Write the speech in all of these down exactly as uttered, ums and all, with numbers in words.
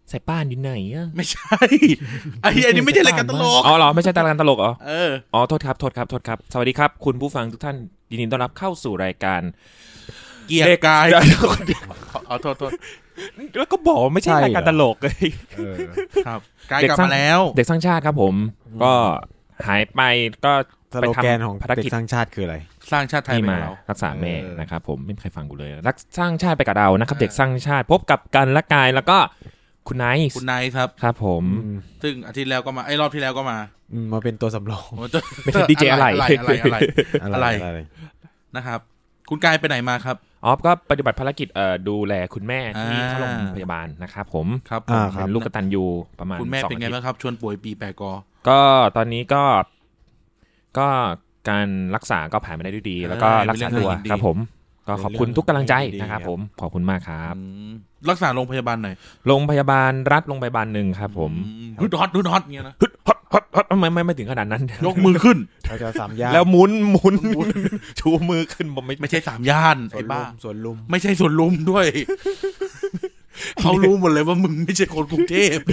สายป่านอยู่ไหนอ่ะไม่ใช่ไอ้อันนี้ไม่ใช่รายการตลกอ๋อเหรอไม่ใช่รายการตลกเหรอเอออ๋อโทษครับโทษครับโทษครับสวัสดีครับคุณผู้ฟังทุกท่านยินดีต้อนรับเข้าสู่รายการเกียร์กายเอาโทษโทษแล้วก็บอกไม่ใช่รายการตลกเลยครับกายกลับมาแล้วเด็กสร้างชาติครับผมก็หายไปก็สโลแกนของเด็กสร้างชาติคืออะไรสร้างชาติไทยมารักษาแม่นะครับผมไม่มีใครฟังกูเลยรักสร้างชาติไปกับเรานะครับเด็กสร้างชาติพบกับกันและกายแล้วก็คุณไนท์คุณไนท์ครับครับผมซึ่งอาทิตย์แล้วก็มาไอ้รอบที่แล้วก็มามาเป็นตัวสำรองไม่ใช่ดีเจอะไรอะไรอะไรอะไรนะครับคุณกายไปไหนมาครับอ๋อก็ปฏิบัติภารกิจเอ่อดูแลคุณแม่ที่เข้าโรงพยาบาลนะครับผมครับเป็นลูกกตัญญูประมาณคุณแม่เป็นไงบ้างครับชวนป่วยปีแปกอก็ตอนนี้ก็ก็การรักษาก็ผ่านไปได้ด้วยดีแล้วก็รักษาตัวครับผมก็ขอบคุณทุกกำลังใจนะครับผมขอบคุณมากครับรักษาโรงพยาบาลไหนโรงพยาบาลรัฐโรงพยาบาลหนึ่งครับผมฮึดฮอตฮึดฮอตเงี้ยนะฮึดฮอตฮอตฮอตไม่ไม่ไม่ถึงขนาดนั้นยกมือขึ้นเราจะสามย่านแล้วหมุนหมุนชูมือขึ้นผมไม่ไม่ใช่สามย่านไอ้บ้าสวนลุมไม่ใช่สวนลุมด้วยเขารู้หมดเลยว่ามึงไม่ใช่คนกรุงเทพ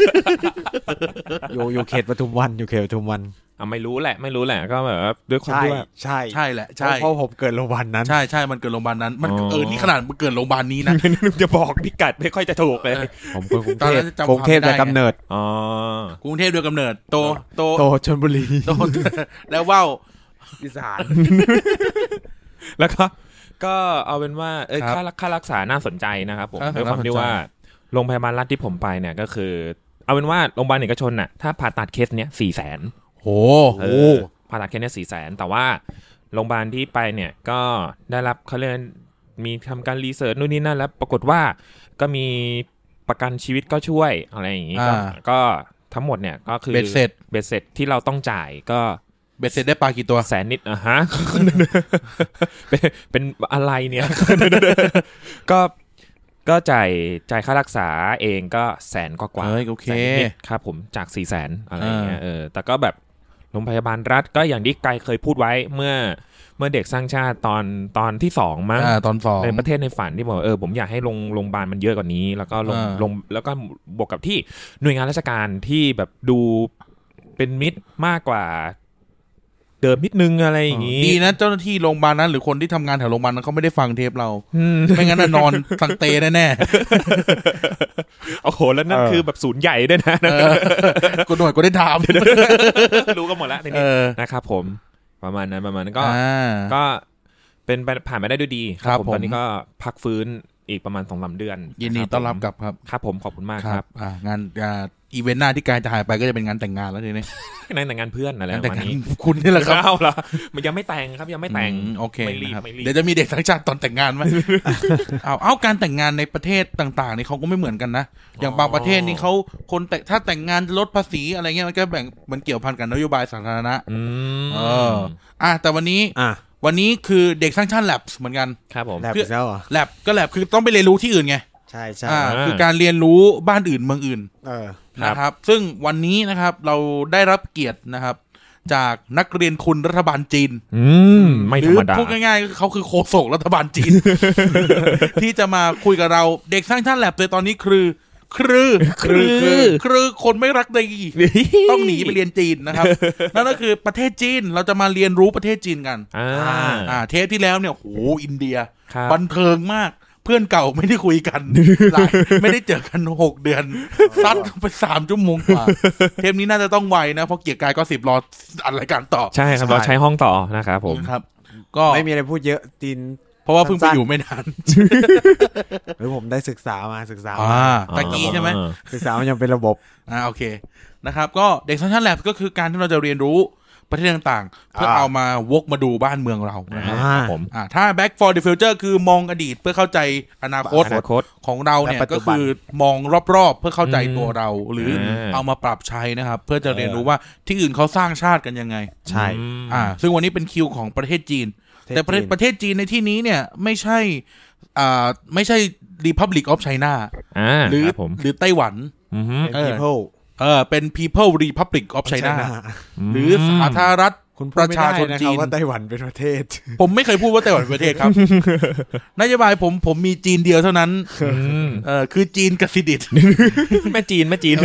อยู่อยู่เขตปทุมวันอยู่เขตปทุมวันอ่ะไม่รู้แหละไม่รู้แหละก็แบบด้วยความที่ว่าใช่ใช่แหละใช่เพราะผมเกิดโรงพยาบาลนั้นใช่ใช่มันเกิดโรงพยาบาลนั้นมันเออนี่ขนาดมันเกิดโรงพยาบาลนี้นะจะบอกพิกัดไม่ค่อยจะถูกเลยผมคนกรุงเทพกรุงเทพโดยกำเนิดอ๋อกรุงเทพโดยกำเนิดโตโตโตชลบุรีโตแล้วว่าวอีสานแล้วก็ก็เอาเป็นว่าเออค่าค่ารักษาน่าสนใจนะครับผมด้วยความที่ว่าโรงพยาบาลรัฐที่ผมไปเนี่ยก็คือเอาเป็นว่าโรงพยาบาลเอกชนน่ะถ้าผ่าตัดเคสเนี้ย สี่แสนโหผ่าตัดเคสเนี้ย สี่แสน แต่ว่าโรงพยาบาลที่ไปเนี่ยก็ได้รับเขาเรียกมีทำการรีเสิร์ชนู่นนี่นั่นแล้วปรากฏว่าก็มีประกันชีวิตก็ช่วยอะไรอย่างงี้ก็ก็ทั้งหมดเนี่ยก็คือเบ็ดเสร็จเบ็ดเสร็จที่เราต้องจ่ายก็เบ็ดเสร็จได้ปลากี่ตัวแสนนิดอ่ะฮะเป็นเป็นอะไรเนี่ยก็ก็จ่ายจ่ายค่ารักษาเองก็แสนกว่าๆโอเคครับผมจาก สี่แสน อะไรอย่างเงี้ยเออแต่ก็แบบโรงพยาบาลรัฐก็อย่างที่ไกลเคยพูดไว้เมื่อเมื่อเด็กสร้างชาติตอนตอนที่สองมั้งตอนสองในประเทศในฝันที่บอกเออผมอยากให้โรงโรงพยาบาลมันเยอะกว่านี้แล้วก็ลงลงแล้วก็บวกกับที่หน่วยงานราชการที่แบบดูเป็นมิตรมากกว่าเดิมนิดนึงอะไรอย่างงี้ดีนะเจ้าหน้าที่โรงพยาบาลนั้นหรือคนที่ทำงานแถวโรงพยาบาลนั้นเขาไม่ได้ฟังเทปเราไม่งั้นนอนสังเตแน่ๆโอ้โหแล้วนั่นคือแบบศูนย์ใหญ่ด้วยนะกูหน่วยกูได้ถามรู้กันหมดแล้วทีนี้นะครับผมประมาณนั้นประมาณนั้นก็ก็เป็นผ่านไปได้ด้วยดีครับผมตอนนี้ก็พักฟื้นอีกประมาณ สองถึงสาม เดือนยินดีต้อนรับกลับครับครับผมขอบคุณมากครับงานอีเวนต์หน้าที่การจะหายไปก็จะเป็นงานแต่งงานแล้วทีนี้งานแต่งงานเพื่อนอะไรประมาณนี้คุณนี่แหละครับเอาล่ะมันยังไม่แต่งครับยังไม่แต่งโอเคไม่รีบไม่รีบเดี๋ยวจะมีเด็กทั้งชาติตอนแต่งงานไหมเอาเอาการแต่งงานในประเทศต่างๆนี่เขาก็ไม่เหมือนกันนะอย่างบางประเทศนี่เขาคนแต่ถ้าแต่งงานลดภาษีอะไรเงี้ยมันก็แบ่งมันเกี่ยวพันกันนโยบายสาธารณะเอออ่ะแต่วันนี้อ่ะวันนี้คือเด็กสร้างชาติแลบเหมือนกันครับผมแลบแล้วเหรอแลบก็แลบคือต้องไปเรียนรู้ที่อื่นไงใช่ใช่คือการเรียนรู้บ้านอื่นเมืองอื่นเออนะครับซึ่งวันนี้นะครับเราได้รับเกียรตินะครับจากนักเรียนคุณรัฐบาลจีนอืมไม่ธรรมดาพูดง่ายๆเขาคือโฆษกรัฐบาลจีน ที่จะมาคุยกับเราเด็กสร้างชาติแลบเลยตอนนี้คือคือคือคือคนไม่รักดีต้องหนีไปเรียนจีนนะครับนั่นก็คือประเทศจีนเราจะมาเรียนรู้ประเทศจีนกันอ่าอ่าเทปที่แล้วเนี่ยโหอินเดียบันเทิงมากเพื่อนเก่าไม่ได้คุยกันหลายไม่ได้เจอกันหกเดือนซัดไปสามชั่วโมงกว่าเทปนี้น่าจะต้องไวนะเพราะเกียรติกายก็สิบรออัดรายการต่อใช่ครับเราใช้ห้องต่อนะครับผมครับก็ไม่มีอะไรพูดเยอะจีนเพราะว่าเพิ่งไปอยู่ไม่นานหรือผมได้ศึกษามาศึกษาอ่าตะกี้ใช่ไหมศึกษามันยังเป็นระบบอ่าโอเคนะครับก็เด็กสร้างชาติแลบก็คือการที่เราจะเรียนรู้ประเทศต่างๆเพื่อเอามาวกมาดูบ้านเมืองเรานะครับผมอ่าถ้า back for the future คือมองอดีตเพื่อเข้าใจอนาคตของเราเนี่ยก็คือมองรอบๆเพื่อเข้าใจตัวเราหรือเอามาปรับใช้นะครับเพื่อจะเรียนรู้ว่าที่อื่นเขาสร้างชาติกันยังไงใช่อ่าซึ่งวันนี้เป็นคิวของประเทศจีนแต่ประเทศประเทศจีนในที่นี้เนี่ยไม่ใช่อ่าไม่ใช่ Republic of China หรือหรือไต้หวันเป็น people เออเป็น People Republic of China หรือสาธารณรัฐคุณพูดไม่ได้นะครับว่าไต้หวันเป็นประเทศผมไม่เคยพูดว่าไต้หวันเป็นประเทศครับนโยบายผมผมมีจีนเดียวเท่านั้นเออคือจีนกับซิดิตแม่จีนแม่จีน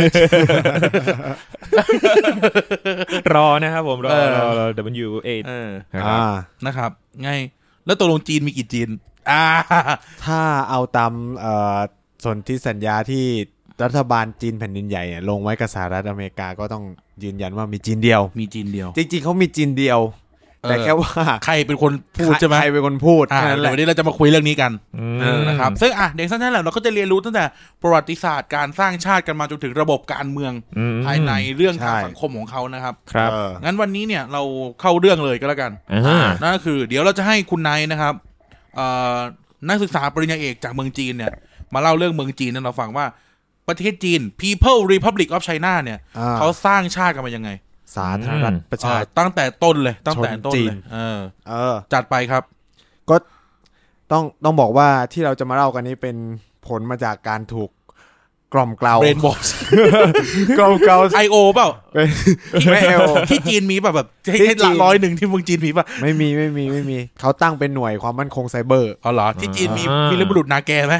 รอนะครับผมรอรอ ดับเบิลยู เอชนะครับไงแล้วตกลงจีนมีกี่จีนอ่าถ้าเอาตามเอ่อสนธิสัญญาที่รัฐบาลจีนแผ่นดินใหญ่ลงไว้กับสหรัฐอเมริกาก็ต้องยืนยันว่ามีจีนเดียวมีจีนเดียวจริงๆเขามีจีนเดียวแต่แค่ว่าใครเป็นคนพูดใช่ไหมใครเป็นคนพูดนั่นแหละวันนี้เราจะมาคุยเรื่องนี้กันนะครับซึ่งอ่ะเด็กสั้นๆแหละเราก็จะเรียนรู้ตั้งแต่ประวัติศาสตร์การสร้างชาติกันมาจนถึงระบบการเมืองภายในเรื่องทางสังคมของเขานะครับครับงั้นวันนี้เนี่ยเราเข้าเรื่องเลยก็แล้วกันนั่นก็คือเดี๋ยวเราจะให้คุณนายนะครับนักศึกษาปริญญาเอกจากเมืองจีนเนี่ยมาเล่าเรื่องเมืองจีนให้เราฟังว่าประเทศจีน People Republic of China เนี่ยเขาสร้างชาติกันมายังไงสาธารณรัฐประชาชนตั้งแต่ต้นเลยตั้งแต่ต้นเลยเออเออจัดไปครับก็ต้องต้องบอกว่าที่เราจะมาเล่ากันนี้เป็นผลมาจากการถูกกล่อมเกลาเบรนวอชกล่อมเกลาไอ โอ เปล่าไม่ ไอ โอ ที่จีนมีแบบแบบให้หลักร้อยหนึ่งที่เมืองจีนมีป่ะไม่มีไม่มีไม่มีเขาตั้งเป็นหน่วยความมั่นคงไซเบอร์อ๋อเหรอที่จีนมีวีรบุรุษนาแกไหม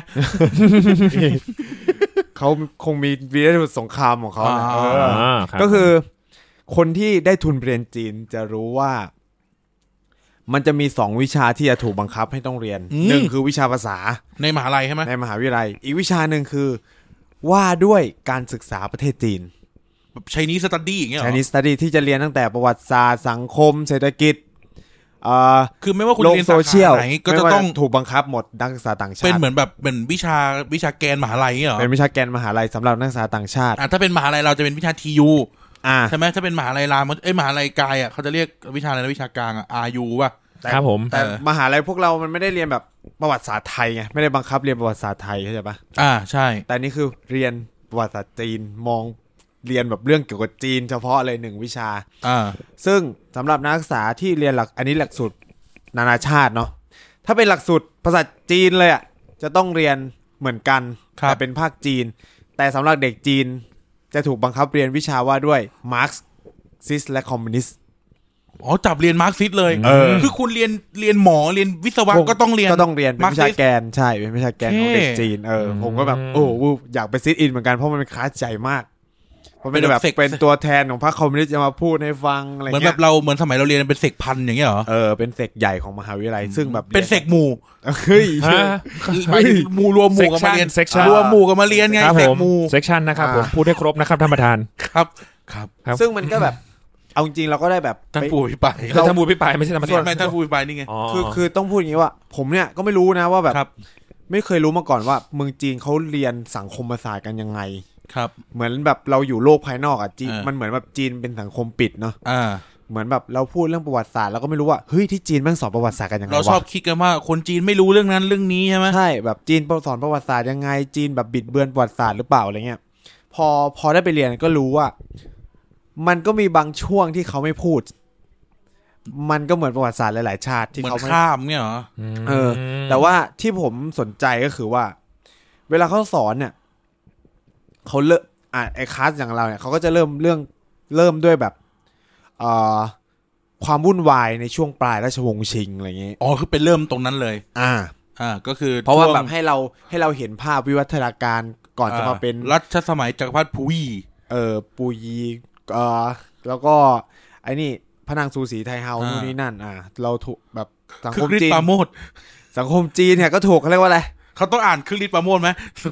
เขาคงมีวีรบุรุษสงครามของเขาก็คือคนที่ได้ทุนเรียนจีนจะรู้ว่ามันจะมีสองวิชาที่จะถูกบังคับให้ต้องเรียนหนึ่งคือวิชาภาษาในมหาลัยใช่ไหมในมหาวิทยาลัยอีกวิชาหนึ่งคือว่าด้วยการศึกษาประเทศจีนแบบ Chinese Study อย่างเงี้ยหรอ Chinese Study ที่จะเรียนตั้งแต่ประวัติศาสตร์สังคมเศรษฐกิจอ่าคือไม่ว่าคุณเรียนสาขาไหนก็จะต้องถูกบังคับหมดนักศึกษาต่างชาติเป็นเหมือนแบบเป็นวิชาวิชาแกนมหาลัยเหรอเป็นวิชาแกนมหาลัยสำหรับนักศึกษาต่างชาติอ่ะถ้าเป็นมหาลัยเราจะเป็นวิชา ที ยู อ่าใช่ไหมถ้าเป็นมหาลัยรามเอ้ยมหาลัยกายอ่ะเขาจะเรียกวิชาอะไรนะวิชากลางอ่ะ อาร์ ยู ป่ะครับผมแต่มหาลัยพวกเรามันไม่ได้เรียนแบบประวัติศาสตร์ไทยไงไม่ได้บังคับเรียนประวัติศาสตร์ไทยเข้าใจป่ะอ่าใช่แต่นี่คือเรียนประวัติศาสตร์จีนมองเรียนแบบเรื่องเกี่ยวกับจีนเฉพาะเลยหนึ่งวิชาอ่าซึ่งสำหรับนักศึกษาที่เรียนหลักอันนี้หลักสูตรนานาชาติเนาะถ้าเป็นหลักสูตรภาษาจีนเลยอ่ะจะต้องเรียนเหมือนกันแต่เป็นภาคจีนแต่สำหรับเด็กจีนจะถูกบังคับเรียนวิชาว่าด้วยมาร์กซิสและคอมมิวนิสต์อ๋อจับเรียนมาร์กซิสเลยคือคุณเรียนเรียนหมอเรียนวิศวะก็ต้องเรียนก็ต้องเรียนเป็นวิชาแกนใช่เป็นวิชาแกนของเด็กจีนเออผมก็แบบโอ้อยากไปซิทอินเหมือนกันเพราะมันเป็นคลาสใหญ่มากเพราะเป็นแบบเป็นตัวแทนของพรรคคอมมิวนิสต์จะมาพูดให้ฟังอะไรเงี้ยเหมือนแบบเราเหมือนสมัยเราเรียนเป็นเสกพันอย่างเงี้ยเหรอเออเป็นเสกใหญ่ของมหาวิทยาลัยซึ่งแบบเป็นเสกหมู่เฮ้ยไปหมู่รวมหมู่กันมาเรียนรวมหมู่กันมาเรียนไงเสกหมู่เซกชันนะครับผมพูดให้ครบนะครับท่านประธานครับครับซึ่งมันก็แบบเอาจริงเราก็ได้แบบท่านผู้พิปรายท่านผู้พิปรายไม่ใช่ธรรมดาไม่ท่านผู้พิปรายนี่ไงคือคือต้องพูดอย่างนี้ว่าผมเนี่ยก็ไม่รู้นะว่าแบบไม่เคยรู้มาก่อนว่าเมืองจีนเขาเรียนสังคมศาสตร์กันยังไงครับเหมือนแบบเราอยู่โลกภายนอกอ่ะจีนมันเหมือนแบบจีนเป็นสังคมปิดเนาะเหมือนแบบเราพูดเรื่องประวัติศาสตร์เราก็ไม่รู้ว่าเฮ้ยที่จีนแม่งสอนประวัติศาสตร์กันยังไงวะเราชอบคิดกันว่าคนจีนไม่รู้เรื่องนั้นเรื่องนี้ใช่ไหมใช่แบบจีนสอนประวัติศาสตร์ยังไงจีนแบบบิดเบือนประวัติศาสตร์หรือเปล่าอะไรเงี้ยพอพอได้ไปเรียนก็รู้ว่ามันก็มีบางช่วงที่เขาไม่พูดมันก็เหมือนประวัติศาสตร์หลายๆชาติที่เขาข้ามเนี่ยเหรอเออแต่ว่าที่ผมสนใจก็คือว่าเวลาเขาสอนเนี่ยเขาเลิกอ่ะไอ้คลาสอย่างเราเนี่ยเขาก็จะเริ่มเรื่องเริ่มด้วยแบบเอ่อความวุ่นวายในช่วงปลายราชวงศ์ชิงอะไรอย่างเงี้ยอ๋อคือเป็นเริ่มตรงนั้นเลยอ่าอ่าก็คือเพราะว่าแบบให้เราให้เราเห็นภาพวิวัฒนาการก่อนจะมาเป็นรัชสมัยจักรพรรดิปูยีเออปูยีเอ่อแล้วก็ไอ้นี่พระนางซูสีไทเฮานู่นนี่นั่นอ่าเราถูกแบบสังคมจีนสังคมจีนเนี่ยก็ถูกเขาเรียกว่าอะไรเขาต้องอ่านคือฤทธิ์ปราโมทไหม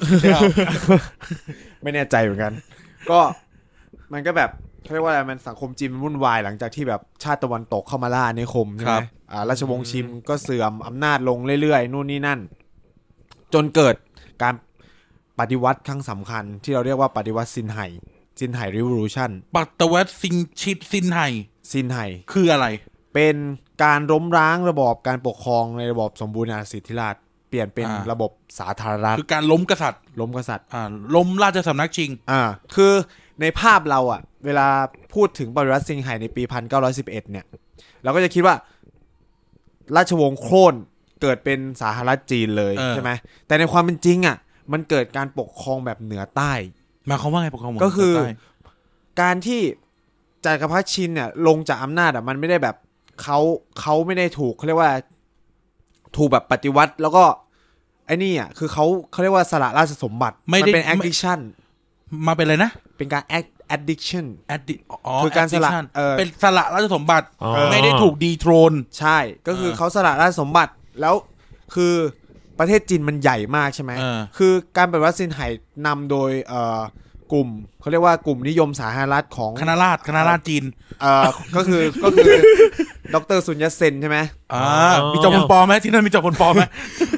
ไม่แน่ใจเหมือนกันก็มันก็แบบเขาเรียกว่าอะไรมันสังคมจีนมันวุ่นวายหลังจากที่แบบชาติตะวันตกเข้ามาล่าอาณานิคมใช่ไหมอ่าราชวงศ์ชิมก็เสื่อมอำนาจลงเรื่อยๆนู่นนี่นั่นจนเกิดการปฏิวัติครั้งสำคัญที่เราเรียกว่าปฏิวัติซินไห่ซินไห่รีวิวลูชั่นปฏิวัติซินชิดซินไห่ซินไห่คืออะไรเป็นการล้มล้างระบอบการปกครองในระบอบสมบูรณาญาสิทธิราชย์เปลี่ยนเป็นระบบสาธารณรัฐคือการล้มกษัตริย์ล้มกษัตริย์อ่าล้มราชสำนักจริงอ่าคือในภาพเราอ่ะเวลาพูดถึงปฏิวัติซินไห่ในปีหนึ่งพันเก้าร้อยสิบเอ็ดเนี่ยเราก็จะคิดว่าราชวงศ์โค่นเกิดเป็นสาธารณรัฐจีนเลยใช่ไหมแต่ในความเป็นจริงอ่ะมันเกิดการปกครองแบบเหนือใต้หมายความว่าไงปกครองเหนือใต้ก็คือการที่จักรพรรดิชินเนี่ยลงจากอำนาจอ่ะมันไม่ได้แบบเขาเขาไม่ได้ถูกเขาเรียกว่าถูกแบบปฏิวัติแล้วก็ไอ้นี่อ่ะคือเขาเขาเรียกว่าสละราชสมบัติมันเป็น addiction มาเป็นอะไรนะเป็นการ addiction คือการสละเป็นสละราชสมบัติไม่ได้ถูกดีโทรนใช่ก็คือเขาสละราชสมบัติแล้วคือประเทศจีนมันใหญ่มากใช่ไหมคือการปฏิวัติซินไห่นำโดยเอ่อกลุ่มเขาเรียกว่ากลุ่มนิยมสาธารณรัฐของคณะราษฎรคณะราษฎรจีนเอ่อก็คือก็คือดรซุนยัตเซนใช่ไหมอ่ามีจอมพลปอไหมที่นั่นมีจอมพลปอไหม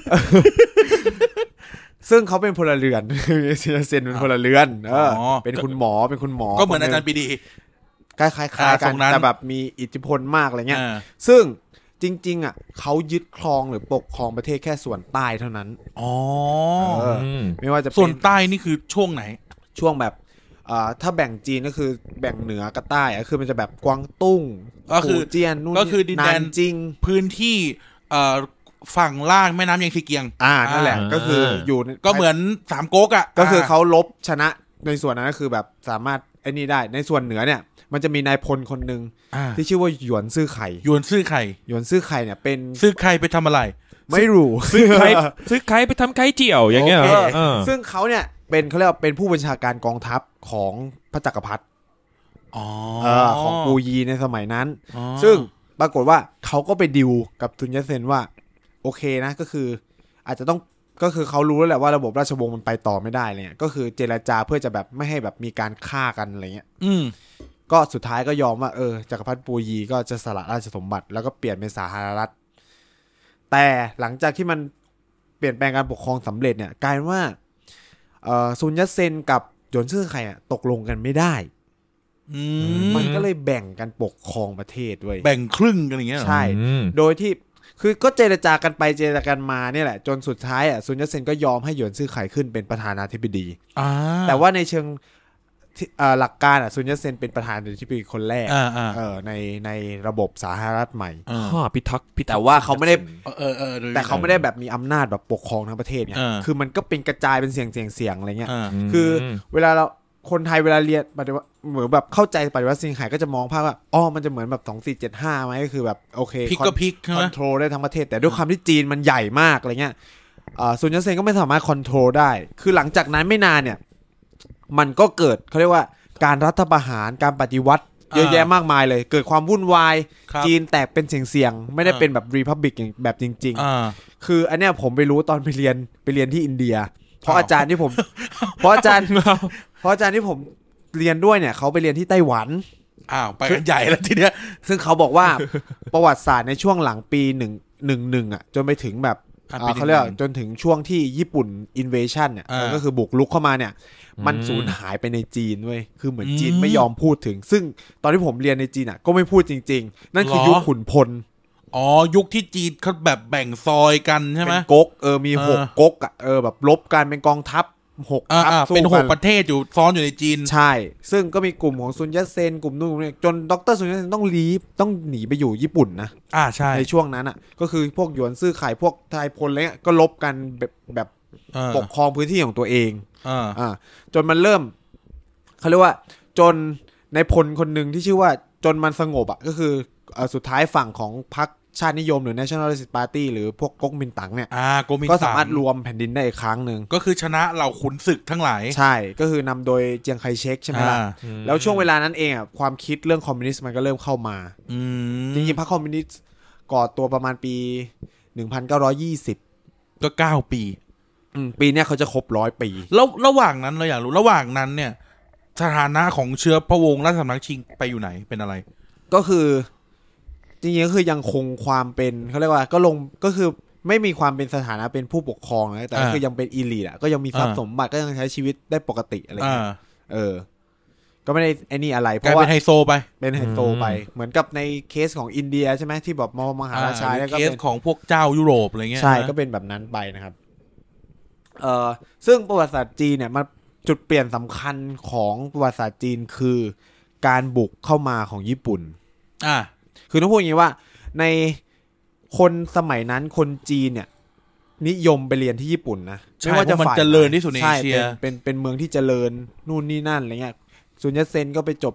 ซึ่งเขาเป็นพลเรือนซุนยัตเซนเป็นพลเรือนเออเป็นคุณหมอเป็นคุณหมอก็เหมือนอาจารย์ปรีดีคล้ายๆกันแต่แบบมีอิทธิพลมากอะไรเงี้ยซึ่งจริงๆอ่ะเขายึดครองหรือปกครองประเทศแค่ส่วนใต้เท่านั้นอ๋อไม่ว่าจะส่วนใต้นี่คือช่วงไหนช่วงแบบอ่าถ้าแบ่งจีนก็คือแบ่งเหนือกับใต้ก็คือมันจะแบบกวางตุ้งก็คือเจียนนู่นก็คือดินแดนจริงพื้นที่เอ่อฝั่งล่างแม่น้ำยังซีเกียงอ่านั่นแหละก็คืออยู่ก็เหมือนสามก๊กอ่ะก็คือเขาลบชนะในส่วนนั้นก็คือแบบสามารถไอ้นี่ได้ในส่วนเหนือเนี่ยมันจะมีนายพลคนนึงที่ชื่อว่าหยวนซื่อไข่หยวนซื่อไข่หยวนซื่อไข่เนี่ยเป็นซื่อไข่ไปทำอะไรไม่รู้ซื้อไข่ซื้อไข่ไปทำไข่เจียวอย่างเงี้ยซึ่งเขาเนี่ยเป็นเขาเรียกว่าเป็นผู้บัญชาการกองทัพของพระจักรพรรดิของปูยีในสมัยนั้นซึ่งปรากฏว่าเขาก็ไปดิวกับซุนยัตเซนว่าโอเคนะก็คืออาจจะต้องก็คือเขารู้แล้วแหละว่าระบบราชวงศ์มันไปต่อไม่ได้เนี่ยก็คือเจรจาเพื่อจะแบบไม่ให้แบบมีการฆ่ากันอะไรเงี้ยอืมก็สุดท้ายก็ยอมว่าเออจักรพรรดิปูยีก็จะสละราชสมบัติแล้วก็เปลี่ยนเป็นสาธารณรัฐแต่หลังจากที่มันเปลี่ยนแปลงการปกครองสำเร็จเนี่ยกลายเป็นว่าเอ่อซุนยัตเซนกับหยวนซื่อไข่อ่ะตกลงกันไม่ได้มันก็เลยแบ่งกันปกครองประเทศด้วยแบ่งครึ่งกันอย่างเงี้ยใช่โดยที่คือก็เจรจากันไปเจรจากันมาเนี่ยแหละจนสุดท้ายอ่ะซุนยัตเซนก็ยอมให้หยวนซื่อไข่ขึ้นเป็นประธานาธิบดีแต่ว่าในเชิงหลักการอ่ะซุนยัตเซนเป็นประธานาธิบดีคนแรกเออในในระบบสาธารณรัฐใหม่พิทักษ์แต่ว่าเขาไม่ได้เออเออแต่เขาไม่ได้แบบมีอำนาจแบบปกครองทั้งประเทศไงคือมันก็เป็นกระจายเป็นเสียงเสียงเสียงอะไรเงี้ยคือเวลาเราคนไทยเวลาเรียนปฏิวัติเหมือนแบบเข้าใจปฏิวัติซินไห่ก็จะมองภาพว่าอ๋อมันจะเหมือนแบบสองสี่เจ็ดห้าไหมก็คือแบบโอเคพลิกก็พลิกคอนโทรลได้ทั้งประเทศแต่ด้วยความที่จีนมันใหญ่มากอะไรเงี้ยซุนยัตเซนก็ไม่สามารถคอนโทรลได้คือหลังจากนั้นไม่นานเนี่ยมันก็เกิดเขาเรียกว่าการรัฐประหารการปฏิวัติเยอะแยะมากมายเลยเกิดความวุ่นวายจีนแตกเป็นเสียงๆไม่ได้เป็นแบบรีพับลิกอย่างแบบจริงๆคืออันเนี้ยผมไปรู้ตอนไปเรียนไปเรียนที่อินเดียเพราะอาจารย์ที่ผมเพราะอาจารย์เพราะอาจารย์ที่ผมเรียนด้วยเนี่ยเขาไปเรียนที่ไต้หวันอ้าวไปกันใหญ่แล้วทีเนี้ยซึ่งเขาบอกว่าประวัติศาสตร์ในช่วงหลังปีหนึ่งหนึ่งหนึ่งอ่ะจนไปถึงแบบเขาเรียกจนถึงช่วงที่ญี่ปุ่นอินเวชั่นเนี่ยก็คือบุกรุกเข้ามาเนี่ยมันสูญหายไปในจีนเว้ยคือเหมือนจีนไม่ยอมพูดถึงซึ่งตอนที่ผมเรียนในจีนอ่ะก็ไม่พูดจริงๆนั่นคือยุคขุนพลอ๋อยุคที่จีนเขาแบบแบ่งซอยกันใช่ไหมเป็นก๊กเออมีหกก๊กอ่ะเออแบบลบกันเป็นกองทัพหกทัพเป็นหกประเทศอยู่ซ้อนอยู่ในจีนใช่ซึ่งก็มีกลุ่มของซุนยัตเซนกลุ่มนู้นจนดรซุนยัตเซนต้องลีฟต้องหนีไปอยู่ญี่ปุ่นนะอ่าใช่ในช่วงนั้นอ่ะก็คือพวกหยวนซื่อไข่พวกไทยพลอะไรเงี้ยก็ลบกันแบบแบบปกครองพื้นที่ของตัวเองอ่าจนมันเริ่มเขาเรียกว่าจนในพลคนหนึ่งที่ชื่อว่าจนมันสงบอ่ะก็คือสุดท้ายฝั่งของพรรคชาตินิยมหรือ Nationalist Party หรือพวกก๊กมินตั๋งเนี่ยก็สามารถรวมแผ่นดินได้อีกครั้งหนึ่งก็คือชนะเหล่าขุนศึกทั้งหลายใช่ก็คือนำโดยเจียงไคเชกใช่ไหมล่ะแล้วช่วงเวลานั้นเองอ่ะความคิดเรื่องคอมมิวนิสต์มันก็เริ่มเข้ามาจริงๆพรรคคอมมิวนิสต์ก่อตัวประมาณปีหนึ่งพันเก้าร้อยยี่สิบก็เก้าปีปีเนี้ยเขาจะครบร้อยปีแล้วระหว่างนั้นเราอยากรู้ระหว่างนั้นเนี่ยสถานะของเชื้อพระวงศ์ราชสำนักชิงไปอยู่ไหนเป็นอะไรก็คือจริงๆก็คือยังคงความเป็นเขาเรียกว่าก็ลงก็คือไม่มีความเป็นสถานะเป็นผู้ปกครองนะแต่ก็คือยังเป็นอีลีทอ่ะก็ยังมีทรัพย์สมบัติก็ยังใช้ชีวิตได้ปกติอะไรอย่างเงี้ยเออก็ไม่ได้ไอ้นี่อะไรเพราะว่าเป็นไฮโซไปเป็นไฮโซไปเหมือนกับในเคสของอินเดียใช่ไหมที่แบบมหาราชาแล้วก็เคสของพวกเจ้ายุโรปอะไรเงี้ยใช่ก็เป็นแบบนั้นไปนะครับเอ่อซึ่งประวัติศาสตร์จีนเนี่ยมันจุดเปลี่ยนสำคัญของประวัติศาสตร์จีนคือการบุกเข้ามาของญี่ปุ่นอ่าคือต้องพูดอย่างนี้ว่าในคนสมัยนั้นคนจีนเนี่ยนิยมไปเรียนที่ญี่ปุ่นนะไม่ว่าจะฝ่ายเจริญที่สุดในเอเชียเป็นเป็นเมืองที่เจริญนู่นนี่นั่นอะไรเงี้ยซุนยัตเซนก็ไปจบ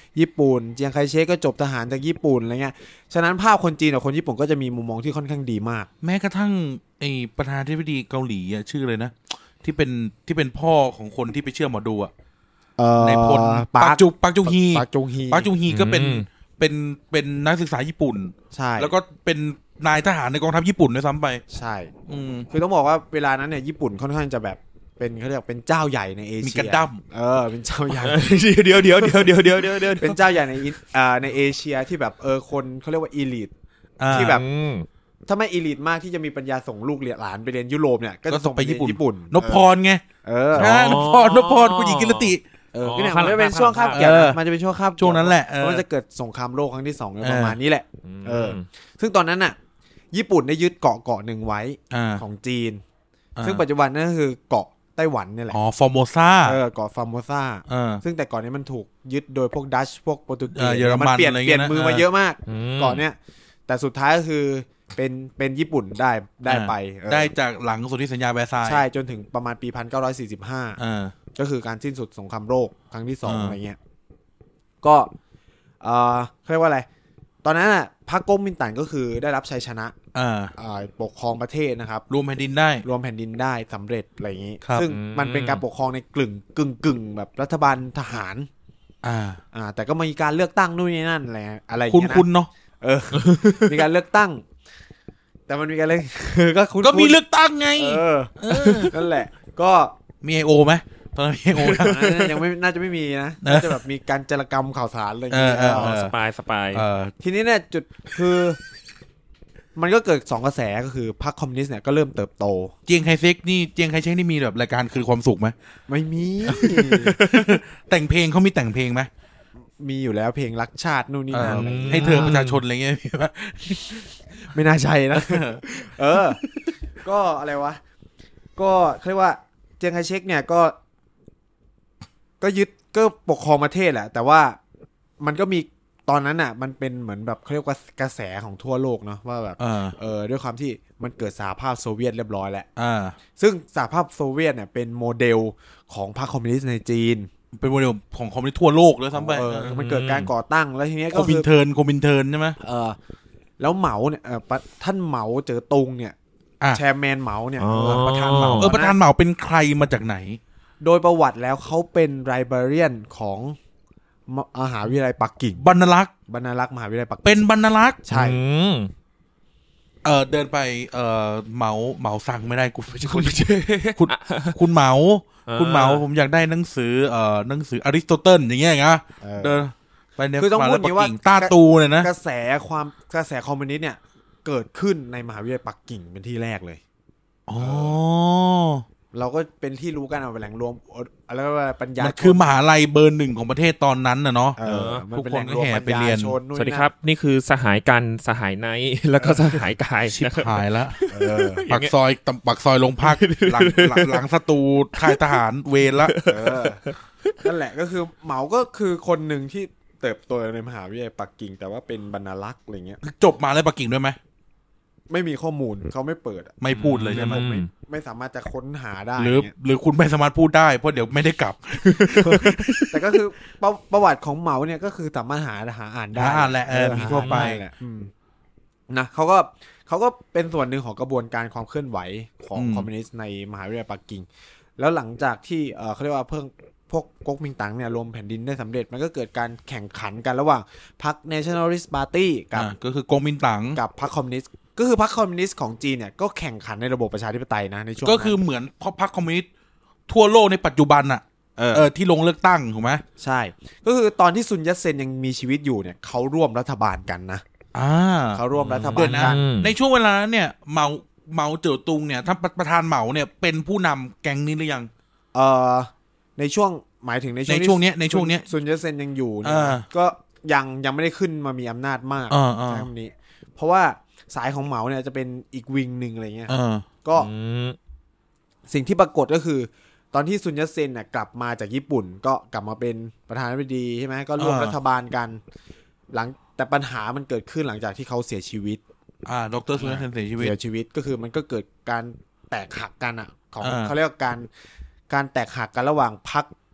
ญี่ปุ่นเจียงไคเชกก็จบทหารจากญี่ปุ่นอะไรเงี้ยฉะนั้นภาพคนจีนกับคนญี่ปุ่นก็จะมีมุมมองที่ค่อนข้างดีมากแม้กระทั่งไอ้ประธานาธิบดีเกาหลีอ่ะชื่อเลยนะที่เป็นที่เป็นพ่อของคนที่ไปเชื่อหมอดูอ่ะในพลปักจุปักจุฮีปักจุฮีปักจุฮีก็เป็นเป็นเป็นนักศึกษาญี่ปุ่นใช่แล้วก็เป็นนายทหารในกองทัพญี่ปุ่นด้วยซ้ำไปใช่คือต้องบอกว่าเวลานั้นเนี่ยญี่ปุ่นค่อนข้างจะแบบเป็นเขาเรียกเป็นเจ้าใหญ่ในเอเชียมีกระดั้มเออเป็นเจ้าใหญ่เดี๋ยวเดี๋ยวเดี๋ยวเดี๋ยวเดี๋ยวเดี๋ยวเดี๋ยวเป็นเจ้าใหญ่ในอ่าในเอเชียที่แบบเออคนเขาเรียกว่าอีลิทที่แบบถ้าไม่อีลิทมากที่จะมีปัญญาส่งลูกเรียนหลานไปเรียนยุโรปเนี่ยก็จะส่งไปญี่ปุ่นนพพรไงเออใช่นพพรนพพรกุญิกิรติเออเนี่ยมันจะเป็นช่วงคาบเกี่ยวมันจะเป็นช่วงคาบช่วงนั้นแหละมันจะเกิดสงครามโลกครั้งที่สองประมาณนี้แหละเออซึ่งตอนนั้นน่ะญี่ปุ่นได้ยึดเกาะเกาะหนึ่งไว้ของจีนซึ่งปัจจุบันนั่นก็คือเกาะไต้หวันนี่แหละอ๋อฟอร์โมซาเออเกาะฟอร์โมซาซึ่งแต่ก่อนนี้มันถูกยึดโดยพวกดัชพวกโปรตุเกสมันเปลี่ยนเปลี่ยนมือมาเยอะมากเกาะเนี้ยแต่สุดท้ายก็คือเป็นเป็นญี่ปุ่นได้ได้ไปได้จากหลังสนธิสัญญาแวร์ซายน์ใช่จนถึงประมาณปีหนึ่งพันเก้าร้อยสี่สิบห้าก็คือการสิ้นสุดสงครามโลกครั้งที่สองอะไรเงี้ยก็เอ่อเรียกว่าอะไรตอนนั้นน่ะพรรคก๊กมินตั๋งก็คือได้รับชัยชนะปกครองประเทศนะครับรวมแผ่นดินได้รวมแผ่นดินได้สำเร็จอะไรอย่างนี้ซึ่งมันเป็นการปกครองในกลึ่งกึ่งกึ่งแบบรัฐบาลทหารอ่าอ่าแต่ก็มีการเลือกตั้งนู่นนี่นั่นอะไรอะไรอย่างเงี้ยนะคุณเนาะเออมีการเลือกตั้งแต่มันมีการเลือกก็คุณก็มีเลือกตั้งไงเออนั่นแหละก็มีไอโอไหมตอนนั้นมีไอโอยังไม่น่าจะไม่มีนะน่าจะแบบมีการจารกรรมข่าวสารอะไรอย่างเงี้ยสปายสปายทีนี้เนี่ยจุดคือมันก็เกิดสองกระแสก็คือพรรคคอมมิวนิสต์เนี่ยก็เริ่มเติบโตเจียงไคเชกนี่เจียงไคเชกนี่มีแบบรายการคือความสุขไหมไม่มีแต่งเพลงเขามีแต่งเพลงไหมมีอยู่แล้วเพลงรักชาตินู่นนี่นั่นให้เธอประชาชนอะไรเงี้ยมีปะไม่น่าใช่นะเออก็อะไรวะก็เรียกว่าเจียงไคเชกเนี่ยก็ก็ยึดก็ปกครองประเทศแหละแต่ว่ามันก็มีตอนนั้นอ่ะมันเป็นเหมือนแบบเขาเรียกว่ากระแสของทั่วโลกเนาะว่าแบบเออด้วยความที่มันเกิดสหภาพโซเวียตเรียบร้อยแล้วซึ่งสหภาพโซเวียตเนี่ยเป็นโมเดลของพรรคคอมมิวนิสต์ในจีนเป็นโมเดลของคอมมิวนิสต์ทั่วโลกเลยซ้ำไปมันเกิดการก่อตั้งแล้วทีนี้ก็คือโคมินเทิร์นโคมินเทิร์นใช่ไหมเออแล้วเหมาเนี่ยท่านเหมาเจอตุงเนี่ยแชร์แมนเหมาเนี่ยประธานเหมาเออประธานเหมาเป็นใครมาจากไหนโดยประวัติแล้วเขาเป็นไลบรารียนของมหาวิทยาลัยปักกิ่งบรรลักษ์บรรลักษ์มหาวิทยาลัยปักกิ่งเป็นบรรลักษ์ใช่เออเดินไปเออเหมาเหมาสั่งไม่ได้กูคุณคุณคุณเหมาคุณเหมาผมอยากได้หนังสือเอ่อหนังสืออริสโตเติลอย่างเงี้ยนะเดินไปเนี่ยคือต้องพูดอย่างว่าต้าตูเนี่ยนะกระแสความกระแสคอมมิวนิสต์เนี่ยเกิดขึ้นในมหาวิทยาลัยปักกิ่งเป็นที่แรกเลยอ๋อเราก็เป็นที่รู้กันเอาเป็นแหล่งรวมอะไรว่าปัญญามันคือมหาลัยเบอร์หนึ่งของประเทศตอนนั้นน่ะเนาะทุกคนก็แห่ไปเรียนสวัสดีครับนี่คือสหายกันสหายไนท์แล้วก็สหายกายชิบหายแล้วปักซอยปักซอยลงพักหลังหลังสตูค่ายทหารเวรละนั่นแหละก็คือเหมาก็คือคนหนึ่งที่เติบโตในมหาวิทยาลัยปักกิ่งแต่ว่าเป็นบรรลักษ์อะไรเงี้ยจบมาในปักกิ่งด้วยไหมไม่มีข้อมูลเขาไม่เปิดไม่พูดเลยใช่ไหมไม่ไม่สามารถจะค้นหาได้หรือหรือคุณไม่สามารถพูดได้เพราะเดี๋ยวไม่ได้กลับแต่ก็คือประประวัติของเหมาเนี่ยก็คือสามารถหาหาอ่านได้อ่านแหละเออมีทั่วไปแหละนะเขาก็เขาก็เป็นส่วนหนึ่งของกระบวนการความเคลื่อนไหวของคอมมิวนิสต์ในมหาวิทยาลัยปักกิ่งแล้วหลังจากที่เออเขาเรียกว่าเพิ่งพวกก๊กมินตั๋งเนี่ยรวมแผ่นดินได้สำเร็จมันก็เกิดการแข่งขันกันระหว่างพรรค Nationalist Party กับก็คือก๊กมินตั๋งกับพรรคคอมมิวนิสต์ก็คือพรรคคอมมิวนิสต์ของจีนเนี่ยก็แข่งขันในระบบประชาธิปไตยนะในช่วงก็คือเหมือนพรรคคอมมิวนิสต์ทั่วโลกในปัจจุบันอ่ะเออเออที่ลงเลือกตั้งถูกไหมใช่ก็คือตอนที่ซุนยัตเซนยังมีชีวิตอยู่เนี่ยเขาร่วมรัฐบาลกันนะอ่าเขาร่วมรัฐบาลกันในช่วงเวลานั้นเนี่ยเหมาเหมาเจ๋อตุงเนี่ยท่านประธานเหมาเนี่ยเป็นผู้นำแก๊งนี้หรือยังเออในช่วงหมายถึงในช่วงในช่วงนี้ในช่วงนี้ซุนยัตเซนยังอยู่เนี่ยก็ยังยังไม่ได้ขึ้นมามีอำนาจมากใช่คำนี้เพราะว่าสายของเหมาเนี่ยจะเป็นอีกวิงหนึ่งอะไรเงี้ยก็สิ่งที่ปรากฏก็คือตอนที่ซุนยัตเซนเนี่ยกลับมาจากญี่ปุ่นก็กลับมาเป็นประธานาธิบดีใช่ไหมก็ร่วมรัฐบาลกันหลังแต่ปัญหามันเกิดขึ้นหลังจากที่เขาเสียชีวิตอ่าดร.ซุนยัตเซนเสียชีวิตเสียชีวิตก็คือมันก็เกิดการแตกหักกันอ่ะของเขาเรียกว่าการการแตกหักกันระหว่างพรรค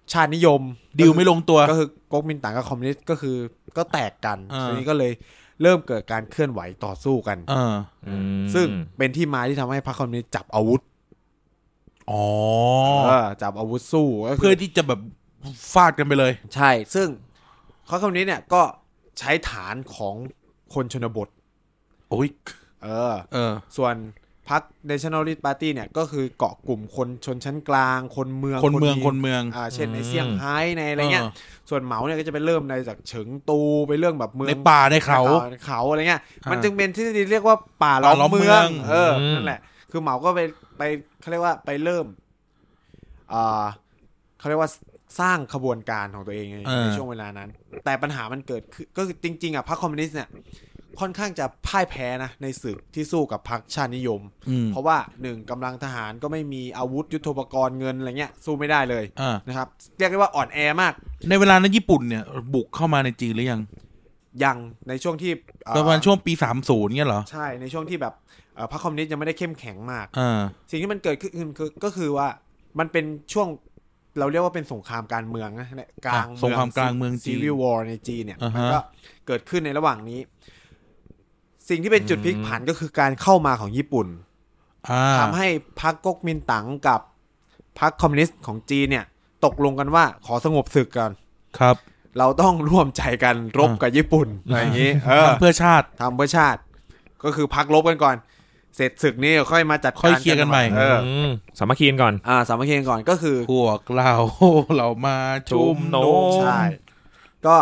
ชาตินิยมดีลไม่ลงตัวก็คือก๊กมินตั๋งกับคอมมิวนิสต์ก็คือก็แตกกันทีนี้ก็เลยเริ่มเกิดการเคลื่อนไหวต่อสู้กันซึ่งเป็นที่มาที่ทำให้พรรคคอมมิวนิสต์จับอาวุธอ๋อจับอาวุธสู้เพื่อที่จะแบบฟาดกันไปเลยใช่ซึ่งพรรคคอมมิวนิสต์เนี่ยก็ใช้ฐานของคนชนบทโอ้ยเออเออส่วนพรรค Nationalist Party เนี่ยก็คือเกาะกลุ่มคนชนชั้นกลางคนเมืองคนเมืองคนเมืองอ่าเช่นในเซี่ยงไฮ้ในอะไรเงี้ยส่วนเหมาเนี่ยก็จะไปเริ่มในจากเฉิงตูไปเรื่องแบบเมืองในป่าในเขาเขาอะไรเงี้ยมันจึงเป็นที่เรียกว่าป่าล้อมเมืองเออนั่นแหละคือเหมาก็ไปไปเขาเรียกว่าไปเริ่มอ่าเขาเรียกว่าสร้างขบวนการของตัวเองในช่วงเวลานั้นแต่ปัญหามันเกิดขึ้นก็คือจริงๆอ่ะพรรคคอมมิวนิสต์เนี่ยค่อนข้างจะพ่ายแพ้นะในศึกที่สู้กับพรรคชาตินิยมเพราะว่าหนึ่งกำลังทหารก็ไม่มีอาวุธยุทโธปกรณ์เงินอะไรเงี้ยสู้ไม่ได้เลยนะครับเรียกได้ว่าอ่อนแอมากในเวลานั้นญี่ปุ่นเนี่ยบุกเข้ามาในจีนหรือยังยังในช่วงที่ประมาณช่วงปีสามสิบเงี้ยเหรอใช่ในช่วงที่แบบพรรคคอมมิวนิสต์ยังไม่ได้เข้มแข็งมากสิ่งที่มันเกิดขึ้นก็คือว่ามันเป็นช่วงเราเรียกว่าเป็นสงครามการเมืองนะกลางสงครามกลางเมืองจีน Civil War ในจีนเนี่ยมันก็เกิดขึ้นในระหว่างนี้สิ่งที่เป็นจุดพลิกผันก็คือการเข้ามาของญี่ปุ่นทำให้พรรคก๊กมินตั๋งกับพรรคคอมมิวนิสต์ของจีนเนี่ยตกลงกันว่าขอสงบศึกกันครับเราต้องร่วมใจกันรบกับญี่ปุ่นอะไรอย่างนี้ทำเพื่อชาติทำเพื่อชาติก็คือพักรบกันก่อนเสร็จศึกนี้ค่อยมาจัดการค่อยเคลียร์กันใหม่เออสามัคคีกันก่อนอ่าสามัคคีกันก่อนก็คือพวกเราเรามาชุมนุมใช่ก็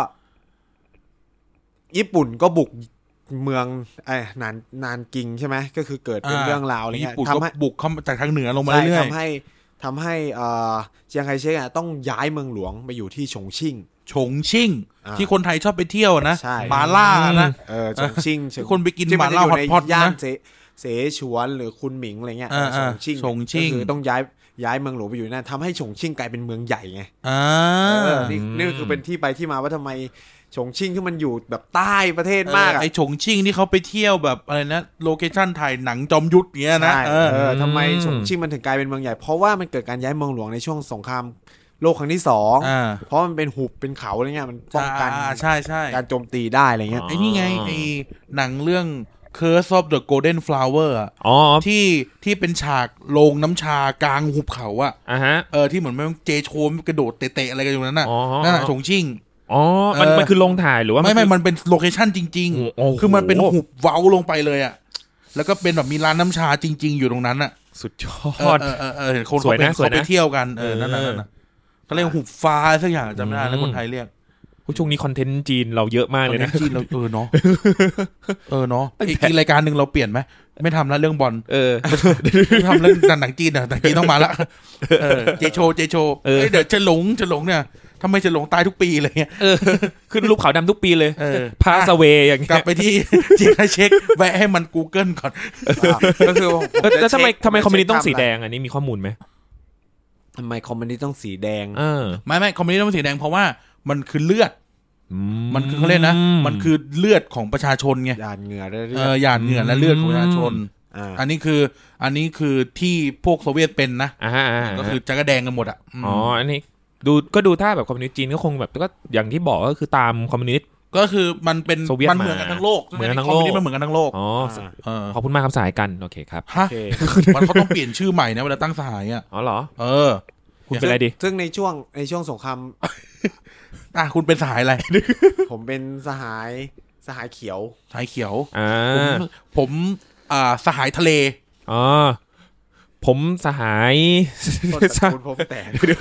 ญี่ปุ่นก็บุกเมืองไอ้นานนานกิงใช่ไหมก็คือเกิดเป็นเรื่องราวอะไรเงี้ยทำให้บุกเข้าจากทางเหนือลงมาเรื่อยๆทำให้ทำให้เจียงไคเชกต้องย้ายเมืองหลวงไปอยู่ที่ฉงชิ่งฉงชิ่งที่คนไทยชอบไปเที่ยวนะมาล่านะเออฉงชิ่งที่คนไปกินมาล่าฮอตพอตนะเสฉวนหรือคุณหมิงอะไรเงี้ยฉงชิ่งฉงชิ่งคือต้องย้ายย้ายเมืองหลวงไปอยู่นั่นทำให้ฉงชิ่งกลายเป็นเมืองใหญ่ไงอ่านี่นี่คือเป็นที่ไปที่มาว่าทำไมฉงชิ่งที่มันอยู่แบบใต้ประเทศมากอ่ะไอฉงชิ่งที่เขาไปเที่ยวแบบอะไรนะโลเคชั่นถ่ายหนังจอมยุทธเงี้ยนะเออทำไมฉงชิ่งมันถึงกลายเป็นเมืองใหญ่เพราะว่ามันเกิดการย้ายเมืองหลวงในช่วงสงครามโลกครั้งที่สองเพราะมันเป็นหุบเป็นเขาอะไรเงี้ยมันป้องกันใช่ใช่การโจมตีได้อะไรเงี้ยไอ้นี่ไงไอ้หนังเรื่อง Curse of the Golden Flower อ่ะที่ที่เป็นฉากโรงน้ำชากลางหุบเขาอ่ะเออที่เหมือนมันเจโชมกระโดดเตะๆอะไรกันอยู่นั้นน่ะนั่นแหละฉงชิ่งอ๋อมันมันคือโรงถ่ายหรือว่าไม่ไม่มันเป็นโลเคชั่นจริงๆคือมันเป็นหุบเว้าลงไปเลยอ่ะแล้วก็เป็นแบบมีร้านน้ำชาจริงๆอยู่ตรงนั้นอ่ะสุดยอดเออเออเออเห็นคนเขาไปเขาไปเที่ยวกันเออนั่นน่ะนั่นน่ะเขาเรียกหุบฟ้าสักอย่างจำไม่ได้แล้วคนไทยเรียกช่วงนี้คอนเทนต์จีนเราเยอะมากเลยนะจีนเราเออเนาะเออเนาะอีกรายการนึงเราเปลี่ยนไหมไม่ทำแล้วเรื่องบอลเออทำเรื่องหนังจีนอ่ะหนังจีนต้องมาละเออเจโชเจโชเดี๋ยวจะหลงจะหลงเนี่ยทำไมจะหลงตายทุกปีอะไรเงี้ยเออขึ้นรูปขาวดำทุกปีเลยพาสเวย์อย่างเงี้ยกลับไปที่จีนเช็คแวะให้มัน Google ก่อนก็คือแล้วทำไมทำไมคอมมิวนิสต์ต้องสีแดงอันนี้มีข้อมูลไหมทำไมคอมมิวนิสต์ต้องสีแดงเออไม่ไม่คอมมิวนิสต์ต้องสีแดงเพราะว่ามันคือเลือดมันคือเขาเรียกนะมันคือเลือดของประชาชนไงหยาดเหงื่อและเลือดหยาดเหงื่อและเลือดของประชาชนอันนี้คืออันนี้คือที่พวกโซเวียตเป็นนะก็คือจะกระแดงกันหมดอ่ะอ๋ออันนี้ดูก็ดูถ้าแบบคอมมิวนิสต์จีนก็คงแบบก็อย่างที่บอกก็คือตามคอมมิวนิสต์ก็คือมันเป็นมันเหมือนกันทั้งโลกเหมือนกันทั้งโลกมันเหมือนกันทั้งโลกอ๋อขอบคุณมากครับสหายกันโอเคครับฮะมันเขาต้องเปลี่ยนชื่อใหม่นะเวลาตั้งสหายอ่ะอ๋อเหรอเออคุณเป็นอะไรดีซึ่งในช่วงในช่วงสงครามอ่ะคุณเป็นสหายอะไรผมเป็นสหายสหายเขียวสหายเขียวอ่าผมอ่าสหายทะเลอ๋อผมสหายคุณผมแต่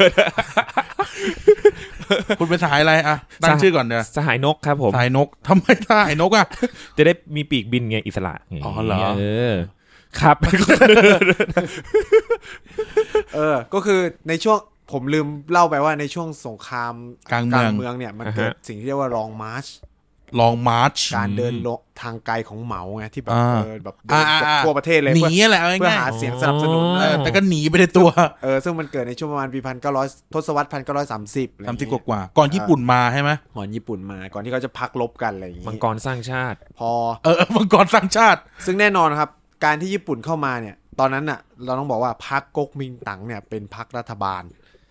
คุณเป็นสหายอะไรอ่ะตั้งชื่อก่อนเดี๋ยวสหายนกครับผมสหายนกทำไมสหายนกอ่ะจะได้มีปีกบินไงอิสระอ๋อเหรอเออครับเออก็คือในช่วงผมลืมเล่าไปว่าในช่วงสงครามกลางเมืองเนี่ยมันเกิดสิ่งที่เรียกว่าลองมาร์ชลองมาร์ชการเดินทางไกลของเหมาไงที่แบบเออแบบทั่วประเทศเลยหนีแหละเพื่อหาเสียงสนับสนุนแต่ก็หนีไปในตัวเออซึ่งมันเกิดในช่วงประมาณปีพันเก้าร้อยทศวรรษพันเก้าร้อยสามสิบสามสิบกว่าก่อนญี่ปุ่นมาใช่ไหมก่อนญี่ปุ่นมาก่อนที่เขาจะพักรบกันอะไรอย่างงี้มังกรสร้างชาติพอเออมังกรสร้างชาติซึ่งแน่นอนครับการที่ญี่ปุ่นเข้ามาเนี่ยตอนนั้นน่ะเราต้องบอกว่าพรรคก๊กมินตั๋งเนี่ยเป็นพรรครัฐบาล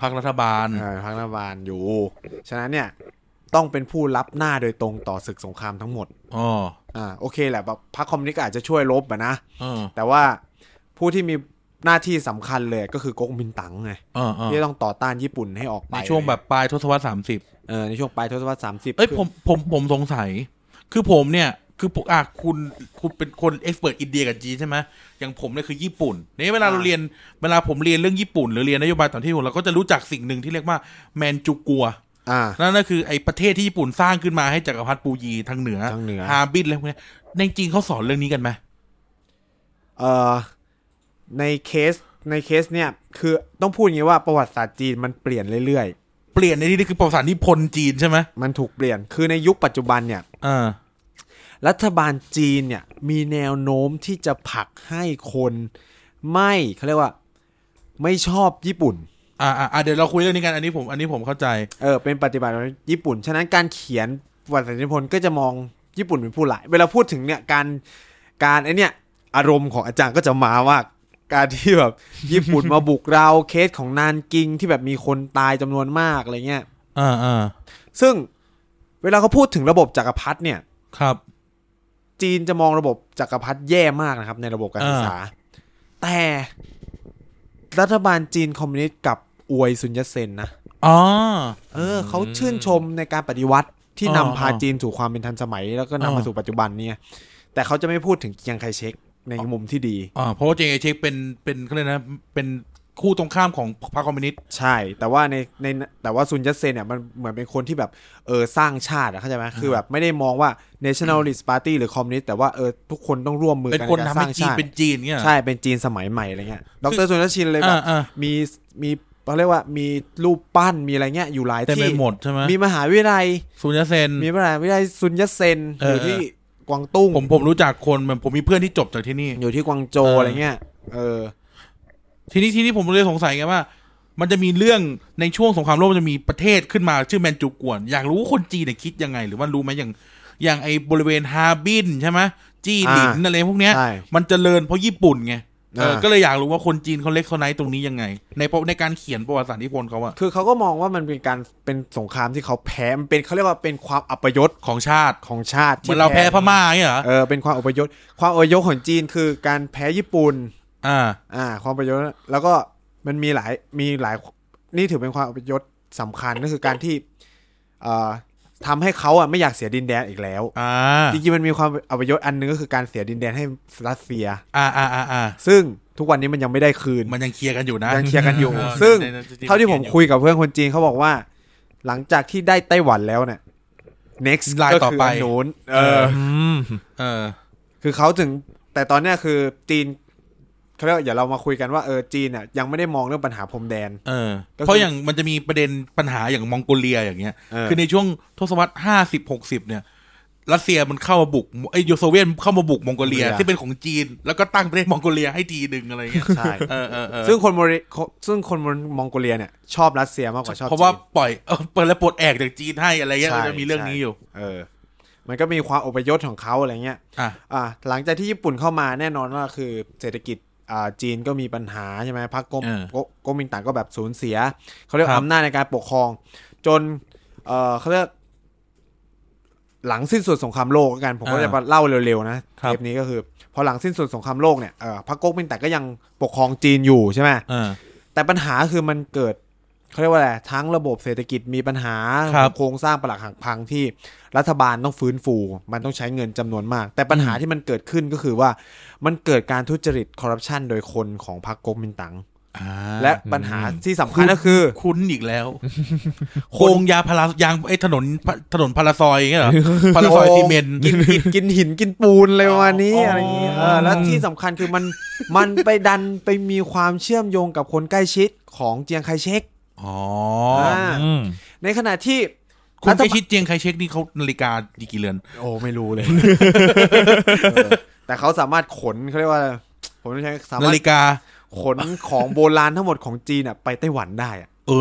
พรรครัฐบาลเออพรรครัฐบาลอยู่ฉะนั้นเนี่ยต้องเป็นผู้รับหน้าโดยตรงต่อศึกสงครามทั้งหมดอ๋ออ่าโอเคแหละแบบพรรคคอมมิวนิสต์อาจจะช่วยรบอะนะแต่ว่าผู้ที่มีหน้าที่สำคัญเลยก็คือก๊กมินตั๋งไงที่ต้องต่อต้านญี่ปุ่นให้ออกไปในช่วงแบบปลายทศวรรษสามสิบเออในช่วงปลายทศวรรษสามสิบเอ้ยผมผมผมสงสัยคือผมเนี่ยคืออ่ะคุณคุณเป็นคนเอ็กซ์เพิร์ทอินเดียกับจีนใช่ไหมอย่างผมเนี่ยคือญี่ปุ่นนี่เวลาเราเรียนเวลาผมเรียนเรื่องญี่ปุ่นหรือเรียนนโยบายต่างที่เราก็จะรู้จักสิ่งหนึ่งที่เรียกว่าแมนจูกัวนั่นก็คือไอ้ประเทศที่ญี่ปุ่นสร้างขึ้นมาให้จักรพรรดิปูยีทางเหนือฮาบินอะไรพวกนี้ในจริงเขาสอนเรื่องนี้กันไหมเอ่อในเคสในเคสเนี่ยคือต้องพูดอย่างนี้ว่าประวัติศาสตร์จีนมันเปลี่ยนเรื่อยๆเปลี่ยนในที่นี้คือประวัติศาสตร์นิพนธ์จีนใช่ไหมมันถูกเปลี่ยนคือในยุคปัจจุบันเนี่ยรัฐบาลจีนเนี่ยมีแนวโน้มที่จะผลักให้คนไม่เขาเรียกว่าไม่ชอบญี่ปุ่นอ่าอ่าเดี๋ยวเราคุยเรื่องนี้กันอันนี้ผมอันนี้ผมเข้าใจเออเป็นปฏิบัติของญี่ปุ่นฉะนั้นการเขียนประวัติศาสตร์นิพนธ์ก็จะมองญี่ปุ่นเป็นผู้ร้ายเวลาพูดถึงเนี่ยการการไอเนี่ยอารมณ์ของอาจารย์ก็จะมาว่าการที่แบบญี่ปุ่นมาบุกเราเคสของนานกิงที่แบบมีคนตายจำนวนมากอะไรเงี้ยอ่าอ่าซึ่งเวลาเขาพูดถึงระบบจักรพรรดิเนี่ยครับจีนจะมองระบบจักรพรรดิแย่มากนะครับในระบบการศึกษาแต่รัฐบาลจีนคอมมิวนิสต์กับอวยซุนยัตเซนนะอ๋อเออเขาชื่นชมในการปฏิวัติที่นำพาจีนสู่ความเป็นทันสมัยแล้วก็นำมาสู่ปัจจุบันเนี่ยแต่เขาจะไม่พูดถึงเจียงไคเชกในมุมที่ดีอ่าเพราะว่าเจียงไคเชกเป็นเป็นเขาเรียกนะเป็นคู่ตรงข้ามของพรรคคอมมิวนิสต์ใช่แต่ว่าในในแต่ว่าซุนยัตเซนเนี่ยมันเหมือนเป็นคนที่แบบเออสร้างชาติเข้าใจไหมคือแบบไม่ได้มองว่า nationalist party หรือคอมมิวนิสต์แต่ว่าเออทุกคนต้องร่วมมือกันในการสร้างชาติเป็นจีนเนี่ยใช่เป็นจีนสมัยใหม่อะไรเงี้ยดรซุนยัตชินเลยแบบมีมีเขาเรียกว่ามีรูปปั้นมีอะไรเงี้ยอยู่หลายที่หมดใช่ไหมมีมหาวิทยาลัยซุนยัตเซนมีมหาวิทยาลัยซุนยัตเซนอยู่ที่กวางตุ้งผมผมรู้จักคนผมมีเพื่อนที่จบจากที่นี่อยู่ที่กวางโจวอะไรเงี้ยเออทีนี้ทีนี้ผมเลยสงสัยไงว่ามันจะมีเรื่องในช่วงสงครามโลกมันจะมีประเทศขึ้นมาชื่อแมนจูกวนอยากรู้ว่าคนจีนเนี่ยคิดยังไงหรือว่ารู้ไหมอย่างอย่างไอ้บริเวณฮาบินใช่ไหมจี้หลินอะไรพวกเนี้ยมันเจริญเพราะญี่ปุ่นไงเออก็เลยอยากรู้ว่าคนจีนเขาเล็กเขาไนท์ตรงนี้ยังไงในในการเขียนประวัติศาสตร์นิพนธ์เขาอะคือเขาก็มองว่ามันเป็นการเป็นสงครามที่เขาแพ้มันเป็นเขาเรียกว่าเป็นความอัปยศของชาติของชาติเหมือนเราแพ้พม่าเนี่ยเหรอเออเป็นความอัปยศความอัปยศของจีนคือการแพ้ญี่ปุ่นอ่าอ่าความอัปยศแล้วก็มันมีหลายมีหลายนี่ถือเป็นความอัปยศสำคัญก็คือการที่เอ่อทำให้เขาอ่ะไม่อยากเสียดินแดนอีกแล้วจริงๆมันมีความอัปยศอันนึงก็คือการเสียดินแดนให้รัสเซียอ่าอ่าอ่าซึ่งทุกวันนี้มันยังไม่ได้คืนมันยังเคลียร์กันอยู่นะยังเคลียร์กันอยู่ซึ่งเท่าที่ผมคุยกับเพื่อนคนจีนเขาบอกว่าหลังจากที่ได้ไต้หวันแล้วเนี่ย next ไลน์ต่อไปโน้นเออเออคือเขาถึงแต่ตอนเนี้ยคือจีนเขาเรียกอย่าเรามาคุยกันว่าเออจีนเนี่ยยังไม่ได้มองเรื่องปัญหาพรมแดนเออเพราะอย่างมันจะมีประเด็นปัญหาอย่างมองโกเลียอย่างเงี้ยคือในช่วงทศวรรษห้าสิบหกสิบเนี่ยรัสเซียมันเข้ามาบุกไอ้โยโซเวียตเข้ามาบุกมองโกเลียที่เป็นของจีนแล้วก็ตั้งประเทศมองโกเลียให้ทีนึงอะไรเงี้ยใช่เออเออเออซึ่งคนซึ่งคนมองโกเลียเนี่ยชอบรัสเซียมากกว่าชอบเพราะว่าปล่อยเออเปิดแล้วปลดแอกจากจีนให้อะไรเงี้ยจะมีเรื่องนี้อยู่เออมันก็มีความอพยพของเขาอะไรเงี้ยอ่ะอ่ะหลังจากที่ญี่ปุ่นเข้ามาแน่นอนว่าคือเศรษฐกิจอ่าจีนก็มีปัญหาใช่ไหมพรรคก๊กมินตั๋งก็แบบสูญเสียเขาเรียกอำนาจในการปกครองจนเออเขาเรียกหลังสิ้นสุดสงครามโลกกันผมก็จะเล่าเร็วๆนะเทปนี้ก็คือพอหลังสิ้นสุดสงครามโลกเนี่ยเออพรรคก๊กมินตั๋งก็ยังปกครองจีนอยู่ใช่ไหมแต่ปัญหาคือมันเกิดเขาเรียกว่าอะไรทั้งระบบเศรษฐกิจมีปัญหาโครงสร้างปรักหักพังที่รัฐบาลต้องฟื้นฟูมันต้องใช้เงินจำนวนมากแต่ปัญหาที่มันเกิดขึ้นก็คือว่ามันเกิดการทุจริตคอร์รัปชันโดยคนของพรรคก๊กมินตั๋งและปัญหาที่สำคัญก็คือคุ้นอีกแล้วโครงยาพารายางไอ้ถนนถนนพาราซอยอย่างเงี้ยเหรอพาราซอยซีเมนต์กินหินกินหินกินปูนอะไรประมาณนี้อะไรอย่างเงี้ยแล้วที่สำคัญคือมันมันไปดันไปมีความเชื่อมโยงกับคนใกล้ชิดของเจียงไคเชกอ๋อในขณะที่คนใกล้ชิดเจียงไคเชกนี่เขานาฬิกาดีกี่เรือนโอ้ไม่รู้เลยแต่เขาสามารถขนเขาเรียกว่าผมไม่ใช่สามารถนาฬิกาขนของโบราณทั้งหมดของจีนอ่ะไปไต้หวันได้อ่ะเออเนาะ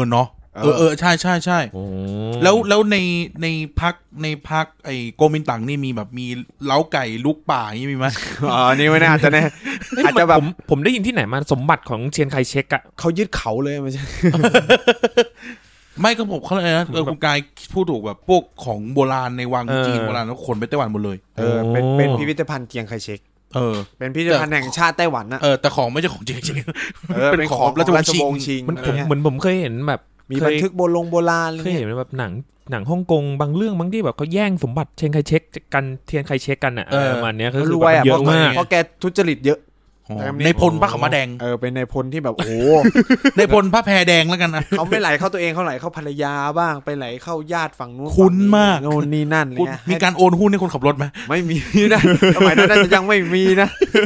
เออเออใช่ใช่ใช่แล้วแล้วในในพักในพักไอ้โกมินตั๋งนี่มีแบบมีเล้าไก่ลูกป่าอย่างนี้มีไหมอ๋อนี่ไม่น่าจะแน่อาจจะแบบผมผมได้ยินที่ไหนมาสมบัติของเชียงไคเชกอะเขายึดเขาเลยไม่ใช่ไม่ก็ผมเขาเลยนะเออคุณกายพูดถูกแบบพวกของโบราณในวังจีนโบราณแล้วขนไปไต้หวันหมดเลยเออเป็นเป็นพิพิธภัณฑ์เชียงไคเชกเออเป็นพิพิธภัณฑ์แห่งชาติไต้หวันนะเออแต่ของไม่ใช่ของจริงจริงเป็นของราชวงศ์ชิงมันเหมือนผมเคยเห็นแบบมีบันทึกโบราณโบราณเคยเห็นแบบหนังหนังฮ่องกงบางเรื่องบางที่แบบเขาแย่งสมบัติเชียงไคเชกกันเทียนไคเชกกันอ่ะประมาณนี้คือรวยอ่ะเยอะมากเพราะแกทุจริตเยอะในพลพระขาวม้าแดงเออเป็นในพลที่แบบโอ้ในพลพระแพรแดงแล้วกันนะเขาไม่ไหลเข้าตัวเองเขาไหลเข้าภรรยาบ้างไปไหลเข้าญาติฝั่งนู้นคุ้นมากโน่นนี่นั่นเนี่ยมีการโอนหุ้นให้คนขับรถไหมไม่มีนะสมัยนั้นน่าจะยังไม่มีนะ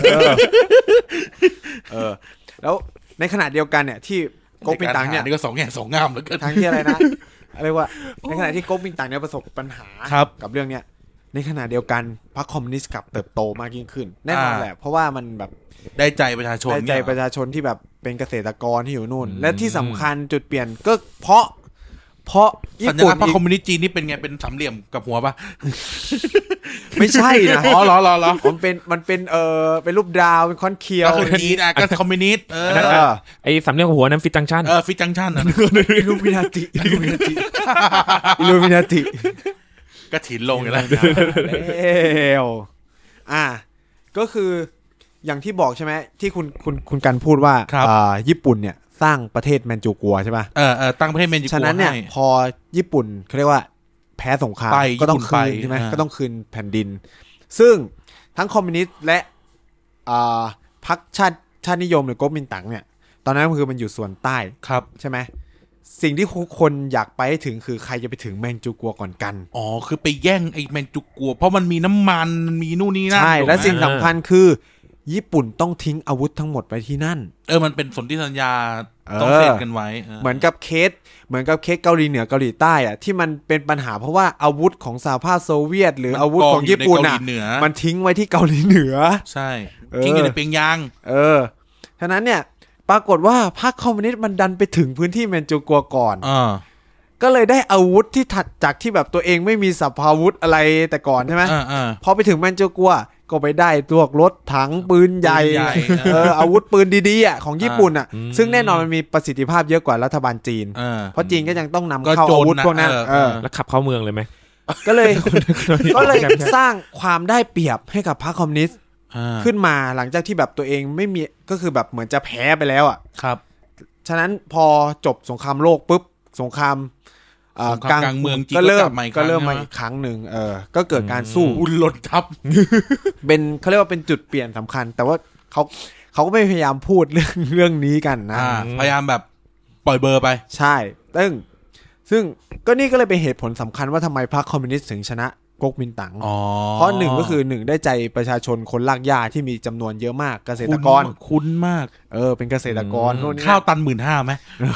เออแล้วในขณะเดียวกันเนี่ยที่ก๊กมินตั๋งเนี่ยนี่ก็สองแง่สองงามเหลือเกินทั้งที่อะไรนะอะไรว่าในขณะที่ก๊กมินตั๋งเนี่ยประสบปัญหากับเรื่องเนี้ยในขณะเดียวกันพรรคคอมมิวนิสต์กลับเติบโตมากยิ่งขึ้นแน่นอนแหละเพราะว่ามันแบบได้ใจประชาชนได้ใจประชาชนที่แบบเป็นเกษตรกรที่อยู่นู่นและที่สำคัญจุดเปลี่ยนก็เพราะเพราะญี่ปุ่นพรรคคอมมิวนิสต์จีนนี่เป็นไงเป็นสามเหลี่ยมกับหัวปะไม่ใช่นะอ๋อเหรอเหรอเหรอมันเป็นมันเป็นเออเป็นรูปดาวเป็นคอนเคียวก็คือจีนอ่ะก็คอมมิวนิสต์เออไอ้สามเหลี่ยมกับหัวนั้นฟิตจังชั่นเออฟิตจังชั่นอ่ะอิลูมินาติอิลูมินาติอิลูมินาติก็ถิ่นลงอยู่แล้วแล้วอ่ะก็คืออย่างที่บอกใช่ไหมที่คุณคุณคุณกันพูดว่าอ่าญี่ปุ่นเนี่ยสร้างประเทศแมนจูกัวใช่ป่ะเออเออตั้งประเทศแมนจูกัวฉะนั้นเนี่ยพอญี่ปุ่นเขาเรียกว่าแพ้สงครามก็ต้องคืนใช่ไหมก็ต้องคืนแผ่นดินซึ่งทั้งคอมมิวนิสต์และอ่าพรรคชาติชาตินิยมหรือก๊กมินตั๋งเนี่ยตอนนั้นคือมันอยู่ส่วนใต้ครับใช่ไหมสิ่งที่คนอยากไปให้ถึงคือใครจะไปถึงแมนจูกัวก่อนกันอ๋อคือไปแย่งไอ้แมนจูกัวเพราะมันมีน้ำมันมีนู่นนี่นั่นใช่และสิ่งสำคัญคือญี่ปุ่นต้องทิ้งอาวุธทั้งหมดไปที่นั่นเออมันเป็นสนธิสัญญาต้องเซ็นกันไว้เหมือนกับเคสเหมือนกับเคสเกาหลีเหนือเกาหลีใต้อะที่มันเป็นปัญหาเพราะว่าอาวุธของสหภาพโซเวียตหรืออาวุธของญี่ปุ่นอะมันทิ้งไว้ที่เกาหลีเหนือใช่ทิ้งอยู่ในเปียงยางเออฉะนั้นเนี่ยปรากฏว่าพรรคคอมมิวนิสต์มันดันไปถึงพื้นที่แมนจูกัวก่อนอ่าก็เลยได้อาวุธที่ถัดจากที่แบบตัวเองไม่มีสัพพาวุธอะไรแต่ก่อนใช่ไหมพอไปถึงแมนจูกัวก็ไปได้ตัวรถถังปืนใหญ่เอออาวุธปืนดีๆอ่ะของญี่ปุ่นอ่ะซึ่งแน่นอนมันมีประสิทธิภาพเยอะกว่ารัฐบาลจีนเพราะจีนก็ยังต้องนำเข้าอาวุธพวกนั้นแล้วขับเข้าเมืองเลยไหมก็เลยก็เลยสร้างความได้เปรียบให้กับพรรคคอมมิวนิสต์ขึ้นมาหลังจากที่แบบตัวเองไม่มีก็คือแบบเหมือนจะแพ้ไปแล้วอ่ะครับฉะนั้นพอจบสงครามโลกปุ๊บสงครามกลางเมืองจีนก็เริ่มก็เริ่มมาอีกครั้งหนึ่งเออก็เกิดการสู้อุ่นหล่นทับเป็นเขาเรียกว่าเป็นจุดเปลี่ยนสำคัญแต่ว่าเขาเขาก็ไม่พยายามพูดเรื่องเรื่องนี้กันนะพยายามแบบปล่อยเบอร์ไปใช่ซึ่งซึ่งก็นี่ก็เลยเป็นเหตุผลสำคัญว่าทำไมพรรคคอมมิวนิสต์ถึงชนะก๊กมินตั๋งเพราะหนึ่งก็คือหนึ่งได้ใจประชาชนคนลากหญ้าที่มีจำนวนเยอะมากเกษตรกรคุ้นมากเออเป็นเกษตรกรข้าวตันหมื่นห้าไหม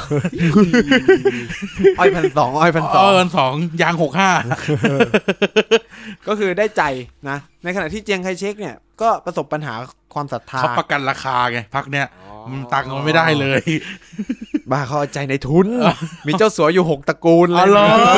อ้อยพันสองอ้อยพันสองอ้อยพันสองยางหกห้าก็คือได้ใจนะในขณะที่เจียงไคเชกเนี่ยก็ประสบปัญหาความศรัทธาเขาประกันราคาไงพักเนี้ยมันตังค์มันไม่ได้เลยบ้าเขาเอาใจในทุนมีเจ้าสัวอยู่หกตระกูลเลย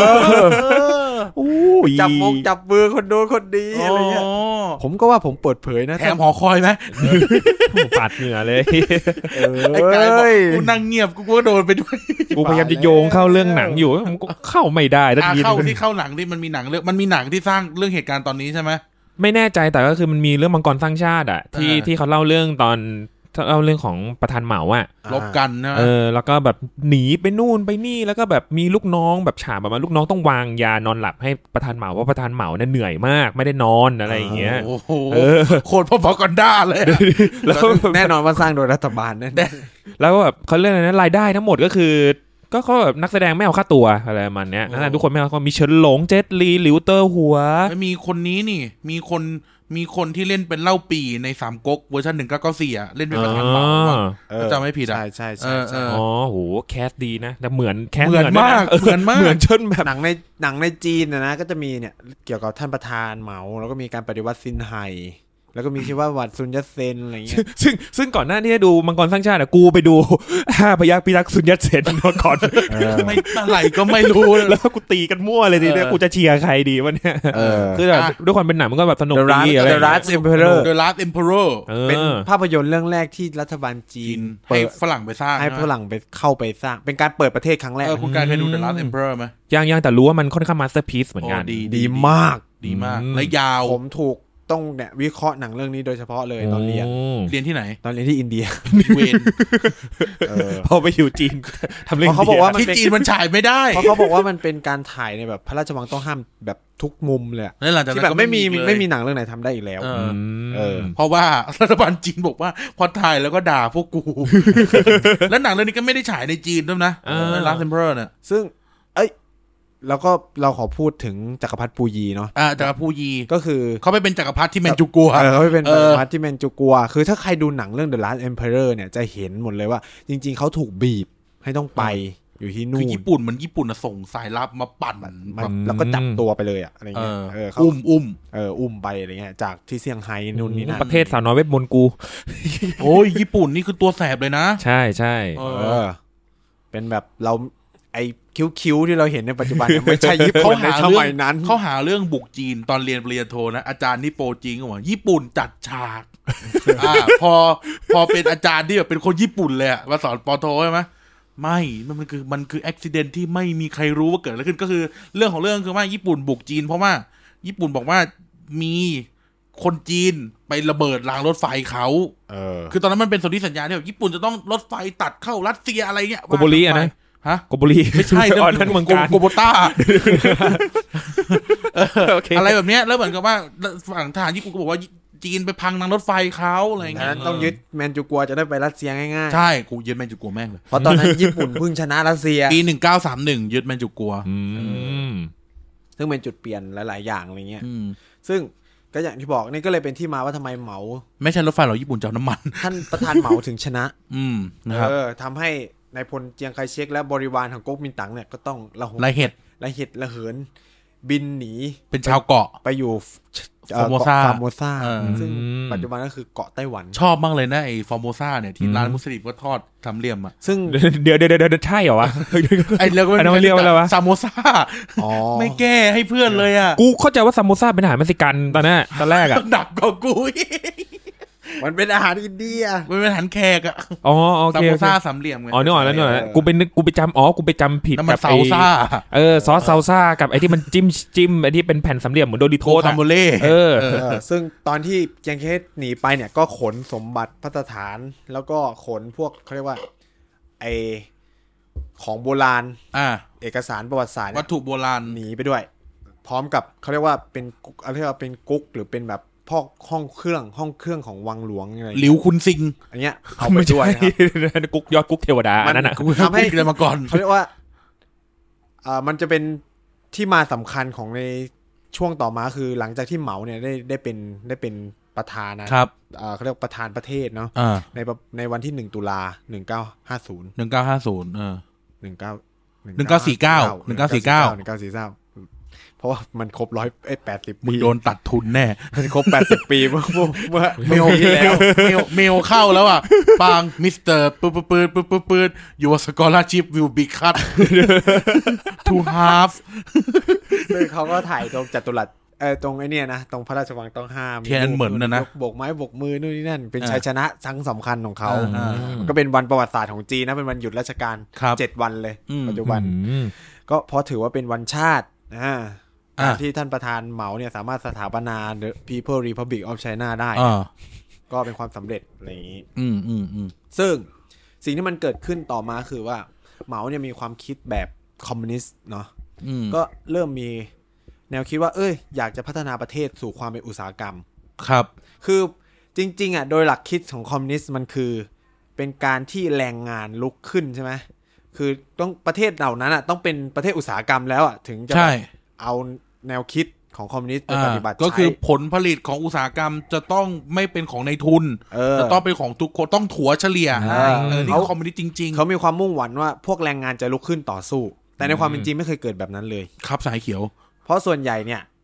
จับมงจับมือคนโดนคนดีอะไรเงี้ยผมก็ว่าผมเปิดเผยนะแถมหอคอยไหมปาดเหงื่อเลยไอ้กายบอกกูนั่งเงียบกูก็โดนไปด้วยกูพยายามจะโยงเข้าเรื่องหนังอยู่มันก็เข้าไม่ได้ทันทีเข้าที่เข้าหนังที่มันมีหนังเรื่องมันมีหนังที่สร้างเรื่องเหตุการณ์ตอนนี้ใช่ไหมไม่แน่ใจแต่ก็คือมันมีเรื่องมังกรสร้างชาติอ่ะที่ที่เขาเล่าเรื่องตอนเล่าเรื่องของประธานเหมาอ่ะลบกันนะเออแล้วก็แบบหนีไปนู่นไปนี่แล้วก็แบบมีลูกน้องแบบฉาบแบบว่าลูกน้องต้องวางยานอนหลับให้ประธานเหมาเพราะประธานเหมาเนี่ยเหนื่อยมากไม่ได้นอนอะไรอย่างเงี้ยเออโคตรพอๆกันด้าเลยแล้วแน่นอนว่าสร้างโดยรัฐบาลแน่แล้วแบบเขาเรียกอะไรนะรายได้ทั้งหมดก็คือก็เขาแบบนักแสดงไม่เอาค่าตัวอะไรมันเนี้ยนั่นทุกคนไม่เอาก็มีเฉินหลงเจ็ตลีหลิวเตอร์หัวมีคนนี้นี่มีคนมีคนที่เล่นเป็นเล่าปีในสามก๊กเวอร์ชันหนึ่งเก้าเก้าสี่อ่ะเล่นเป็นประธานเหมาก็จะไม่ผิดอ่ะใช่ใช่ใช่ใช่อ๋อโหแคสดีนะแต่เหมือนแคสเหมือนมากเหมือนมากเหมือนเช่นแบบหนังในหนังในจีนนะนะก็จะมีเนี่ยเกี่ยวกับท่านประธานเหมาแล้วก็มีการปฏิวัติซินไห่แล้วก็มีชื่อว่าวัดซุนยัตเซนอะไรเงี้ยซึ่งซึ่งก่อนหน้าที่จะดูมังกรสร้างชาติกูไปดูห้าพยัคฆ์พิทักษ์ซุนยัตเซนมาก่อนไม่อะไรก็ไม่รู้แล้วกูตีกันมั่วเลยทีเนี้ยกูจะเชียร์ใครดีวะเนี่ยคือแบบด้วยความเป็นหนังมันก็แบบสนุกดีอะไร The Last Emperor The Last Emperor เป็นภาพยนตร์เรื่องแรกที่รัฐบาลจีนให้ฝรั่งไปสร้างให้ฝรั่งไปเข้าไปสร้างเป็นการเปิดประเทศครั้งแรกคุณการเคยดู The Last Emperor มั้ยยังๆแต่รู้ว่ามันค่อนข้างมาสเตอร์พีซเหมือนกันดีมากดีมากและยาวผมถูกต้องเนี่ยวิเคราะห์หนังเรื่องนี้โดยเฉพาะเลยตอนเรียนเรียนที่ไหนตอนเรียนที่อินเดียเวนพอไปอยู่จีนทำเรื่องเขาบอกว่าที่จีนมันฉายไม่ได้เพราะเขาบอกว่ามันเป็นการถ่ายในแบบพระราชวังต้องห้ามแบบทุกมุมเลยที่แบบไม่มีไม่มีหนังเรื่องไหนทำได้อีกแล้วเพราะว่ารัฐบาลจีนบอกว่าพอถ่ายแล้วก็ด่าพวกกูแล้วหนังเรื่องนี้ก็ไม่ได้ฉายในจีนด้วยนะ Last Emperor เนี่ยซึ่งเอ้ยแล้วก็เราขอพูดถึงจักรพรรดิปูยีเนาะอ่าจักรพรรดิปูยีก็คือเขาไปเป็นจักรพรรดิที่แมนจูกัวเออเขาไปเป็นจักรพรรดิที่แมนจูกัวคือถ้าใครดูหนังเรื่อง The Last Emperor เนี่ยจะเห็นหมดเลยว่าจริงๆเขาถูกบีบให้ต้องไปอยู่ที่นู่นคือญี่ปุ่นเหมือนญี่ปุ่นส่งสายลับมาปั่นแล้วก็จับตัวไปเลยอะอะไรเงี้ยเอออุ้มอุ้มเอออุ้มไปอะไรเงี้ยจากที่เซี่ยงไฮ้นู่นนี่นั่นประเทศสาวน้อยเวทมนต์กูโอ้ยญี่ปุ่นนี่คือตัวแสบเลยนะใช่ใช่เออเป็นแบบเราไอ้คิ้วๆที่เราเห็นในปัจจุบันไม่ใช่ญี่ปุ่นในสมัยนั้นเขาหาเรื่องบุกจีนตอนเรียนปริญญาโทนะอาจารย์นี่โปรจริงว่าญี่ปุ่นจัดฉากอ่าพอพอเป็นอาจารย์ที่แบบเป็นคนญี่ปุ่นเลยอะมาสอนปอโทใช่ไหมไม่มันคือมันคืออุบัติเหตุที่ไม่มีใครรู้ว่าเกิดอะไรขึ้นก็คือเรื่องของเรื่องคือว่าญี่ปุ่นบุกจีนเพราะว่าญี่ปุ่นบอกว่ามีคนจีนไประเบิดรางรถไฟเขาเออคือตอนนั้นมันเป็นสนธิสัญญาที่แบบญี่ปุ่นจะต้องรถไฟตัดเข้ารัสเซียอะไรเงี้ยโกโบริอะนะฮะโกโบริไม่ใช่ตอนนั้นเมืองการโกโบต้าอะไรแบบเนี้ยแล้วเหมือนกับว่าฝั่งทหารญี่ปุ่นก็บอกว่าจีนไปพังทางรถไฟเขาอะไรเงี้ยต้องยึดแมนจูกัวจะได้ไปรัสเซียง่ายๆใช่กูยึดแมนจูกัวแม่งเลยเพราะตอนนั้นญี่ปุ่นเพิ่งชนะรัสเซียปีหนึ่งเก้าสามหนึ่งยึดแมนจูกัวซึ่งเป็นจุดเปลี่ยนหลายๆอย่างอะไรเงี้ยซึ่งก็อย่างที่บอกนี่ก็เลยเป็นที่มาว่าทำไมเหมาไม่ใช่รถไฟหรอกญี่ปุ่นเจ้าน้ำมันท่านประธานเหมาถึงชนะอืมนะครับเออทำให้นายพลเจียงไคเชกและบริวารของก๊กมินตั๋งเนี่ยก็ต้องละหดละเห็ดละเห็ดละเหินบินหนีเป็นชาวเกาะไปอยู่ฟอร์โมซาฟอร์โมซาซึ่งปัจจุบันก็คือเกาะไต้หวันชอบมากเลยนะไอ้ฟอร์โมซาเนี่ยที่ร้านมุสลิมก็ทอดทำเลี่ยมอ่ะซึ่งเดี๋ยวเดี๋ยวเดี๋ยวใช่เหรอวะไอ้เรื่องมันเรียกว่าอะไรวะซามโมซาไม่แก้ให้เพื่อนเลยอ่ะกูเข้าใจว่าซามโมซาเป็นอาหารเม็กซิกันตอนนั้นตอนแรกอ่ะหนักกว่ากูมันเป็นอาหารอินเดียมันเป็นอาหารแขกอ่ะอ๋อโอเคซามโมซาสามเหลี่ยมไงอ๋อนึกออกแล้วนึกออกแล้วกูเป็นกูไปจำอ๋อกูไปจำผิดกับไอ้เออซอสซาลซ่ากับไอ้ที่มันจิ้มจิ้มไอ้ที่เป็นแผ่นสามเหลี่ยมเหมือนโดริโตสอะทาโมเล่เออซึ่งตอนที่เจียงไคเชกหนีไปเนี่ยก็ขนสมบัติภัตฐานแล้วก็ขนพวกเขาเรียกว่าไอของโบราณอ่าเอกสารประวัติศาสตร์วัตถุโบราณหนีไปด้วยพร้อมกับเขาเรียกว่าเป็นอะไรเรียกว่าเป็นกุ๊กหรือเป็นแบบพอกห้องเครื่องห้องเครื่องของวังหลวงอะไรหลิวคุณซิงอันเนี้ยเอาไปด้วยนะครับกุ๊กยอดกุ๊กเทวดานั่นน่ะทำให้เกิดมาก่อนเขาเรียกว่าอ่ามันจะเป็นที่มาสำคัญของในช่วงต่อมาคือหลังจากที่เหมาเนี่ยได้ได้เป็นได้เป็นประธานนะครับอ่าเขาเรียกประธานประเทศเนาะในในวันที่หนึ่งตุลาหนึ่งเก้าห้าศูนย์หนึ่งเก้าห้าศูนย์เออหนึ่งเก้าหนึ่งเก้าสี่เก้า หนึ่งเก้าสี่เก้าหนึ่งเก้าสี่เก้าเพราะว่ามันครบร้อยเอ้ยแปดสิบปีโดนตัดทุนแน่มันครบแปดสิบปีเมื่อเมื่อเมลแล้วเมลเมลเข้าแล้วอ่ะปางมิสเตอร์ปื๊ดปื๊ดปื๊ดปื๊ดปื๊ด your scholarship will be cut to half ซึ่งเขาก็ถ่ายตรงจัตุรัสเออตรงไอ้นี่นะตรงพระราชวังต้องห้ามเทียนเหมือนนะนะโบกไม้โบกมือนู่นนี่นั่นเป็นชัยชนะครั้งสำคัญของเขาก็เป็นวันประวัติศาสตร์ของจีนนะเป็นวันหยุดราชการเจ็ดวันเลยปัจจุบันก็เพราะถือว่าเป็นวันชาติอ่าที่ท่านประธานเหมาเนี่ยสามารถสถาปนา The People Republic of China ได้ก็เป็นความสำเร็จอะไรอย่างนี้อืมอืมอืมซึ่งสิ่งที่มันเกิดขึ้นต่อมาคือว่าเหมาเนี่ยมีความคิดแบบคอมมิวนิสต์เนาะก็เริ่มมีแนวคิดว่าเอ้ยอยากจะพัฒนาประเทศสู่ความเป็นอุตสาหกรรมครับคือจริงๆอ่ะโดยหลักคิดของคอมมิวนิสต์มันคือเป็นการที่แรงงานลุกขึ้นใช่ไหมคือต้องประเทศเหล่านั้นอ่ะต้องเป็นประเทศอุตสาหกรรมแล้วอ่ะถึงจะเอาแนวคิดของคอมมิวนิสต์ไปปฏิบัติใช้ก็คือผลผลิตของอุตสาหกรรมจะต้องไม่เป็นของในทุนจะต้องเป็นของทุกคนต้องถัวเฉลี่ยนี่คอมมิวนิสต์จริงๆเขามีความมุ่งหวังว่าพวกแรงงานจะลุกขึ้นต่อสู้แต่ในความเป็นจริงไม่เคยเกิดแบบนั้นเลยครับสายเขียวเพราะส่วนใหญ่เนี่ย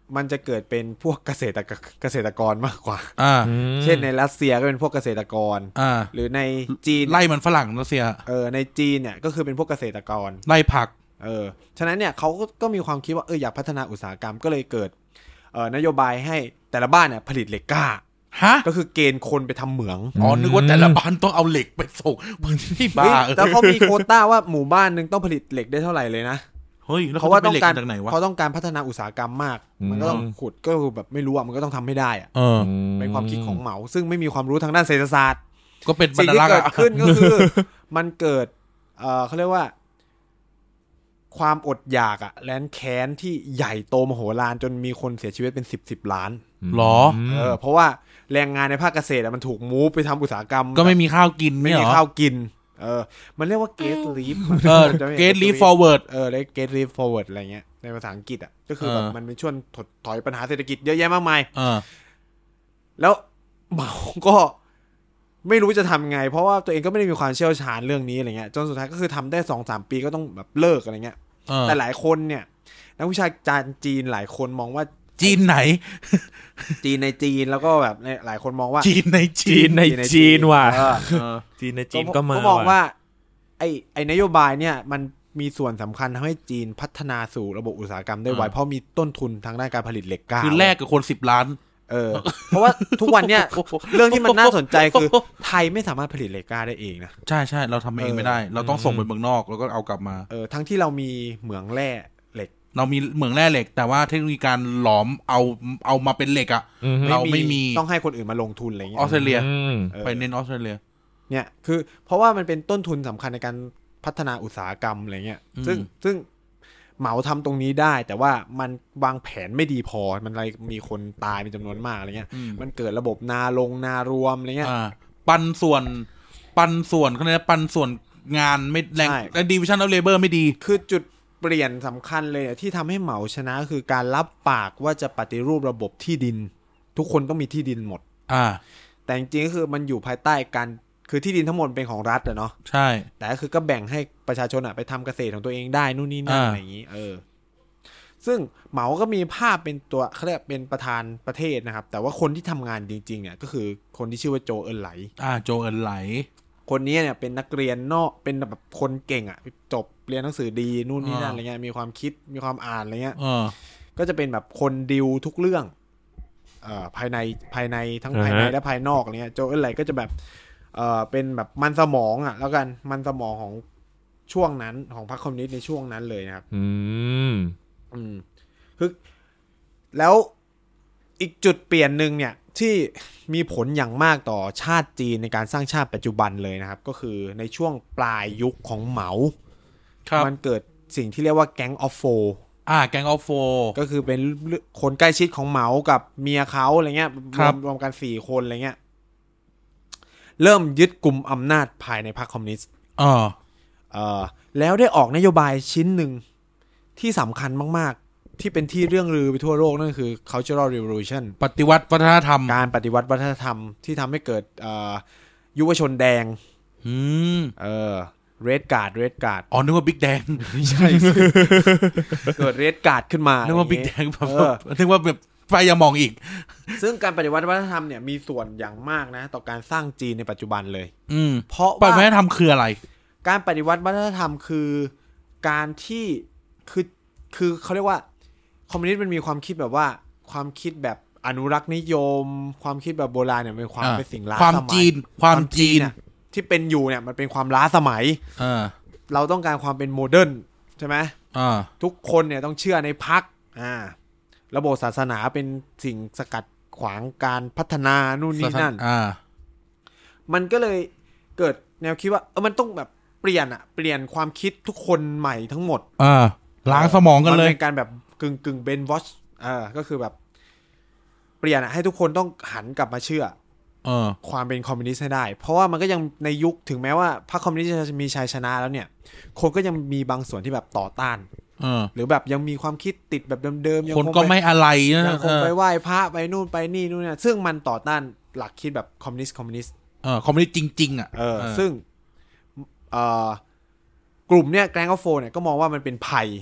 มันจะเกิดเป็นพวกเกษตรเกษตรกรมากกว่าอ่าเช่นในรัสเซียก็เป็นพวกเกษตรกรอ่าหรือในจีนไล่มันฝรั่งรัสเซียเออในจีนเนี่ยก็คือเป็นพวกเกษตรกรไล่ผักเออฉะนั้นเนี่ยเขาก็มีความคิดว่าเอออยากพัฒนาอุตสาหกรรมก็เลยเกิดเอ่อนโยบายให้แต่ละบ้านเนี่ยผลิตเหล็กกล้าฮะก็คือเกณฑ์คนไปทำเหมืองอ๋อนึกว่าแต่ละบ้านต้องเอาเหล็กไปส่งที่บ้าแต่เขามีโควต้าว่าหมู่บ้านนึงต้องผลิตเหล็กได้เท่าไหร่เลยนะเฮ้ยแล้วเพราะว่าต้องการจากไหนวะเขาต้องการพัฒนาอุตสาหกรรมมากมันก็ต้องขุดก็คือแบบไม่รู้อ่ะมันก็ต้องทำให้ได้อ่ะเออเป็นความคิดของเหมาซึ่งไม่มีความรู้ทางด้านเศรษฐศาสตร์ก็เป็นบรสิ่งรที่ลักษ์เกิดขึ้นก็คือ มันเกิดเอ่อเขาเรียกว่าความอดอยากอ่ะแร้นแค้นที่ใหญ่โตมโหฬารจนมีคนเสียชีวิตเป็นสิบสิบล้านหรอเออเพราะว่าแรงงานในภาคเกษตรมันถูกมูฟไปทำอุตสาหกรรมก็ไม่มีข้าวกินไม่มีข้าวกินเออมันเรียกว่า gate leap เออ gate leap forward เออเรียก gate leap forward อะไรเงี้ยในภาษาอังกฤษอ่ะก็คือแบบมันเป็นช่วงถดถอยปัญหาเศรษฐกิจเยอะแยะมากมายเออแล้วเหมาก็ไม่รู้จะทำไงเพราะว่าตัวเองก็ไม่ได้มีความเชี่ยวชาญเรื่องนี้อะไรเงี้ยจนสุดท้ายก็คือทำได้ สองถึงสาม ปีก็ต้องแบบเลิกอะไรเงี้ยแต่หลายคนเนี่ยนักวิชาการจีนหลายคนมองว่าจีนไหนจีนในจีนแล้วก็แบบหลายคนมองว่าจีนในจีนในจีนว่ะจีนในจีนก็มาก็มองว่าไอ้ไอ้นโยบายเนี่ยมันมีส่วนสำคัญทำให้จีนพัฒนาสู่ระบบอุตสาหกรรมได้ไวเพราะมีต้นทุนทางด้านการผลิตเหล็กกล้าคือแลกกับคนสิบล้านเออเพราะว่าทุกวันเนี่ยเรื่องที่มันน่าสนใจคือไทยไม่สามารถผลิตเหล็กกล้าได้เองนะใช่ใช่เราทำเองไม่ได้เราต้องส่งไปเมืองนอกแล้วก็เอากลับมาเออทั้งที่เรามีเหมืองแร่เหล็กเรามีเหมืองแร่เหล็กแต่ว่าเทคโนโลยีการหลอมเอาเอามาเป็นเหล็กอ่ะเราไม่มีต้องให้คนอื่นมาลงทุนอะไรเงี้ยออสเตรเลียไปเน้นออสเตรเลียเนี่ยคือเพราะว่ามันเป็นต้นทุนสำคัญในการพัฒนาอุตสาหกรรมอะไรเงี้ยซึ่งซึ่งเหมาทำตรงนี้ได้แต่ว่ามันวางแผนไม่ดีพอมันเลยมีคนตายเป็นจำนวนมากอะไรเงี้ยมันเกิดระบบนาลงนารวมอะไรเงี้ยปันส่วนปันส่วนเขาเรียกปันส่วนงานไม่แรงและ division of labor ไม่ดีคือจุดเปลี่ยนสำคัญเลยที่ทำให้เหมาชนะคือการรับปากว่าจะปฏิรูประบบที่ดินทุกคนต้องมีที่ดินหมดอ่าแต่จริงๆก็คือมันอยู่ภายใต้การคือที่ดินทั้งหมดเป็นของรัฐอะเนาะใช่แต่ก็คือก็แบ่งให้ประชาชนอะไปทำเกษตรของตัวเองได้นู่นนี่นั่นอะไรอย่างนี้เออซึ่งเหมาก็มีภาพเป็นตัวเขาเรียกเป็นประธานประเทศนะครับแต่ว่าคนที่ทำงานจริงๆเนี่ยก็คือคนที่ชื่อว่าโจเอินไหลอ่าโจเอินไหลคนนี้เนี่ยเป็นนักเรียนนอกเป็นแบบคนเก่งอะจบเรียนหนังสือดีนู่นนี่นั่นอะไรเงี้ยมีความคิดมีความอ่านอะไรเงี้ยก็จะเป็นแบบคนดิวทุกเรื่องเอ่อภายในภายในทั้งภายในและภายนอกอะไรเงี้ยโจเอินไหลก็จะแบบเอ่อเป็นแบบมันสมองอ่ะแล้วกันมันสมองของช่วงนั้นของพรรคคอมมิวนิสต์ในช่วงนั้นเลยนะครับอืมอืมคือแล้วอีกจุดเปลี่ยนหนึ่งเนี่ยที่มีผลอย่างมากต่อชาติจีนในการสร้างชาติปัจจุบันเลยนะครับก็คือในช่วงปลายยุคของเหมามันเกิดสิ่งที่เรียกว่าแก๊งออฟโฟอ่าแก๊งออฟโฟก็คือเป็นคนใกล้ชิดของเหมากับเมียเขาอะไรเงี้ยรวมรวมกันสี่คนอะไรเงี้ยเริ่มยึดกลุ่มอำนาจภายในพรรคคอมมิวนิสต์อ่าเอ่อแล้วได้ออกนโยบายชิ้นหนึ่งที่สำคัญมากๆที่เป็นที่เรื่องลือไปทั่วโลกนั่นคือ cultural revolution ปฏิวัติวัฒนธรรมการปฏิวัติวัฒนธรรมที่ทำให้เกิดเอ่อยุวชนแดงอืมเออ red guard red guard อ๋อนึกว่าบิ๊กแดงไม่ใช่เกิด red guard ขึ้นมานึกว่าบิ๊กแดงแบบนึกว่าแบบไฟยังมองอีกซึ่งการปฏิวัติวัฒนธรรมเนี่ยมีส่วนอย่างมากนะต่อการสร้างจีนในปัจจุบันเลยอืมเพราะว่าปฏิวัติวัฒนธรรมคืออะไรการปฏิวัติวัฒนธรรมคือการที่คือคือเขาเรียกว่าคอมมิวนิสต์มันมีความคิดแบบว่าความคิดแบบอนุรักษ์นิยมความคิดแบบโบราณเนี่ยเป็นความเป็นสิ่งล้าสมัยความจีนความจีนที่เป็นอยู่เนี่ยมันเป็นความล้าสมัยเราต้องการความเป็นโมเดิร์นใช่ไหมทุกคนเนี่ยต้องเชื่อในพรรคระบบศาสนาเป็นสิ่งสกัดขวางการพัฒนานู่นนี่นั่นมันก็เลยเกิดแนวคิดว่าเออมันต้องแบบเปลี่ยนอะเปลี่ยนความคิดทุกคนใหม่ทั้งหมดอ่าล้างสมองกันเลยมันเป็นการแบบกึ่งกึ่งเบนวอชอ่าก็คือแบบเปลี่ยนอะให้ทุกคนต้องหันกลับมาเชื่อเออความเป็นคอมมิวนิสต์ให้ได้เพราะว่ามันก็ยังในยุคถึงแม้ว่าพรรคคอมมิวนิสต์จะมีชัยชนะแล้วเนี่ยคนก็ยังมีบางส่วนที่แบบต่อต้านเออหรือแบบยังมีความคิดติดแบบเดิมๆยังคนก็ไม่อะไรนะยังคงไปไหว้พระไปนู่นไปนี่นู่นเนี่ยซึ่งมันต่อต้านหลักคิดแบบคอมมิวนิสต์คอมมิวนิสต์เออคอมมิวนิสต์จริงๆอ่ะเออซึ่งเอ่อกลุ่มเนี่ยแกรงออฟโฟเนี่ยก็มองว่ามันเป็นภัย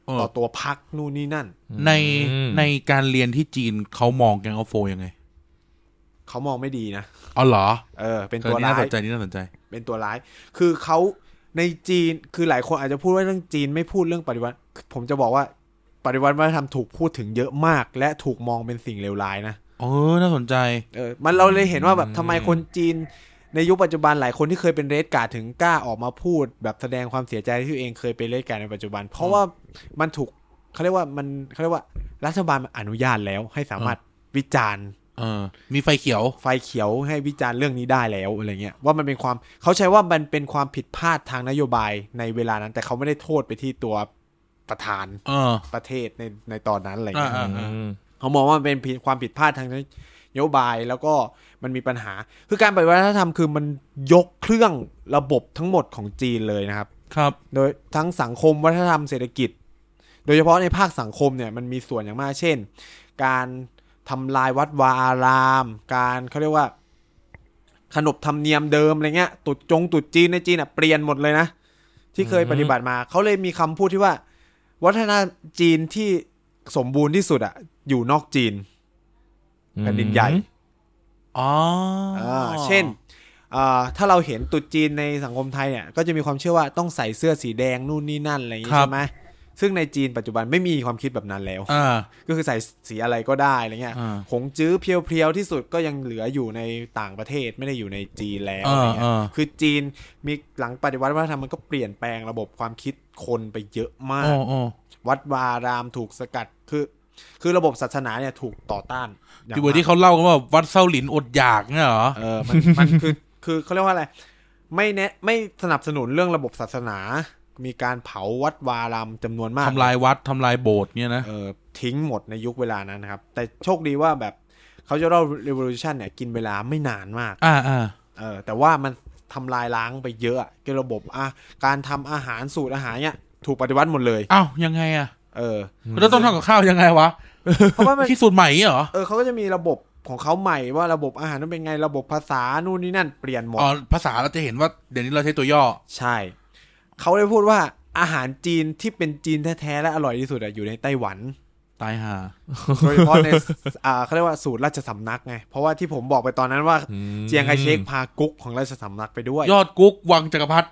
ต่อตัวพรรคนู่นนี่นั่นในในการเรียนที่จีนเขามองแกงออฟโฟยังไงเขามองไม่ดีนะอ๋อเหรอเออเป็นตัวร้ายน่าสนใจนี่น่าสนใจเป็นตัวร้ายคือเขาในจีนคือหลายคนอาจจะพูดว่าเรื่องจีนไม่พูดเรื่องปฏิวัติผมจะบอกว่าปฏิวัติวัฒนธรรมถูกพูดถึงเยอะมากและถูกมองเป็นสิ่งเลวร้ายนะเออน่าสนใจเออมันเราเลยเห็นว่าแบบทำไมคนจีนในยุคปัจจุบันหลายคนที่เคยเป็นเรดการ์ดถึงกล้าออกมาพูดแบบแสดงความเสียใจที่ตัวเองเคยเป็นเรดการ์ดในปัจจุบันเพราะว่ามันถูกเขาเรียกว่ามันเขาเรียกว่ารัฐบาลอนุญาตแล้วให้สามารถวิจารณ์เออมีไฟเขียวไฟเขียวให้วิจารณ์เรื่องนี้ได้แล้วอะไรเงี้ยว่ามันเป็นความเขาใช้ว่ามันเป็นความผิดพลาดทางนโยบายในเวลานั้นแต่เขาไม่ได้โทษไปที่ตัวประธานประเทศในในตอนนั้นอะไรเงี้ยเขามองว่ามันเป็นความผิดพลาดทางนโยบายแล้วก็มันมีปัญหาคือการปฏิวัติวัฒนธรรมคือมันยกเครื่องระบบทั้งหมดของจีนเลยนะครับครับโดยทั้งสังคมวัฒนธรรมเศรษฐกิจโดยเฉพาะในภาคสังคมเนี่ยมันมีส่วนอย่างมากเช่นการทำลายวัดวาอารามการเขาเรียกว่าขนบธรรมเนียมเดิมอะไรเงี้ยตุดจงตุดจีนในจีนอ่ะเปลี่ยนหมดเลยนะที่เคยปฏิบัติมาเขาเลยมีคำพูดที่ว่าวัฒนธรรมจีนที่สมบูรณ์ที่สุดอ่ะอยู่นอกจีนแผ่นดินใหญ่อ๋อเช่นถ้าเราเห็นตุดจีนในสังคมไทยเนี่ยก็จะมีความเชื่อว่าต้องใส่เสื้อสีแดงนู่นนี่นั่นอะไรอย่างงี้ใช่ไหมซึ่งในจีนปัจจุบันไม่มีความคิดแบบนั้นแล้วก็คือใส่สีอะไรก็ได้อะไรเงี้ยหงจื้อเพียวๆที่สุดก็ยังเหลืออยู่ในต่างประเทศไม่ได้อยู่ในจีนแล้วอะไรเงี้ยคือจีนมีหลังปฏิวัติวัฒนธรรมมันก็เปลี่ยนแปลงระบบความคิดคนไปเยอะมากวัดวารามถูกสกัดคือคือระบบศาสนาเนี่ยถูกต่อต้านที่วันที่เขาเล่ากันว่าวัดเซาหลินอดอยากเนี่ยเหรอเออมันมันคือคือเขาเรียกว่าอะไรไม่แนะไม่สนับสนุนเรื่องระบบศาสนามีการเผาวัดวารามจำนวนมากทำลายวัดทำลายโบสถ์เนี่ยนะเออทิ้งหมดในยุคเวลานั้นนะครับแต่โชคดีว่าแบบเขาจะเล่า revolution เนี่ยกินเวลาไม่นานมากอ่าอ่าเออแต่ว่ามันทำลายล้างไปเยอะเกี่ยวกับระบบอ่ะการทำอาหารสูตรอาหารเนี่ยถูกปฏิวัติหมดเลยอ้าวยังไงอ่ะเออแล้วต้องทำกับข้าวยังไงวะเพราะว่ามันคิดสูตรใหม่เหรอเออเขาก็จะมีระบบของเขาใหม่ว่าระบบอาหารนั้นเป็นไงระบบภาษานู่นนี่นั่นเปลี่ยนหมดอ๋อภาษาเราจะเห็นว่าเดี๋ยวนี้เราใช้ตัวย่อใช่เขาได้พูดว่าอาหารจีนที่เป็นจีนแท้ๆและอร่อยที่สุดอยู่ในไต้หวันตายห่าโดยเฉพาะในอ่าเขาเรียกว่าสูตรราชสำนักไงเพราะว่าที่ผมบอกไปตอนนั้นว่าเจียงไคเชกพากุ๊กของราชสำนักไปด้วยยอดกุ๊กวังจักรพรรดิ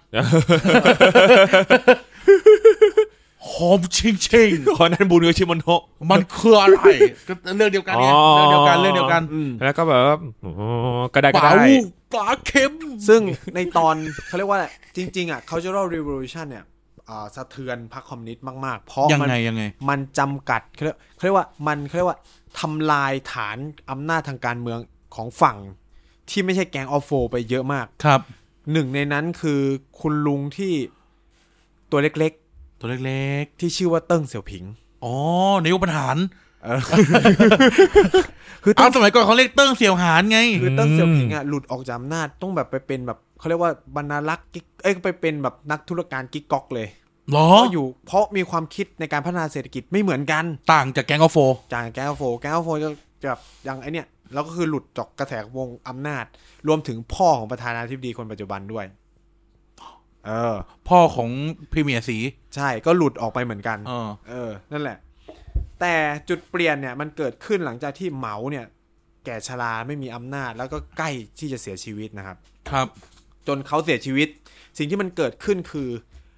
หอมชิงชิงคนนั้นบูนิชิมอนโฮมันคืออะไรก็เรื่องเดียวกันเนี่ยเรื่องเดียวกันเรื่องเดียวกันแล้วก็แบบก็ได้ก็ได้ปลาเค็มซึ่งในตอนเขาเรียกว่าจริงๆอ่ะ Cultural Revolution เนี่ยสะเทือนพรรคคอมมิวนิสต์มากๆเพราะมันยังไงมันจำกัดเขาเรียกเขาเรียกว่ามันเขาเรียกว่าทำลายฐานอำนาจทางการเมืองของฝั่งที่ไม่ใช่แก๊งออฟโฟไปเยอะมากครับหนึ่งในนั้นคือคุณลุงที่ตัวเล็กๆตัวเล็กๆที่ชื่อว่าเติ้งเสี่ยวผิงอ๋อนายกประธานคือตอนสมัยก่อนเขาเรียกเติ้งเสี่ยวหานไงคือเติ้งเสี่ยวผิงอ่ะหลุดออกจากอำนาจต้องแบบไปเป็นแบบเขาเรียกว่าบรรณารักษ์เอ้ยไปเป็นแบบนักธุรการกิ๊กก๊อกเลยหรออยู่เพราะมีความคิดในการพัฒนาเศรษฐกิจไม่เหมือนกันต่างจากแก๊งออฟโฟจากแก๊งออฟโฟแก๊งออฟโฟจะแบบอย่างไอเนี้ยแล้วก็คือหลุดจากกระแสวงอำนาจรวมถึงพ่อของประธานาธิบดีคนปัจจุบันด้วยเออพ่อของพรีเมียร์สีใช่ก็หลุดออกไปเหมือนกันเออเออนั่นแหละแต่จุดเปลี่ยนเนี่ยมันเกิดขึ้นหลังจากที่เหมาเนี่ยแก่ชราไม่มีอำนาจแล้วก็ใกล้ที่จะเสียชีวิตนะครับครับจนเขาเสียชีวิตสิ่งที่มันเกิดขึ้นคือ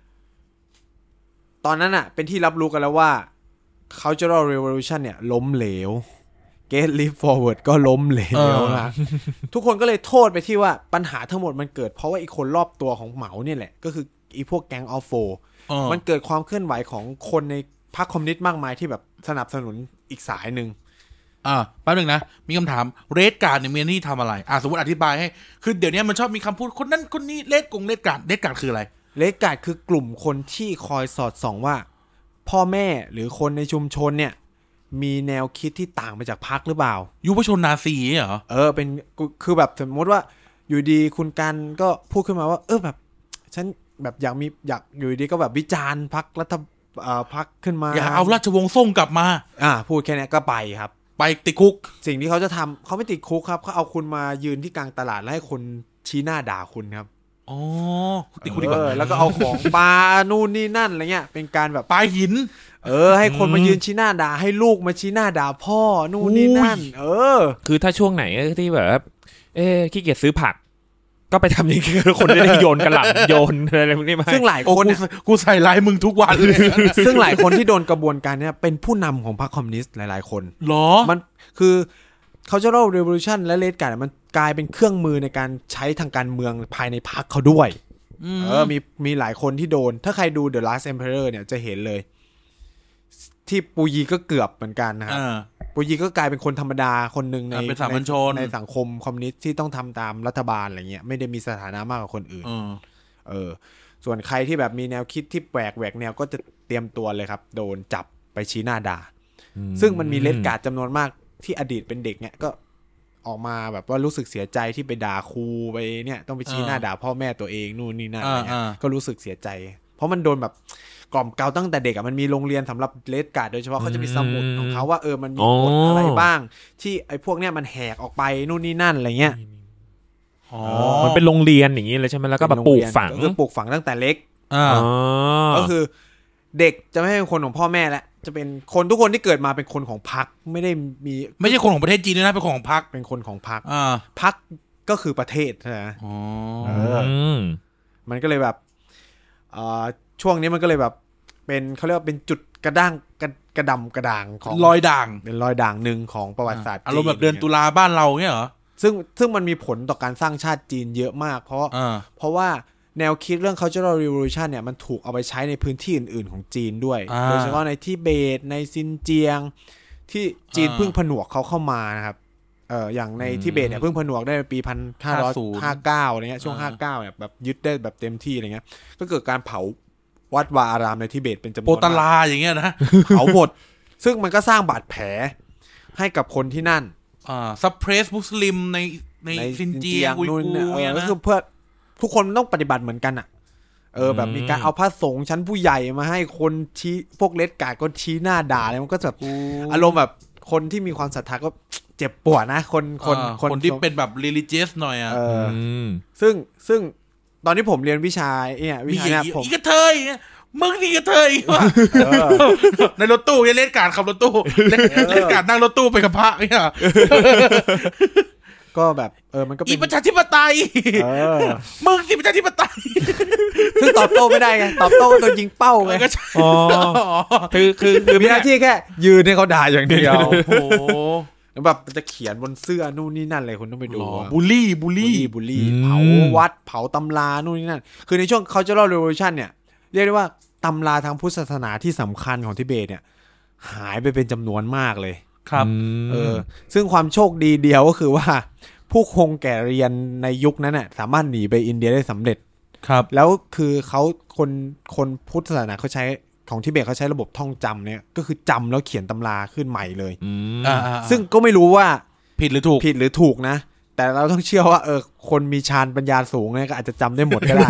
ตอนนั้นอ่ะเป็นที่รับรู้กันแล้วว่า Cultural Revolution เนี่ยล้มเหลว Get Leap Forward ก็ล้มเหลวนะทุกคนก็เลยโทษไปที่ว่าปัญหาทั้งหมดมันเกิดเพราะว่าอีกคนรอบตัวของเหมาเนี่ยแหละก็คืออีพวกแก๊งออฟโฟมันเกิดความเคลื่อนไหวของคนในพรรคคอมมิวนิสต์มากมายที่แบบสนับสนุนอีกสายนึงอ่าแป๊บนึงนะมีคำถามเรดการ์ดเนี่ยมีหน้าที่ทำอะไรอ่าสมมติอธิบายให้คือเดี๋ยวนี้มันชอบมีคำพูดคนนั้นคนนี้เรดกงเรดการ์ดเรดการ์ดคืออะไรเรดการ์ดคือกลุ่มคนที่คอยสอดส่องว่าพ่อแม่หรือคนในชุมชนเนี่ยมีแนวคิดที่ต่างไปจากพรรคหรือเปล่ายุวชนนาซีเหรอเออเป็นคือแบบสมมติว่าอยู่ดีคุณกันก็พูดขึ้นมาว่าเออแบบฉันแบบอยากมีอยากอยู่ดีก็แบบวิจารณ์พรรครัฐอ่าพรรคขึ้นมาอยากเอาราชวงศ์ซ่งกลับมาอ่าพูดแค่นี้ก็ไปครับไปติดคุกสิ่งที่เขาจะทำเขาไม่ติดคุกครับเขาเอาคุณมายืนที่กลางตลาดแล้วให้คนชี้หน้าด่าคุณครับอ๋อติคุณดีกว่าแล้วก็เอาของปลานู่นนี่นั่นอะไรเงี้ยเป็นการแบบปลาหินเออให้คนมายืนชี้หน้าด่าให้ลูกมาชี้หน้าด่าพ่อนู่นนี่นั่นเออคือถ้าช่วงไหนที่แบบเอ๊ะขี้เกียจซื้อผักก็ไปทำอย่างนี้คนจะได้โยนกระหล่ำโยนอะไรพวกนี้มาซึ่งหลายคนกูใส่ลายมึงทุกวันเลยซึ่งหลายคนที่โดนกระบวนการเนี้ยเป็นผู้นำของพรรคคอมมิวนิสต์หลายๆคนหรอมันคือ Cultural Revolution และ Red Guard มันกลายเป็นเครื่องมือในการใช้ทางการเมืองภายในพรรคเขาด้วยเออมีมีหลายคนที่โดนถ้าใครดู The Last Emperor เนี่ยจะเห็นเลยที่ปูยีก็เกือบเหมือนกันนะครับปูยีก็กลายเป็นคนธรรมดาคนหนึ่งในในในสังคมคอมมิวนิสต์ที่ต้องทำตามรัฐบาลอะไรเงี้ยไม่ได้มีสถานะมากกว่าคนอื่นเออส่วนใครที่แบบมีแนวคิดที่แปลกแหวกแนวก็จะเตรียมตัวเลยครับโดนจับไปชี้หน้าด่าซึ่งมันมีเลดการ์ดจำนวนมากที่อดีตเป็นเด็กเนี่ยก็ออกมาแบบว่ารู้สึกเสียใจที่ไปด่าครูไปเนี่ยต้องไปชี้หน้าด่าพ่อแม่ตัวเองนู่นนี่นั่นอะไรเงี้ยก็รู้สึกเสียใจเพราะมันโดนแบบกล่อมเกลาตั้งแต่เด็กอ่ะมันมีโรงเรียนสำหรับเลดการ์ดโดยเฉพาะเขาจะมีสมุดของเขาว่าเออมันมีกฎอะไรบ้างที่ไอ้พวกเนี้ยมันแหกออกไปนู่นนี่นั่นอะไรเงี้ยอ๋อมันเป็นโรงเรียนอย่างนี้เลยใช่ไหมแล้วก็แบบปลูกฝังก็คือปลูกฝังตั้งแต่เล็กก็คือเด็กจะไม่ใช่คนของพ่อแม่แล้วจะเป็นคนทุกคนที่เกิดมาเป็นคนของพรรคไม่ได้มีไม่ใช่คนของประเทศจีนนะเป็นคนของพรรคเป็นคนของพรรคพรรคก็คือประเทศใช่ไหมอ๋อมันก็เลยแบบช่วงนี้มันก็เลยแบบเป็นเขาเรียกว่าเป็นจุดกระด้างกระกระดำกระด่างของรอยด่างเป็นรอยด่างหนึ่งของประวัติศาสตร์จีนอารมณ์แบบเดือนตุลาบ้านเราเงี้ยเหรอซึ่งซึ่งมันมีผลต่อการสร้างชาติจีนเยอะมากเพราะเพราะว่าแนวคิดเรื่อง Cultural Revolution เนี่ยมันถูกเอาไปใช้ในพื้นที่อื่นๆของจีนด้วยโดยเฉพาะในทิเบตในซินเจียงที่จีนเพิ่งผนวกเขาเข้ามานะครับเอออย่างในทิเบตเนี่ยเพิ่งผนวกได้ในปีหนึ่งพันห้าร้อยห้าสิบเก้าอะไรเงี้ยช่วงห้าสิบเก้าเนี่ยแบบยึดได้แบบเต็มที่อะไรเงี้ยก็เกิดการเผาวัดวาอารามในทิเบตเป็นจำนวนโปตลาอย่างเงี้ยนะเผาหมดซึ่งมันก็สร้างบาดแผลให้กับคนที่นั่นอ่าซับเพรสมุสลิมในในซินเจียงอุยกูร์เนี่ยก็คือเพื่อทุกคนต้องปฏิบัติเหมือนกันอ่ะเออแบบมีการเอาพระสงฆ์ชั้นผู้ใหญ่มาให้คนชี้พวกเลดการ์ดก็ชี้หน้าด่าอะไรมันก็แบบอารมณ์แบบคนที่มีความศรัทธาก็เจ็บปวดนะคนคนคนที่เป็นแบบ religious หน่อยอ่ะซึ่งซึ่งตอนที่ผมเรียนวิชาเนี่ยวิชาเนี่ยผมอีกระเทยมึงนี่กระเทยในรถตู้เล่นการขับรถตู้เล่นการนั่งรถตู้ไปกับพระเนี่ยก็แบบเออมันก็เป็นประชาธิปไตยมึงสิประชาธิปไตยซึ่งตอบโต้ไม่ได้ไงตอบโต้ก็โดนยิงเป้าไงอ๋อคือคือคือมีหน้าที่แค่ยืนให้เขาด่าอย่างเดียวโอ้โหแล้วแบบจะเขียนบนเสื้อนู่นนี่นั่นอะไรคุณต้องไปดูบูลลี่บูลลี่บูลลี่เผาวัดเผาตำรานู่นนี่นั่นคือในช่วง Cultural Revolution เนี่ยเรียกได้ว่าตำราทางพุทธศาสนาที่สำคัญของทิเบตเนี่ยหายไปเป็นจำนวนมากเลยครับเออซึ่งความโชคดีเดียวก็คือว่าผู้คงแก่เรียนในยุคนั้นน่ะสามารถหนีไปอินเดียได้สำเร็จครับแล้วคือเขาคนคนพุทธศาสนาเขาใช้ของทิเบตเขาใช้ระบบท่องจำเนี่ยก็คือจำแล้วเขียนตำราขึ้นใหม่เลยซึ่งก็ไม่รู้ว่าผิดหรือถูกผิดหรือถูกนะแต่เราต้องเชื่อว่าเออคนมีฌานปัญญาสูงเนี่ยก็อาจจะจำได้หมดก็ได้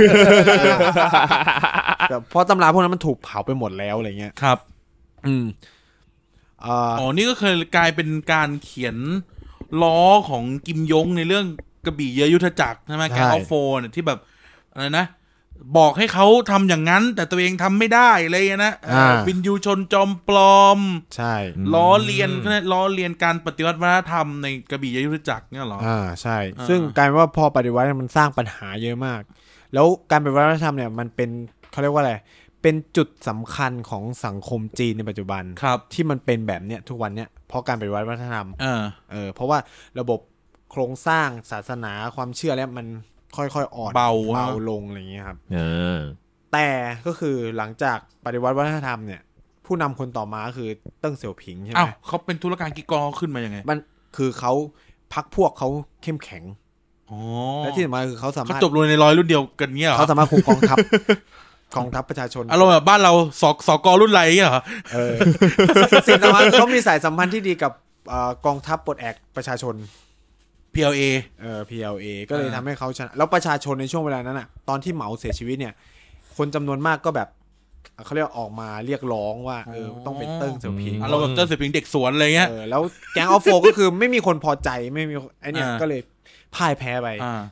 แต่เพราะตำราพวกนั้นมันถูกเผาไปหมดแล้วอะไรเงี้ยครับอืมอ๋อนี่ก็เคยกลายเป็นการเขียนล้อของกิมยงในเรื่องกระบี่เยยุทธจักรใช่ไหมแกออฟโฟนที่แบบอะไรนะบอกให้เขาทำอย่างนั้นแต่ตัวเองทำไม่ได้อะไรนะวินยูชนจอมปลอมใช่ล้อเลียนล้อเลียนการปฏิวัติวัฒนธรรมในกระบี่เยยุทธจักรเนี่ยหรออ่าใช่ซึ่งกลายว่าพอปฏิวัติมันสร้างปัญหาเยอะมากแล้วการปฏิวัติวัฒนธรรมเนี่ยมันเป็นเขาเรียกว่าอะไรเป็นจุดสำคัญของสังคมจีนในปัจจุบันที่มันเป็นแบบเนี้ยทุกวันเนี้ยเพราะการปฏิวัติวัฒนธรรมเออเออเพราะว่าระบบโครงสร้างศาสนาความเชื่อแล้วมันค่อยๆอ่อนเบาเบาลงอะไรอย่างเงี้ยครับเออแต่ก็คือหลังจากปฏิวัติวัฒนธรรมเนี่ยผู้นำคนต่อมาคือเติ้งเสี่ยวผิงใช่ไหมอ้าวเขาเป็นธุรการกิกอขึ้นมายังไงมันคือเขาพรรคพวกเขาเข้มแข็งอ๋อและที่สำคัญคือเขาสามารถเขาจบลงในร้อยรุ่นเดียวกันเงี้ยเหรอเขาสามารถคุมกองทัพกองทัพประชาชนอารมณ์แบบบ้านเราสกสกรุ่นไรเงี้ยเหรอเออสิ่งสำคัญเขามีสายสัมพันธ์ที่ดีกับกองทัพปลดแอกประชาชนพี แอล เอเออ พี แอล เอ ก็เลยทำให้เขาชนะแล้วประชาชนในช่วงเวลานั้นอ่ะตอนที่เหมาเสียชีวิตเนี่ยคนจำนวนมากก็แบบเขาเรียกออกมาเรียกร้องว่าเออต้องเป็นเติ้งเสี่ยวผิงเราแบบเติ้งเสี่ยวผิงเด็กสวนอะไรเงี้ยเออแล้วแก๊งออฟโฟก็คือไม่มีคนพอใจไม่มีไอเนี่ยก็เลยพ่ายแพ้ไปซึ่ง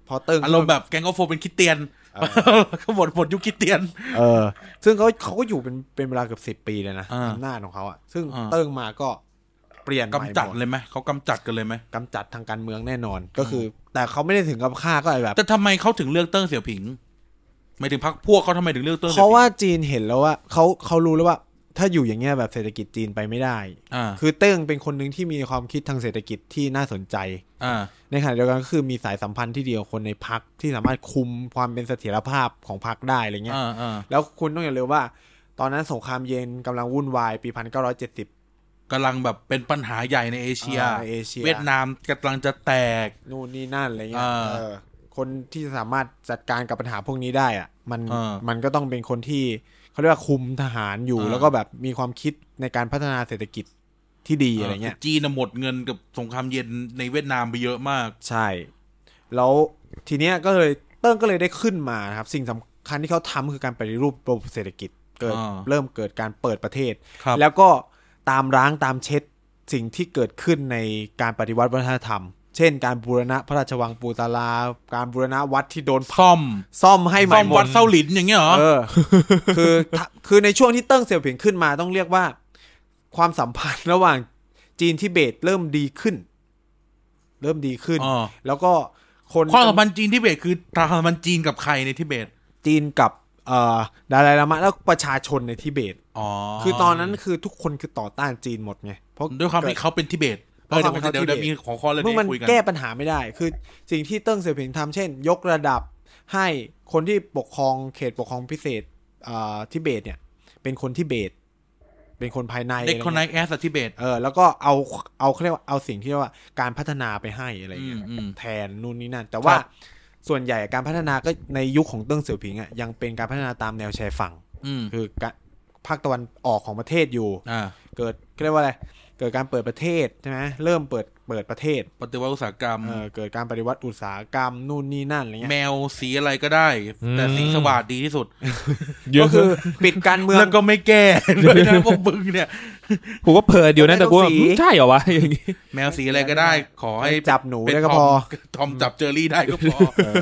พอเติ้งอารมณ์แบบแก๊งออฟโฟเป็นคริสเตียนเขาหมดหมดยุคคริสเตียนเออซึ่งเขาเขาก็อยู่เป็นเป็นเวลาเกือบสิบปีเลยนะอำนาจของเขาอ่ะซึ่งเติ้งมาก็เปลี่ยนกำจัดเลยไหมเขากำจัดกันเลยไหมกำจัดทางการเมืองแน่นอนก็คือแต่เขาไม่ได้ถึงกับฆ่าก็แบบแต่ทำไมเขาถึงเลือกเติ้งเสี่ยวผิงไม่ถึงพรรคพวกเขาทำไมถึงเลือกเติ้งเพราะว่าจีนเห็นแล้วว่าเขาเขารู้แล้วว่าถ้าอยู่อย่างเงี้ยแบบเศรษฐกิจจีนไปไม่ได้คือเติ้งเป็นคนนึงที่มีความคิดทางเศรษฐกิจที่น่าสนใจในขณะเดียวกันก็คือมีสายสัมพันธ์ที่เดียวคนในพรรคที่สามารถคุมความเป็นเสถียรภาพของพรรคได้อะไรเงี้ยแล้วคุณต้องอย่าลืมว่าตอนนั้นสงครามเย็นกำลังวุ่นวายปีหนึ่งพันเก้าร้อยเจ็ดสิบกำลังแบบเป็นปัญหาใหญ่ในเอเชียเวียดนามกำลังจะแตกนู่นนี่นั่นอะไรเงี้ยคนที่สามารถจัดการกับปัญหาพวกนี้ได้อะมันมันก็ต้องเป็นคนที่เขาเรียกว่าคุมทหารอยู่แล้วก็แบบมีความคิดในการพัฒนาเศรษฐกิจที่ดีอะไรเงี้ยจีนหมดเงินกับสงครามเย็นในเวียดนามไปเยอะมากใช่แล้วทีเนี้ยก็เลยเติ้งก็เลยได้ขึ้นมาครับสิ่งสำคัญที่เขาทำคือการปฏิรูประบบเศรษฐกิจเกิดเริ่มเกิดการเปิดประเทศแล้วก็ตามร้างตามเช็ดสิ่งที่เกิดขึ้นในการปฏิวัติวัฒนธรรมเช่นการบูรณะพระราชวังปูตาราการบูรณะวัดที่โดนซ่อมซ่อมให้ใหม่หมดวัดเซาหลินอย่างเงี้ยเหรอเออคือคือในช่วงที่เติ้งเสี่ยวผิงขึ้นมาต้องเรียกว่าความสัมพันธ์ระหว่างจีนทิเบตเริ่มดีขึ้นเริ่มดีขึ้นแล้วก็คนความสัมพันธ์จีนทิเบตคือความสัมพันธ์จีนกับใครในทิเบตจีนกับเอ่อดาไลลามะแล้วประชาชนในทิเบตอ๋อคือตอนนั้นคือทุกคนคือต่อต้านจีนหมดไงเพราะด้วยความที่เขาเป็นทิเบตเออเดี๋ยวเดี๋ยวมีของข้อเรื่องนี้คุยกันมันแก้ปัญหาไม่ได้คือสิ่งที่เติ้งเสี่ยวผิงทำเช่นยกระดับให้คนที่ปกครองเขตปกครองพิเศษอ่าทิเบตเนี่ยเป็นคนทิเบตเป็นคนภายในเด็กคนในแอสทิเบตเออแล้วก็เอาเอาเขาเรียกว่าเอาสิ่งที่เรียกว่าการพัฒนาไปให้อะไรอย่างเงี้ยแทนนู่นนี่นั่นแต่ว่าส่วนใหญ่การพัฒนาก็ในยุคของเติ้งเสี่ยวผิงอ่ะยังเป็นการพัฒนาตามแนวชายฝั่งคือภาคตะวันออกของประเทศอยู่เกิดเรียกว่าอะไรเกิดการเปิดประเทศใช่ไหมเริ่มเปิดเปิดประเทศปฏิวัติอุตสาหกรรมเออเกิดการปฏิวัติอุตสาหกรรมนู่นนี่นั่นอะไรเงี้ยแมวสีอะไรก็ได้แต่สีสว่างดีที่สุดก็คือปิดการเมืองแล้วก็ไม่แก้ด้วยนะพวกบึงเนี่ยกูก็เปิดอยู่นะแต่กูใช่เหรอวะอย่างงี้แมวสีอะไรก็ได้ขอให้จับหนูได้ก็พอทอมจับเจอรี่ได้ก็พอ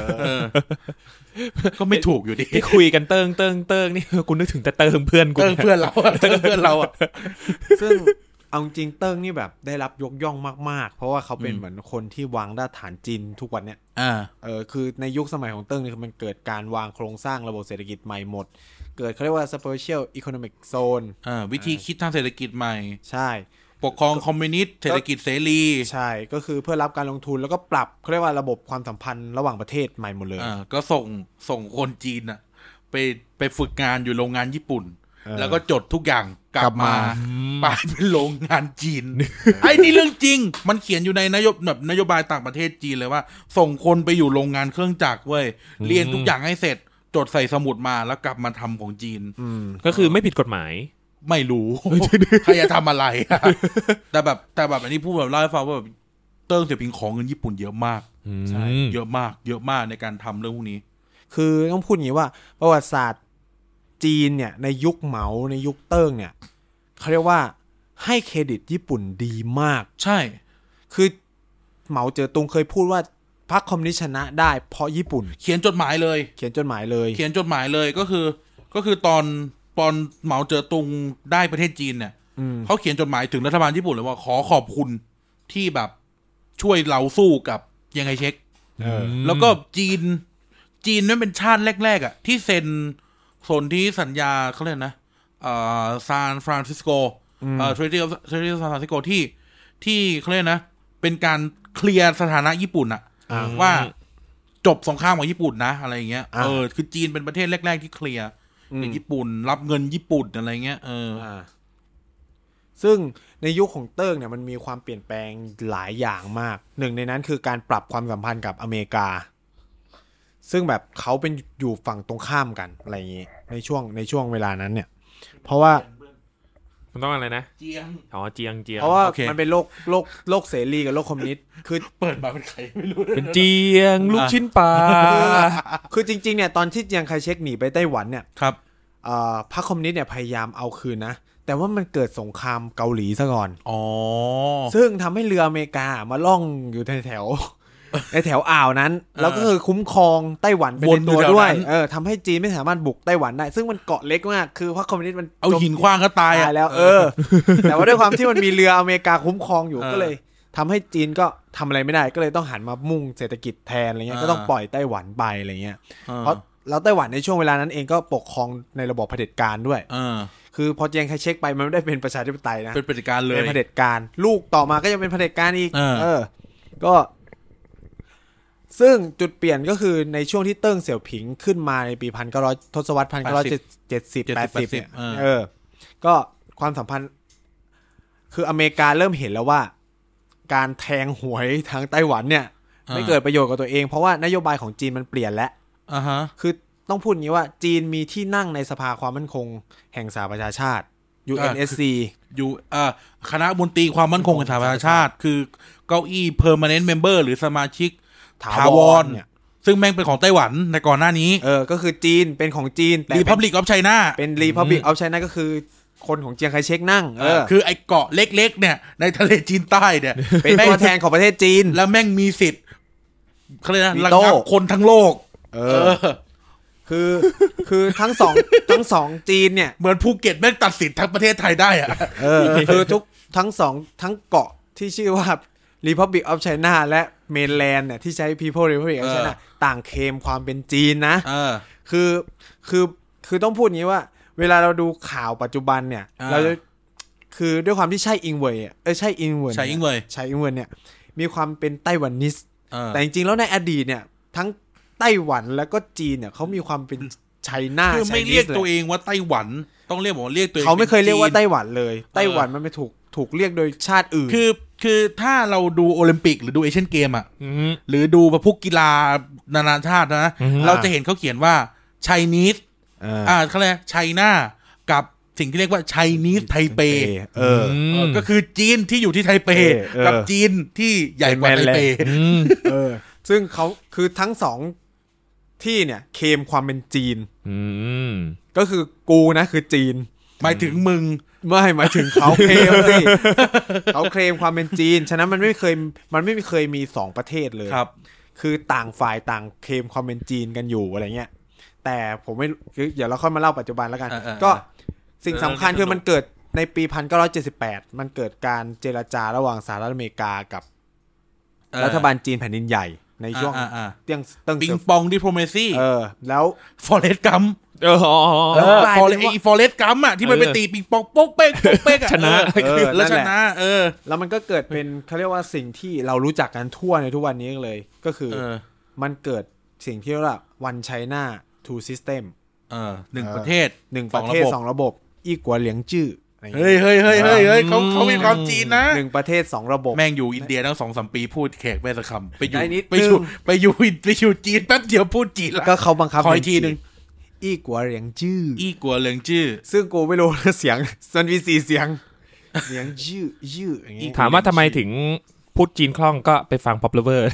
ก็ไม่ถูกอยู่ดีที่คุยกันเติ้งเติ้งเติ้งนี่กูนึกถึงแต่เติ้งเพื่อนกูเติ้งเพื่อนเราเติ้งเพื่อนเราอ่ะซึ่งเอาจริงเติ้งนี่แบบได้รับยกย่องมากๆเพราะว่าเขาเป็นเหมือนคนที่วางรากฐานจีนทุกวันเนี่ยอ่าเออคือในยุคสมัยของเติ้งนี่มันเกิดการวางโครงสร้างระบบเศรษฐกิจใหม่หมดเกิดเขาเรียกว่า Special Economic Zone อ่าวิธีคิดทางเศรษฐกิจใหม่ใช่ปกครองคอมมิวนิสต์เศรษฐกิจเสรีใช่ก็คือเพื่อรับการลงทุนแล้วก็ปรับเขาเรียกว่าระบบความสัมพันธ์ระหว่างประเทศใหม่หมดเลยอ่าก็ส่งส่งคนจีนอ่ะไปไปฝึกงานอยู่โรงงานญี่ปุ่นแล้วก็จดทุกอย่างกลับมากลายเป็นโรงงานจีน ไอ้นี่เรื่องจริงมันเขียนอยู่ในนโยบายแบบนโยบายต่างประเทศจีนเลยว่าส่งคนไปอยู่โรงงานเครื่องจักรเว้ยเรียนทุกอย่างให้เสร็จจดใส่สมุดมาแล้วกลับมาทำของจีนก็คือไม่ผิดกฎหมายไม่รู้ ใครจะทำอะไร แต่แบบแต่แบบอันนี้พูดแบบเล่าให้ฟังว่าแบบเติ้งเสี่ยวผิงของเงินญี่ปุ่นเยอะมากใช่เยอะมากเยอะมากในการทำเรื่องพวกนี้คือต้องพูดอย่างนี้ว่าประวัติศาสตร์จีนเนี่ยในยุคเหมาในยุคเติ้งเนี่ยเขาเรียกว่าให้เครดิตญี่ปุ่นดีมากใช่คือเหมาเจ๋อตุงเคยพูดว่าพรรคคอมมิวนิสต์ชนะได้เพราะญี่ปุ่นเขียนจดหมายเลยเขียนจดหมายเลยเขียนจดหมายเลยก็คือก็คือตอนตอนเหมาเจ๋อตุงได้ประเทศจีนเนี่ยเขาเขียนจดหมายถึงรัฐบาลญี่ปุ่นเลยว่าขอขอบคุณที่แบบช่วยเราสู้กับยังไงเช็คแล้วก็จีนจีนนั่นเป็นชาติแรกๆอ่ะที่เซ็นโซนที่สัญญาเขาเรียกนะเอ่อซานฟรานซิสโกเอ่อ Treaty of Treaty of San Francisco ที่ที่เขาเรียกนะเป็นการเคลียร์สถานะญี่ปุ่นอะว่าจบสงครามกับญี่ปุ่นนะอะไรอย่างเงี้ยเออคือจีนเป็นประเทศแรกๆที่เคลียร์กับญี่ปุ่นรับเงินญี่ปุ่นอะไรเงี้ยเออซึ่งในยุคของเติ้งเนี่ยมันมีความเปลี่ยนแปลงหลายอย่างมากหนึ่งในนั้นคือการปรับความสัมพันธ์กับอเมริกาซึ่งแบบเขาเป็นอยู่ฝั่งตรงข้ามกันอะไรอย่างงี้ในช่วงในช่วงเวลานั้นเนี่ยเพราะว่ามันต้องอะไรนะเจียงอ๋อเจียงเจียงเพราะว่ามันเป็นโลกโลกโลกเสรีกับโลกคอมมิวนิสต์คือเปิดมาเป็นใครไม่รู้เป็นเจียงลูกชิ้นปลาคือจริงๆเนี่ยตอนที่เจียงไคเชกหนีไปไต้หวันเนี่ยครับอ่าพรรคคอมมิวนิสต์เนี่ยพยายามเอาคืนนะแต่ว่ามันเกิดสงครามเกาหลีซะก่อนอ๋อซึ่งทำให้เรืออเมริกามาล่องอยู่แถวในแถวอ่าวนั้นแล้วก็คือคุ้มครองไต้หวันเป็นในตัวด้วยเออทำให้จีนไม่สามารถบุกไต้หวันได้ซึ่งมันเกาะเล็กมากคือพรรคคอมมิวนิสต์มันเอาหินขว้างก็ตายแล้วเออแต่ว่าด้วยความที่มันมีเรืออเมริกาคุ้มครองอยู่ก็เลยทำให้จีนก็ทำอะไรไม่ได้ก็เลยต้องหันมามุ่งเศรษฐกิจแทนอะไรเงี้ยก็ต้องปล่อยไต้หวันไปอะไรเงี้ยเพราะแล้วไต้หวันในช่วงเวลานั้นเองก็ปกครองในระบบเผด็จการด้วยคือพอเจียงไคเชกไปมันไม่ได้เป็นประชาธิปไตยนะเป็นเผด็จการเลยเป็นเผด็จการลูกต่อมาก็ยังเป็นเผด็จการอีกเออก็ซึ่งจุดเปลี่ยนก็คือในช่วงที่เติ้งเสี่ยวผิงขึ้นมาในปีพันเก้าร้อยทศวรรษพันเก้าร้อยเจ็ดสิบแปดสิบเนี่ยเออก็ความสัมพันธ์คืออเมริกาเริ่มเห็นแล้วว่าการแทงหวยทางไต้หวันเนี่ยไม่เกิดประโยชน์กับตัวเองเพราะว่านโยบายของจีนมันเปลี่ยนแล้วอ่าฮะคือต้องพูดอย่างนี้ว่าจีนมีที่นั่งในสภาความมั่นคงแห่งสหประชาชาติ ยู เอ็น เอส ซีอยู่อ่าคณะมนตรีความมั่นคงแห่งสหประชาชาติคือเก้าอี้ permanent member หรือสมาชิกถาวรเนี่ยซึ่งแม่งเป็นของไต้หวันในก่อนหน้านี้เออก็คือจีนเป็นของจีนแต่ Republic of China เป็น Republic of China ก็คือคนของเจียงไคเชกนั่งเออคือไอ้เกาะเล็กๆเนี่ยในทะเลจีนใต้เนี่ยเป็นตัวแทนของประเทศจีนแล้วแม่งมีสิทธิ์เขาเรียกนะระงับคนทั้งโลกเออคือคือทั้งสองทั้งสองจีนเนี่ยเหมือนภูเก็ตแม่งตัดสิทธิ์ทั้งประเทศไทยได้อะเออคือทุกทั้งสองทั้งเกาะที่ชื่อว่า Republic of China และ Mainland เนี่ยที่ใช้ People Republic of China ต่างเคลมความเป็นจีนนะคือคือคือต้องพูดงี้ว่าเวลาเราดูข่าวปัจจุบันเนี่ยเราจะคือด้วยความที่ใช่อิงเว่ยเอ้ยใช่อิงเว่ยใช่อิงเว่ยใช่อิงเว่ยเนี่ยมีความเป็นไต้หวันนิสแต่จริงๆแล้วในอดีตเนี่ยทั้งไต้หวันแล้วก็จีนเนี่ยเขามีความเป็นไชน่าคือไม่เรียกตัวเองว่าไต้หวันต้องเรียกว่าเรียกตัวเองเขาไม่เคยเรียกว่าไต้หวันเลยไต้หวันมันไม่ถูกถูกเรียกโดยชาติอื่นคือคือถ้าเราดูโอลิมปิกหรือดูเอเชียนเกมอ่ะหรือดูพวกกีฬานานาชาตินะเราจะเห็นเขาเขียนว่าไชนีสอ่าเขาเรียกไชน่ากับสิ่งที่เรียกว่าไชนีสไทเปเออก็คือจีนที่อยู่ที่ไทเปกับจีนที่ใหญ่กว่าไทเปเออซึ่งเขาคือทั้งสองที่เนี่ยเคลมความเป็นจีนก็คือกูนะคือจีนหมายถึงมึงไม่หมายถึงเขาเคลมสิเขาเคลมความเป็นจีนฉะนั้นมันไม่เคยมันไม่เคยมีสองประเทศเลยครับคือต่างฝ่ายต่างเคลมความเป็นจีนกันอยู่อะไรเงี้ยแต่ผมไม่เดี๋ยวเราค่อยมาเล่าปัจจุบันแล้วกันก็สิ่งสำคัญคือมันเกิดในปีหนึ่งพันเก้าร้อยเจ็ดสิบแปดมันเกิดการเจรจาระหว่างสหรัฐอเมริกากับรัฐบาลจีนแผ่นดินใหญ่ในช่วงเตี้ยงเติ้งปิงปองดิโพเมซีเออแล้วฟอเรสต์กัมเออฟอเรสต์ฟอเรสต์กัมอ่ะที่มันไปตีปิงปองโป๊กเป๊กโป๊กเป๊กอ่ะชนะแล้วชนะเออแล้วมันก็เกิดเป็นเขาเรียกว่าสิ่งที่เรารู้จักกันทั่วในทุกวันนี้เลยก็คือมันเกิดสิ่งที่เรียกว่า One China Two System เออหนึ่งประเทศหนึ่งประเทศสองระบบอีกว่าเหลียงจื้อเฮ้ยเฮ้ยเฮ้ยเฮ้ยเฮ้ยเขาเขามีความจีนนะหนึ่งประเทศสองระบบแม่งอยู่อินเดียตั้งสองสามปีพูดแขกแม่สักคำไปอยู่ไปอยู่ไปอยู่ไปอยู่จีนแป๊บเดียวพูดจีนละก็เขาบังคับคอยทีนึงอีกว่าเหลียงจื้ออีกว่าเหลียงจื้อซึ่งกูไม่รู้เสียงมันมีสี่เสียงเหลียงจื้อจื้ออย่างงี้ถามว่าทำไมถึงพูดจีนคล่องก็ไปฟัง Pop Lover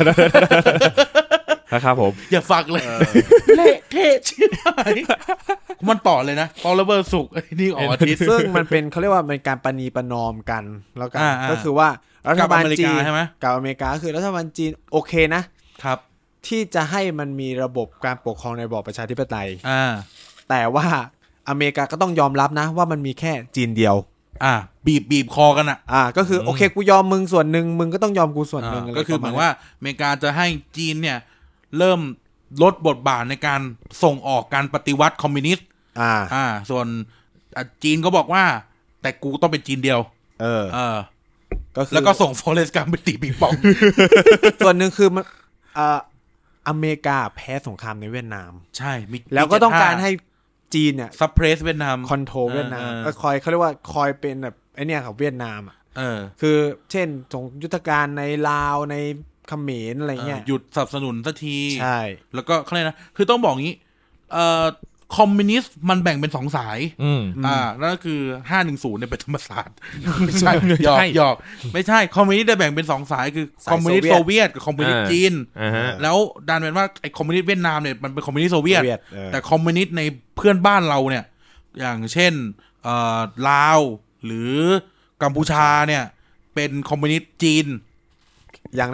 นะครับผมอย่าฟังเลยเละเทะชิบหายมันต่อเลยนะพอระเบิดสุกนี่ออกอาทิตย์ซึ่งมันเป็นเขาเรียกว่าเป็นการประนีประนอมกันแล้วกันก็คือว่ารัฐบาลจีนใช่ไหมกับอเมริกาคือรัฐบาลจีนโอเคนะครับที่จะให้มันมีระบบการปกครองในระบอบประชาธิปไตยแต่ว่าอเมริกาก็ต้องยอมรับนะว่ามันมีแค่จีนเดียวอ่าบีบบีบคอกันอ่ะอ่าก็คือโอเคกูยอมมึงส่วนหนึ่งมึงก็ต้องยอมกูส่วนหนึ่งก็คือเหมือนว่าอเมริกาจะให้จีนเนี่ยเริ่มลดบทบาทในการส่งออกการปฏิวัติคอมมิวนิสต์อ่าอ่าส่วนจีนก็บอกว่าแต่กูต้องเป็นจีนเดียวเออเออก็แล้วก็ส่งฟอเรสต์กัมไปตีปิงปองส่วนหนึ่งคือมันอ่าอเมริกาแพ้สงครามในเวียดนามใช่แล้วก็ต้องการให้จีนเนี่ยซับเพรสเวียดนามคอนโทรลเวียดนามก็คอยเขาเรียกว่าคอยเป็นแบบไอเนี่ยของเวียดนามอ่ะเออคือเช่นส่งยุทธการในลาวในเขมรอะไรเงี้ยหยุดสนับสนุนสักทีใช่แล้วก็เขาเรียกนะคือต้องบอกงี้เอ่อคอมมิวนิสต์มันแบ่งเป็นสองสายอ่านั่นก็คือห้าหนึ่งศูนย์เนี่ยเป็นธรรมศาสตร์ไม่ใช่หยอกหยอกไม่ใช่คอมมิวนิสต์ได้แบ่งเป็นสองสายคือคอมมิวนิสต์โซเวียตกับคอมมิวนิสต์จีนแล้วดันเป็นว่าไอ้คอมมิวนิสต์เวียดนามเนี่ยมันเป็นคอมมิวนิสต์โซเวียตแต่คอมมิวนิสต์ในเพื่อนบ้านเราเนี่ยอย่างเช่นเอ่อลาวหรือกัมพูชาเนี่ยเป็นคอมมิวนิสต์จีนอย่างใน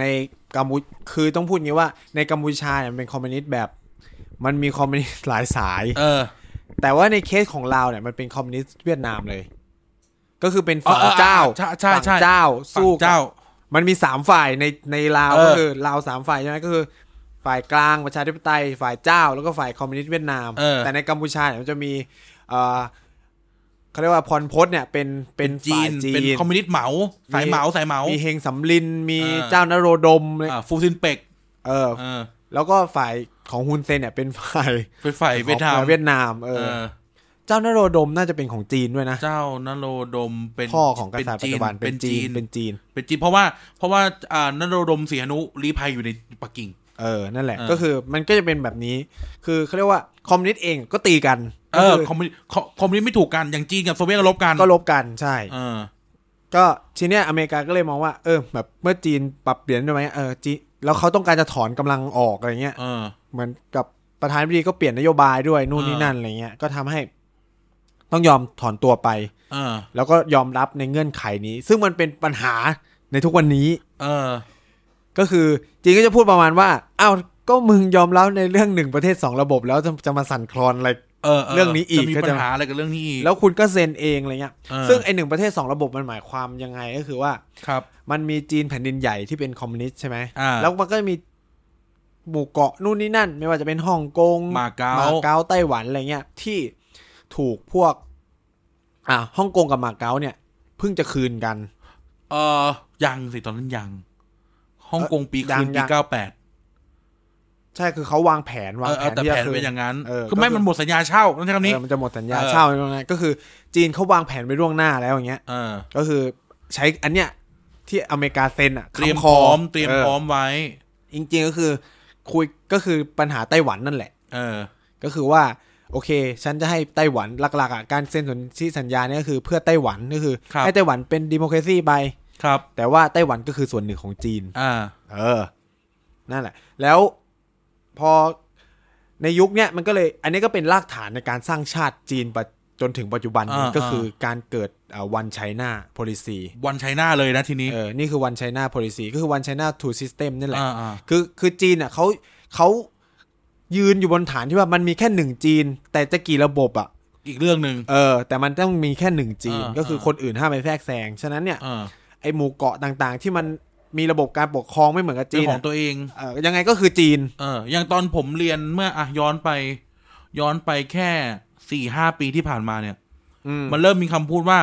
กัมพูคือต้องพูดงี้ว่าในกัมพูชาเนี่ยมันเป็นคอมมิวนิสต์แบบมันมีคอมมิวนิสต์หลายสายเออแต่ว่าในเคสของเราเนี่ยมันเป็นคอมมิวนิสต์เวียดนามเลยก็คือเป็นฝั่งเจ้าฝั่งเจ้าสู้เจ้ามันมีสามฝ่ายในในลาวก็คือลาวสามฝ่ายใช่ไหมก็คือฝ่ายกลางประชาธิปไตยฝ่ายเจ้าแล้วก็ฝ่ายคอมมิวนิสต์เวียดนามแต่ในกัมพูชาเนี่ยมันจะมีเอ่อเขาเรียกว่าพรพจน์เนี่ยเป็นเป็นจีนเป็นคอมมิวนิสต์เหมาสายเหมาสายเหมามีเฮงสำลินมีเจ้านโรดมฟูซินเป็กเออแล้วก็ฝ่ายของฮุนเซนเนี่ยเป็นฝ่ายเป็นฝ่ายเวียดนามเวียดนามเออเจ้านโรดมน่าจะเป็นของจีนด้วยนะเจ้านโรดมเป็นพ่อของกษัตริย์ปัจจุบันเป็นจีนเป็นจีนเป็นจีนเพราะว่าเพราะว่าอ่านโรดมศรีหนุลี้ภัยอยู่ในปักกิ่งเออนั่นแหละก็คือมันก็จะเป็นแบบนี้คือเขาเรียกว่าคอมมิวนิสต์เองก็ตีกันเออคอมมิวนิสต์คอมมิวนิสต์ไม่ถูกกันอย่างจีนกับโซเวียตก็ลบกันก็ลบกันใช่เออก็ทีเนี้ยอเมริกาก็เลยมองว่าเออแบบเมื่อจีนปรับเปลี่ยนใช่ไหมเออจีแล้วเขาต้องการจะถอนกำลังออกอะไรเงี้ยเออเหมือนกับประธานาธิบดีก็เปลี่ยนนโยบายด้วยนู่นนี่นั่นอะไรเงี้ยก็ทำให้ต้องยอมถอนตัวไปเออแล้วก็ยอมรับในเงื่อนไขนี้ซึ่งมันเป็นปัญหาในทุกวันนี้เออก็คือจีนก็จะพูดประมาณว่าอ้าวก็มึงยอมรับในเรื่องหนึ่งประเทศสองระบบแล้วจะจะมาสั่นคลอนอะไร เออ เรื่องนี้อีกจะมีปัญหาอะไรกับเรื่องนี้อีกแล้วคุณก็เซ็นเองอะไรเงี้ยซึ่งไอหนึ่งประเทศสองระบบมันหมายความยังไงก็คือว่าครับมันมีจีนแผ่นดินใหญ่ที่เป็นคอมมิวนิสต์ใช่ไหมแล้วมันก็มีหมู่เกาะนู่นนี่นั่นไม่ว่าจะเป็นฮ่องกงมาเก๊ามาเก๊าไต้หวันอะไรเงี้ยที่ถูกพวกอ่าฮ่องกงกับมาเก๊าเนี่ยเพิ่งจะคืนกันเออยังสิตอนนั้นยังฮ่องกงปีคืนปีเก้าสิบแปดใช่คือเขาวางแผนวางแผนที่จะคืนเป็นอย่างนั้นคือไม่มันหมดสัญญาเช่าต้องใช้คำนี้มันจะหมดสัญญาเช่าตรงนั้นก็คือจีนเขาวางแผนไว้ล่วงหน้าแล้วอย่างเงี้ยก็คือใช้อันเนี้ยที่อเมริกาเซ็นอ่ะเตรียมพร้อมเตรียมพร้อมไว้จริงๆก็คือคุยก็คือปัญหาไต้หวันนั่นแหละเออก็คือว่าโอเคฉันจะให้ไต้หวันหลักๆอ่ะการเซ็นสนธิสัญญาเนี่ยก็คือเพื่อไต้หวันก็คือให้ไต้หวันเป็นดิโมคราซีไปครับแต่ว่าไต้หวันก็คือส่วนหนึ่งของจีนอ่าเออนั่นแหละแล้วพอในยุคเนี้ยมันก็เลยอันนี้ก็เป็นรากฐานในการสร้างชาติจีนจนถึงปัจจุบันนี้ก็คือการเกิดวันไชน่า policy วันไชน่าเลยนะทีนี้เออนี่คือวันไชน่า policy ก็คือวันไชน่า two system นั่นแหละคือคือจีนอ่ะเขาเขายืนอยู่บนฐานที่ว่ามันมีแค่หนึ่งจีนแต่จะกี่ระบบอ่ะอีกเรื่องนึงเออแต่มันต้องมีแค่หนึ่งจีนก็คือคนอื่นห้ามไปแทรกแซงฉะนั้นเนี่ยไอหมู่เกาะต่างๆที่มันมีระบบการปกครองไม่เหมือนกับจีนของตัวเองเออยังไงก็คือจีนเอออย่างตอนผมเรียนเมื่ออ่ะย้อนไปย้อนไปแค่ สี่ห้า ปีที่ผ่านมาเนี่ยมันเริ่มมีคำพูดว่า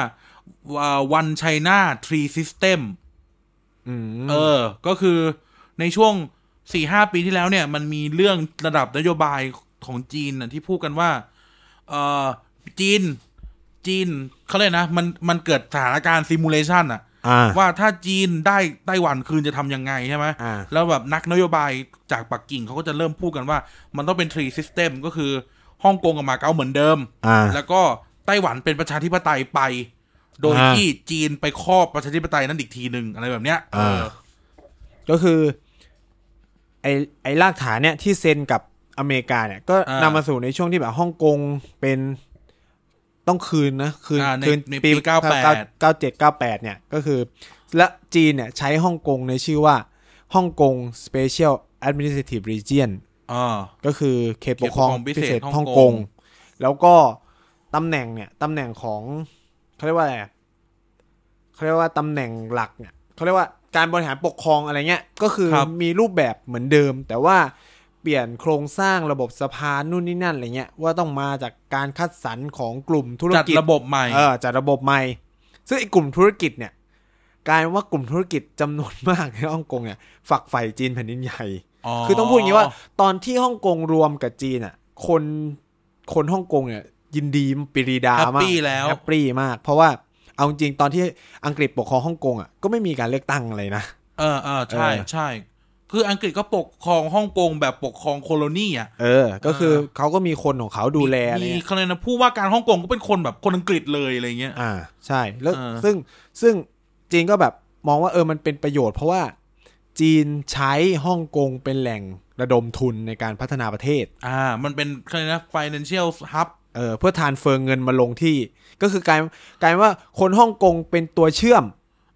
one China three system เออก็คือในช่วง สี่ห้า ปีที่แล้วเนี่ยมันมีเรื่องระดับนโยบายของจีนที่พูดกันว่าเออจีนจีนเขาเรียกนะมันมันเกิดสถานการณ์ซิมูเลชันอะว่าถ้าจีนได้ไต้หวันคืนจะทำยังไงใช่ไหมแล้วแบบนักนโยบายจากปักกิ่งเขาก็จะเริ่มพูดกันว่ามันต้องเป็น three system ก็คือฮ่องกงกับมาเก๊าเหมือนเดิมแล้วก็ไต้หวันเป็นประชาธิปไตยไปโดยที่จีนไปครอบประชาธิปไตยนั้นอีกทีนึงอะไรแบบเนี้ยก็คือไอ้ไอ้รากฐานเนี่ยที่เซ็นกับอเมริกาเนี่ยก็นำมาสู่ในช่วงที่แบบฮ่องกงเป็นต้องคืนนะคืนคืนปีเก้าสิบแปด เก้าสิบเจ็ด เก้าสิบแปดเนี่ยก็คือและจีนเนี่ยใช้ฮ่องกงในชื่อว่าฮ่องกง Special Administrative Region อ่าก็คือเขตปกครองพิเศษฮ่องกงแล้วก็ตำแหน่งเนี่ยตำแหน่งของเขาเรียกว่าอะไรเขาเรียกว่าตำแหน่งหลักเนี่ยเขาเรียกว่าการบริหารปกครองอะไรเงี้ยก็คือมีรูปแบบเหมือนเดิมแต่ว่าเปลี่ยนโครงสร้างระบบสภานู่นนี่นั่นอะไรเงี้ยว่าต้องมาจากการคัดสรรของกลุ่มธุรกิจจัดระบบใหม่เออจัดระบบใหม่ซึ่งไอ้กลุ่มธุรกิจเนี่ยกลายว่ากลุ่มธุรกิจจำนวนมากในฮ่องกงเนี่ยฝักใฝ่จีนแผ่นดินใหญ่คือต้องพูดอย่างนี้ว่าตอนที่ฮ่องกงรวมกับจีนอ่ะคนคนฮ่องกงเนี่ยยินดีปรีดามากแฮปปี้แล้วแฮปปี้มากเพราะว่าเอาจริงตอนที่อังกฤษปกครองฮ่องกงอ่ะก็ไม่มีการเลือกตั้งอะไรนะเออเออใช่ใช่คืออังกฤษก็ปกครองฮ่องกงแบบปกครองโคโลนีอ่ะเออก็คือเขาก็มีคนของเขาดูแลมีเขาเลยนะผู้ว่าการฮ่องกงก็เป็นคนแบบคนอังกฤษเลยอะไรเงี้ยอ่าใช่แล้วซึ่งซึ่งจีนก็แบบมองว่าเออมันเป็นประโยชน์เพราะว่าจีนใช้ฮ่องกงเป็นแหล่งระดมทุนในการพัฒนาประเทศอ่ามันเป็นอะไรนะ financial hub เออเพื่อทรานสเฟอร์เงินมาลงที่ก็คือกลายกลายว่าคนฮ่องกงเป็นตัวเชื่อม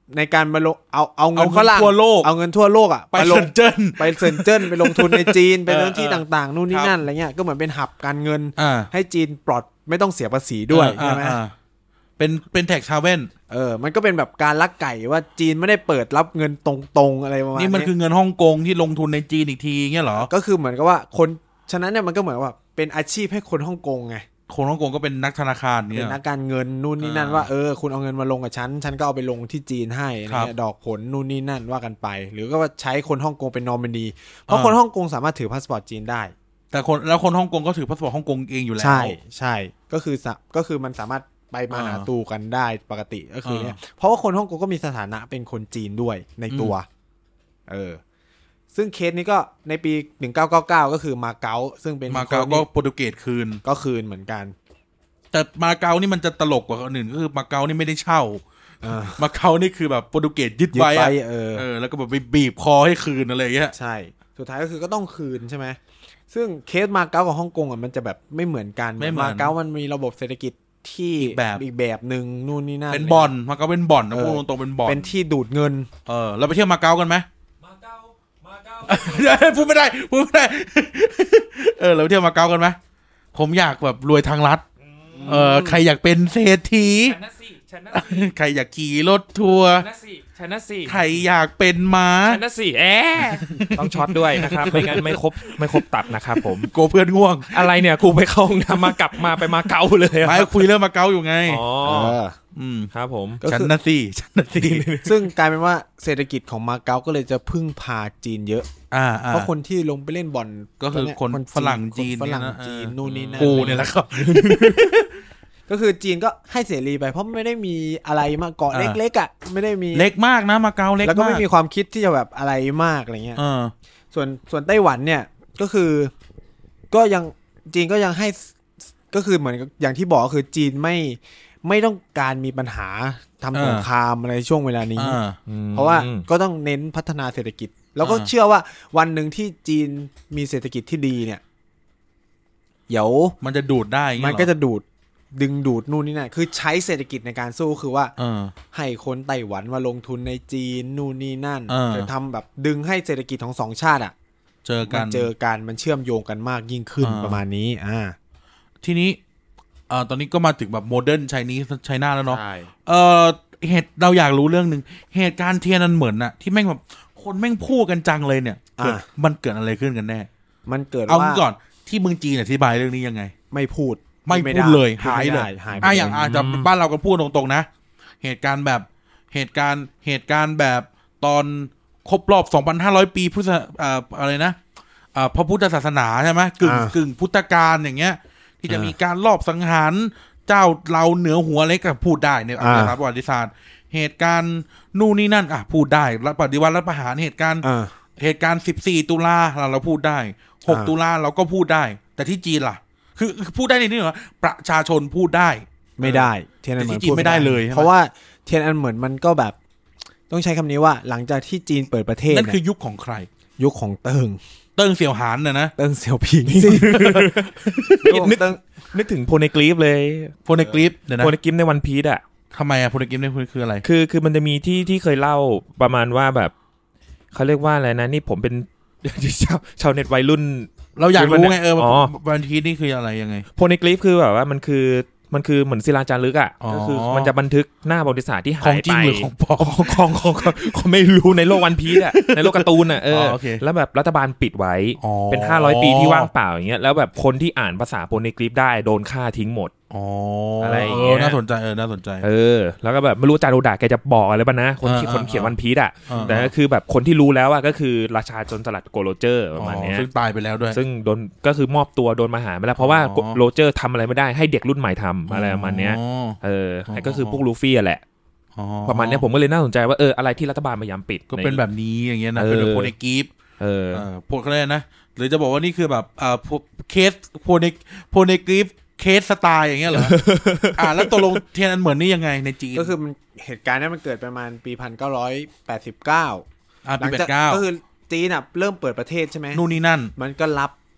ในการมาลงเอาเอาเงินฝรั่งทั่วโลกเอาเงินทั่วโลกอ่ะไปเซินเจิ้นไปเซินเจิ้นไปลงทุนในจีนไปเรื่องที่ต่างๆนู่นนี่นั่นอะไรเงี้ยก็เหมือนเป็นหับการเงินให้จีนปลอดไม่ต้องเสียภาษีด้วยใช่ไหมเป็นเป็นแท็กชาเว่นเออมันก็เป็นแบบการลักไก่ว่าจีนไม่ได้เปิดรับเงินตรงๆอะไรประมาณนี้นี่มันคือเงินฮ่องกงที่ลงทุนในจีนอีกทีเงี้ยเหรอก็คือเหมือนกับว่าคนฉะนั้นเนี่ยมันก็เหมือนว่าเป็นอาชีพให้คนฮ่องกงไงคนฮ่องกงก็เป็นนักธนาคารเนี่ยเป็นนักการเงินนู่นนี่นั่นว่าเออคุณเอาเงินมาลงกับฉันฉันก็เอาไปลงที่จีนให้เนี่ยดอกผลนู่นนี่นั่นว่ากันไปหรือก็ว่าใช้คนฮ่องกงเป็นนอมินีเพราะคนฮ่องกงสามารถถือพาสปอร์ตจีนได้แต่คนแล้วคนฮ่องกงก็ถือพาสปอร์ตฮ่องกงเองอยู่แล้วใช่ใช่ก็คือก็คือมันสามารถไปมาหาสู่กันได้ปกติก็คือเนี่ยเพราะว่าคนฮ่องกงก็มีสถานะเป็นคนจีนด้วยในตัวเออซึ่งเคสนี้ก็ในปีหนึ่งพันเก้าร้อยเก้าสิบเก้าก็คือมาเก๊าซึ่งเป็นมาเก๊าก็โปรตุเกสคืนก็คืนเหมือนกันแต่มาเก๊านี่มันจะตลกกว่าคนอื่นก็คือมาเก๊านี่ไม่ได้เช่ามาเก๊านี่คือแบบโปรตุเกสยึดไว้เออเออแล้วก็แบบไปบีบคอให้คืนอะไรอย่างเงี้ยใช่สุดท้ายก็คือก็ต้องคืนใช่ไหมซึ่งเคสมาเก๊ากับฮ่องกงอ่ะมันจะแบบไม่เหมือนกันมาเก๊ามันมีระบบเศรษฐกิจที่แบบอีกแบบนึงนู่นนี่นั่นเป็นบ่อนมาเก๊าเป็นบ่อนนะพูดตรงๆเป็นบ่อนเป็นที่ดูดเงินเออเราไปเที่ยวมาเก๊ากันไหมมาเก๊ามาเก๊าพูดไม่ได้พูดไม่ได้เออเราไปเที่ยวมาเก๊ากันไหมผมอยากแบบรวยทางลัดเออใครอยากเป็นเศรษฐีใครอยากขี่รถทัวร์ชนะสิใครอยากเป็นม้าชนะสิแอะต้องช็อตด้วยนะครับไม่งั้นไม่ครบไม่ครบตับนะครับผมโกเพื่อนง่วงอะไรเนี่ยกูไปเข้าห้องน้ำมากลับมาไปมาเก๊าเลยไม่คุยเรื่องมาเก๊าอยู่ไงอ๋ออืมครับผมชนะสิชนะสิซึ่งกลายเป็นว่าเศรษฐกิจของมาเก๊าก็เลยจะพึ่งพาจีนเยอะอ่าเพราะคนที่ลงไปเล่นบอลก็คือคนฝรั่งจีนฝรั่งจีนนู่นนี่นั่นกูเนี่ยแหละครับก็คือจีนก็ให้เสรีไปเพราะไม่ได้มีอะไรมาเกาะเล็กๆอ่ะไม่ได้มีเล็กมากนะมาเก๊าเล็กมากแล้วก็ไม่มีความคิดที่จะแบบอะไรมากอะไรเงี้ยส่วนส่วนไต้หวันเนี่ยก็คือก็ยังจีนก็ยังให้ก็คือเหมือนอย่างที่บอกคือจีนไม่ไม่ต้องการมีปัญหาทำสงครามอะไรช่วงเวลานี้เพราะว่าก็ต้องเน้นพัฒนาเศรษฐกิจแล้วก็เชื่อว่าวันหนึ่งที่จีนมีเศรษฐกิจที่ดีเนี่ยเดี๋ยวมันจะดูดได้มันก็จะดูดดึงดูดนู่นนี่นั่นคือใช้เศรษฐกิจในการสู้คือว่าให้คนไต้หวันมาลงทุนในจีนนู่นนี่นั่นจะทำแบบดึงให้เศรษฐกิจของสองชาติอ่ะเจอกันเจอกันมันเชื่อมโยงกันมากยิ่งขึ้นประมาณนี้อ่าทีนี้อ่าตอนนี้ก็มาถึงแบบโมเดิร์นไชนีสไชน่าแล้วเนาะเออเหตุเราอยากรู้เรื่องนึงเหตุการณ์เทียนนันเหมือนน่ะที่แม่งแบบคนแม่งพูดกันจังเลยเนี่ยมันเกิดอะไรขึ้นกันแน่มันเกิดว่าเอาก่อนที่เมืองจีนอธิบายเรื่องนี้ยังไงไม่พูดไม่พูดเลยหายเลยอ่ะอย่างอาจจะบ้านเราก็พูดตรงๆนะเหตุการณ์แบบเหตุการณ์เหตุการณ์แบบตอนครบรอบ สองพันห้าร้อย ปีพุทธอ่าอะไรนะอ่าพระพุทธศาสนาใช่ไหมกึ่งกึ่งพุทธกาลอย่างเงี้ยที่จะมีการลอบสังหารเจ้าเราเหนือหัวเล็กก็พูดได้ในประวัติศาสตร์เหตุการณ์นู่นนี่นั่นอ่ะพูดได้รัฐปฏิวัติรัฐประหารเหตุการณ์เหตุการณ์สิบสี่ตุลาเราเราพูดได้หกตุลาเราก็พูดได้แต่ที่จีนล่ะคือพูดได้ในนี้เหรอประชาชนพูดได้ไม่ได้เทียนอันเหมือนพูดไม่ได้เลยเพราะว่าเทียนอันเหมือนมันก็แบบต้องใช้คำนี้ว่าหลังจากที่จีนเปิดประเทศนั่นคือยุคของใครยุคของเติ้งเติ้งเสี่ยวหานนะนะเติ้งเสี่ยวผิงนึกนึกถึงโพเนกรีฟเลยโพเนกรีฟเดี๋ยวนะโพเนกรีฟในวันพีซอ่ะทำไมอะโพเนกรีฟนี่คืออะไรคือคือมันจะมีที่ที่เคยเล่าประมาณว่าแบบเขาเรียกว่าอะไรนะนี่ผมเป็นชาวชาวเน็ตวัยรุ่นเราอยากรู้ไงเออวันพีซนี่คืออะไรยังไงโพเนกรีฟคือแบบว่ามันคือมันคือเหมือนศิลาจารึกอ่ะก็คือมันจะบันทึกหน้าประวัติศาสตร์ที่หายไปของจริงหรือของปลอมของของของไม่รู้ในโลกวันพีซอ่ะในโลกการ์ตูนอ่ะเออแล้วแบบรัฐบาลปิดไว้เป็นห้าร้อยปีที่ว่างเปล่าอย่างเงี้ยแล้วแบบคนที่อ่านภาษาโพเนกรีฟได้โดนฆ่าทิ้งหมดอ๋ออะไรอย่างเงี้ยน่าสนใจเออน่าสนใจเออแล้วก็แบบไม่รู้จารุดะแกจะบอกอะไรป่ะนะคนคนเขียนวันพีซอ่ะแต่ก็คือแบบคนที่รู้แล้วอ่ะก็คือราชาโจรสลัดโกโรเจอร์ประมาณนี้ซึ่งตายไปแล้วด้วยซึ่งโดนก็คือมอบตัวโดนมาหาไปแล้วเพราะว่าโรเจอร์ทำอะไรไม่ได้ให้เด็กรุ่นใหม่ทำอะไรประมาณนี้เออก็คือพวกลูฟี่แหละประมาณนี้ผมก็เลยน่าสนใจว่าเอออะไรที่รัฐบาลพยายามปิดก็เป็นแบบนี้อย่างเงี้ยนะเป็นโพเนกรีฟเออพวกอะไรนะหรือจะบอกว่านี่คือแบบอ่าเคสโพเนกโพเนกรีฟเคสสไตล์อย่างเงี้ยเหรอ อ่าแล้วตกลงเทียนอันเหมือนนี่ยังไงในจีนก็คือมันเหตุการณ์นี้มันเกิดประมาณปีหนึ่งพันเก้าร้อยแปดสิบเก้าอ่าปีแปดสิบเก้าก็คือจีนอ่ะเริ่มเปิดประเทศใช่ไหมนู่นนี่นั่นมันก็รับ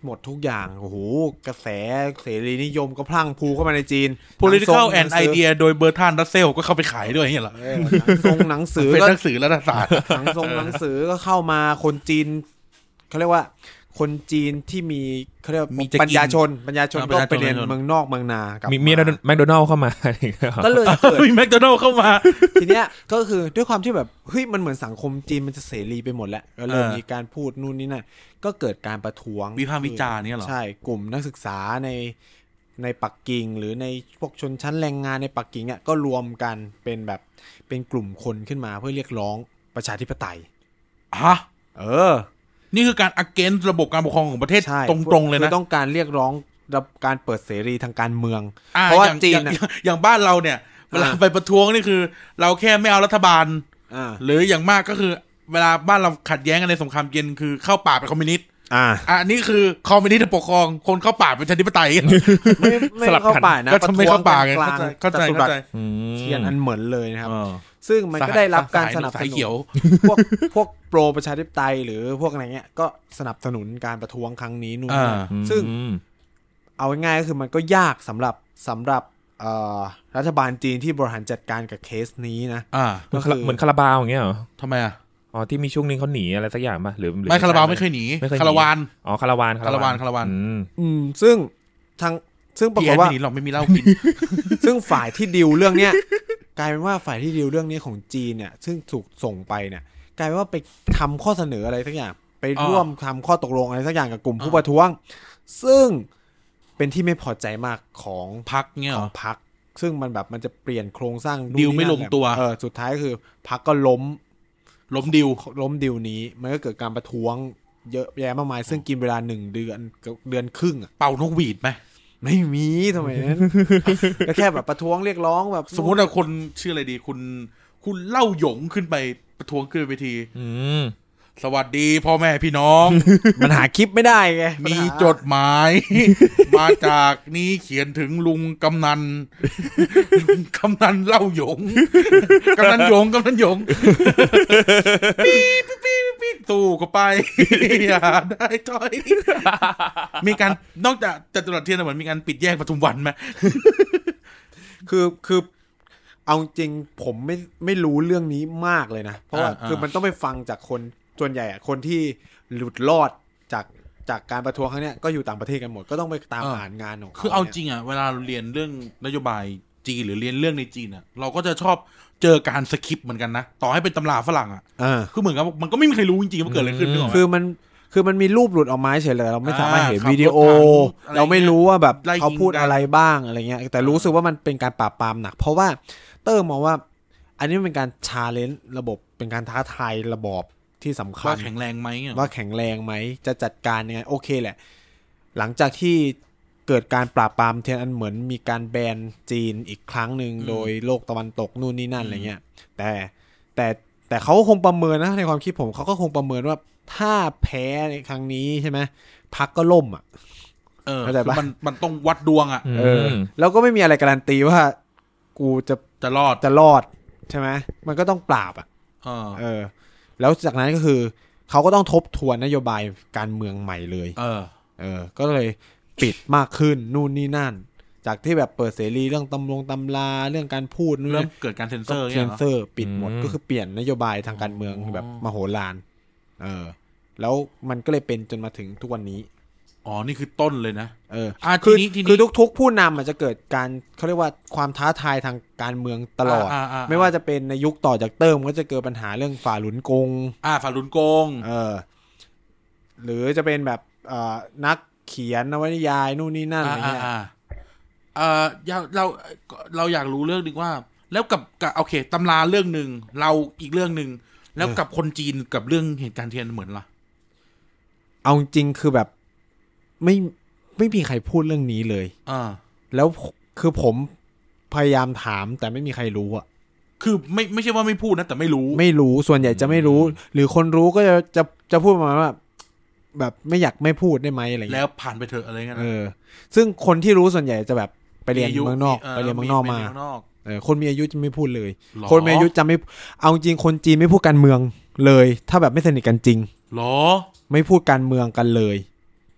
หมดทุกอย่างโอ้โหกระแสเสรีนิยมก็พลั่งพลูเข้ามาในจีน political and idea โดยเบอร์ทานรัสเซลก็เข้าไปขายด้วยอย่างเงี้ยเหรอหนังทรงหนังสือเป็นหนังสือรัฐศาสตร์หนังทรงหนังสือก็เข้ามาคนจีนเขาเรียกว่าคนจีนที่มีเขาเรียกมีปัญญาชนปัญญาชนก็ไปเรียนเมืองนอกเมืองนากับมีมีแมคโดนัลด์เข้ามาก็เลยเกิดมีแมคโดนัลด์เข้ามาทีเนี้ยก็คือด้วยความที่แบบเฮ้ยมันเหมือนสังคมจีนมันจะเสรีไปหมดแล้วก็เริ่มมีการพูดนู่นนี่นั่นก็เกิดการประท้วงวิพากษ์วิจารณ์เนี่ยหรอใช่กลุ่มนักศึกษาในในปักกิ่งหรือในพวกชนชั้นแรงงานในปักกิ่งอ่ะก็รวมกันเป็นแบบเป็นกลุ่มคนขึ้นมาเพื่อเรียกร้องประชาธิปไตยฮะเออนี่คือการ against ระบบการปกครองของประเทศตรงๆเลยนะคือต้องการเรียกร้องการเปิดเสรีทางการเมืองเพราะว่าจีนอย่างบ้านเราเนี่ยเวลาไปประท้วงนี่คือเราแค่ไม่เอารัฐบาลหรืออย่างมากก็คือเวลาบ้านเราขัดแย้งกันในสงครามเย็นคือเข้าป่าเป็นคอมมิวนิสต์อ่าอันนี้คือคอมมิวนิสต์ปกครองคนเข้าป่าเป็นประชาธิปไตยไม่ไม่เข้าป่านะก็ไม่เข้าป่าไงเข้าใจเข้าใจเทียนอันเหมือนเลยนะครับซึ่งมันก็ได้รับการสนับสนุนพวกพวกโปรประชาธิปไตยหรือพวกอะไรเงี้ยก็สนับสนุนการประท้วงครั้งนี้นู่นนี่ซึ่งเอาง่ายๆก็คือมันก็ยากสำหรับสำหรับรัฐบาลจีนที่บริหารจัดการกับเคสนี้นะก็คือเหมือนคาราบาวอย่างเงี้ยเหรอทำไมอ่ะอ๋อที่มีช่วงนึงเขาหนีอะไรสักอย่างป่ะหรือไม่คาราบาวไม่เคยหนีคาราวานอ๋อคาราวานคาราวานคาราวานอืมซึ่งทางซึ่งปรากฏว่าหนีหรอกไม่มีเหล้ากินซึ่งฝ่ายที่ดิวเรื่องเนี้ยกลายเป็นว่าฝ่ายที่ดิวเรื่องนี้ของจีนเนี่ยซึ่งถูกส่งไปเนี่ยกลายเป็นว่าไปทำข้อเสนออะไรสักอย่างไปร่วมทำข้อตกลงอะไรสักอย่างกับกลุ่มผู้ประท้วงซึ่งเป็นที่ไม่พอใจมากของพรรคเนี่ยของพรรคซึ่งมันแบบมันจะเปลี่ยนโครงสร้างดิวไม่ลงตัวเออสุดท้ายคือพรรคก็ล้มล้มดิวล้มดิวนี้มันก็เกิดการประท้วงเยอะแยะมากมายซึ่งกินเวลาหนึ่งเดือนเดือนครึ่งอ่ะเป่านกหวีดไหมไม่มีทำไมนั้นก็แค่แบบประท้วงเรียกร้องแบบสมมติว่าคนชื่ออะไรดีคุณคุณเล่าหยงขึ้นไปประท้วงขึ้นไปทีสวัสดีพ่อแม่พี่น้องมันหาคลิปไม่ได้ไงมีจดหมายมาจากนี้เขียนถึงลุงกำนันกำนันเล่าหยงกำนันหยงกำนันหยงปี๊บปี๊บปี๊บตู้ก็ไปอย่าได้ถอยมีการนอกจากจตุรัสเทียนเหมือนมีการปิดแยกปทุมวันไหมคือคือเอาจริงผมไม่ไม่รู้เรื่องนี้มากเลยนะเพราะว่าคือมันต้องไปฟังจากคนส่วนใหญ่คนที่หลุดรอดจากจากการประท้วงครั้งนี้ก็อยู่ต่างประเทศกันหมดก็ต้องไปตามอ่านงานของเขาคือเอาจริงอ่ะเวลาเรียนเรื่องนโยบายจีนหรือเรียนเรื่องในจีนอ่ะเราก็จะชอบเจอการสคริปต์เหมือนกันนะต่อให้เป็นตำราฝรั่งอ่ะคือเหมือนกับมันก็ไม่มีใครรู้จริงๆว่าเกิดอะไรขึ้นคือมันคือมันมีรูปหลุดออกมาเฉยเลยเราไม่สามารถเห็นวิดีโอเราไม่รู้ว่าแบบเขาพูดอะไรบ้างอะไรเงี้ยแต่รู้สึกว่ามันเป็นการปราบปรามหนักเพราะว่าเตอร์มองว่าอันนี้เป็นการชาเลนจ์ระบบเป็นการท้าทายระบอบที่สำคัญว่าแข็งแรงไหมว่าแข็งแรงไหมจะจัดการยังไงโอเคแหละหลังจากที่เกิดการปราบปรามเทียนอันเหมือนมีการแบนจีนอีกครั้งหนึ่งโดยโลกตะวันตกนู่นนี่นั่นอะไรเงี้ยแต่แต่แต่เขาคงประเมินนะในความคิดผมเขาก็คงประเมินว่าถ้าแพ้ในครั้งนี้ใช่ไหมพรรคก็ล่มอ่ะเออมันมันต้องวัดดวงอ่ะเออแล้วก็ไม่มีอะไรการันตีว่ากูจะจะรอดจะรอดใช่ไหมมันก็ต้องปราบอ่ะเออแล้วจากนั้นก็คือเขาก็ต้องทบทวนนโยบายการเมืองใหม่เลยเออเออก็เลยปิดมากขึ้นนู่นนี่นั่นจากที่แบบเปิดเสรีเรื่องตำรงตำราเรื่องการพูดเริ่มเกิดการเซ็นเซอร์เซ็นเซอร์ปิดหมดก็คือเปลี่ยนนโยบายทางการเมืองแบบมโหฬารเออแล้วมันก็เลยเป็นจนมาถึงทุกวันนี้อ๋อนี่คือต้นเลยนะเออคือคือทุกๆผู้นำมันจะเกิดการเขาเรียกว่าความท้าทายทางการเมืองตลอดไม่ว่าจะเป็นในยุคต่อจากเติมก็จะเกิดปัญหาเรื่องฝ่าหลุนกงอ่าฝ่าหลุนกงเออหรือจะเป็นแบบเอ่อนักเขียนนวนิยายนู่นนี่นั่นอะไรเงี้ยเอ่อเราเราอยากรู้เรื่องนึงว่าแล้วกับกับโอเคตำราเรื่องนึงเราอีกเรื่องนึงแล้วกับคนจีนกับเรื่องเหตุการณ์เทียนเหมือนล่ะเอาจริงคือแบบไม่ไม่มีใครพูดเรื่องนี้เลยอ่าแล้วคือผมพยายามถามแต่ไม่มีใครรู้อ่ะคือไม่ไม่ใช่ว่าไม่พูดนะแต่ไม่รู้ไม่รู้ส่วนใหญ่จะไม่รู้หรือคนรู้ก็จะจะจะพูดมาว่าแบบไม่อยากไม่พูดได้ไหมอะไรเงี้ยแล้วผ่านไปเถอะอะไรเงี้ยเออซึ่งคนที่รู้ส่วนใหญ่จะแบบไปเรียนเมืองนอกไปเรียนเมืองนอกมาเออคนมีอายุจะไม่พูดเลยคนมีอายุจะไม่เอาจริงคนจีนไม่พูดการเมืองเลยถ้าแบบไม่สนิทกันจริงหรอไม่พูดการเมืองกันเลย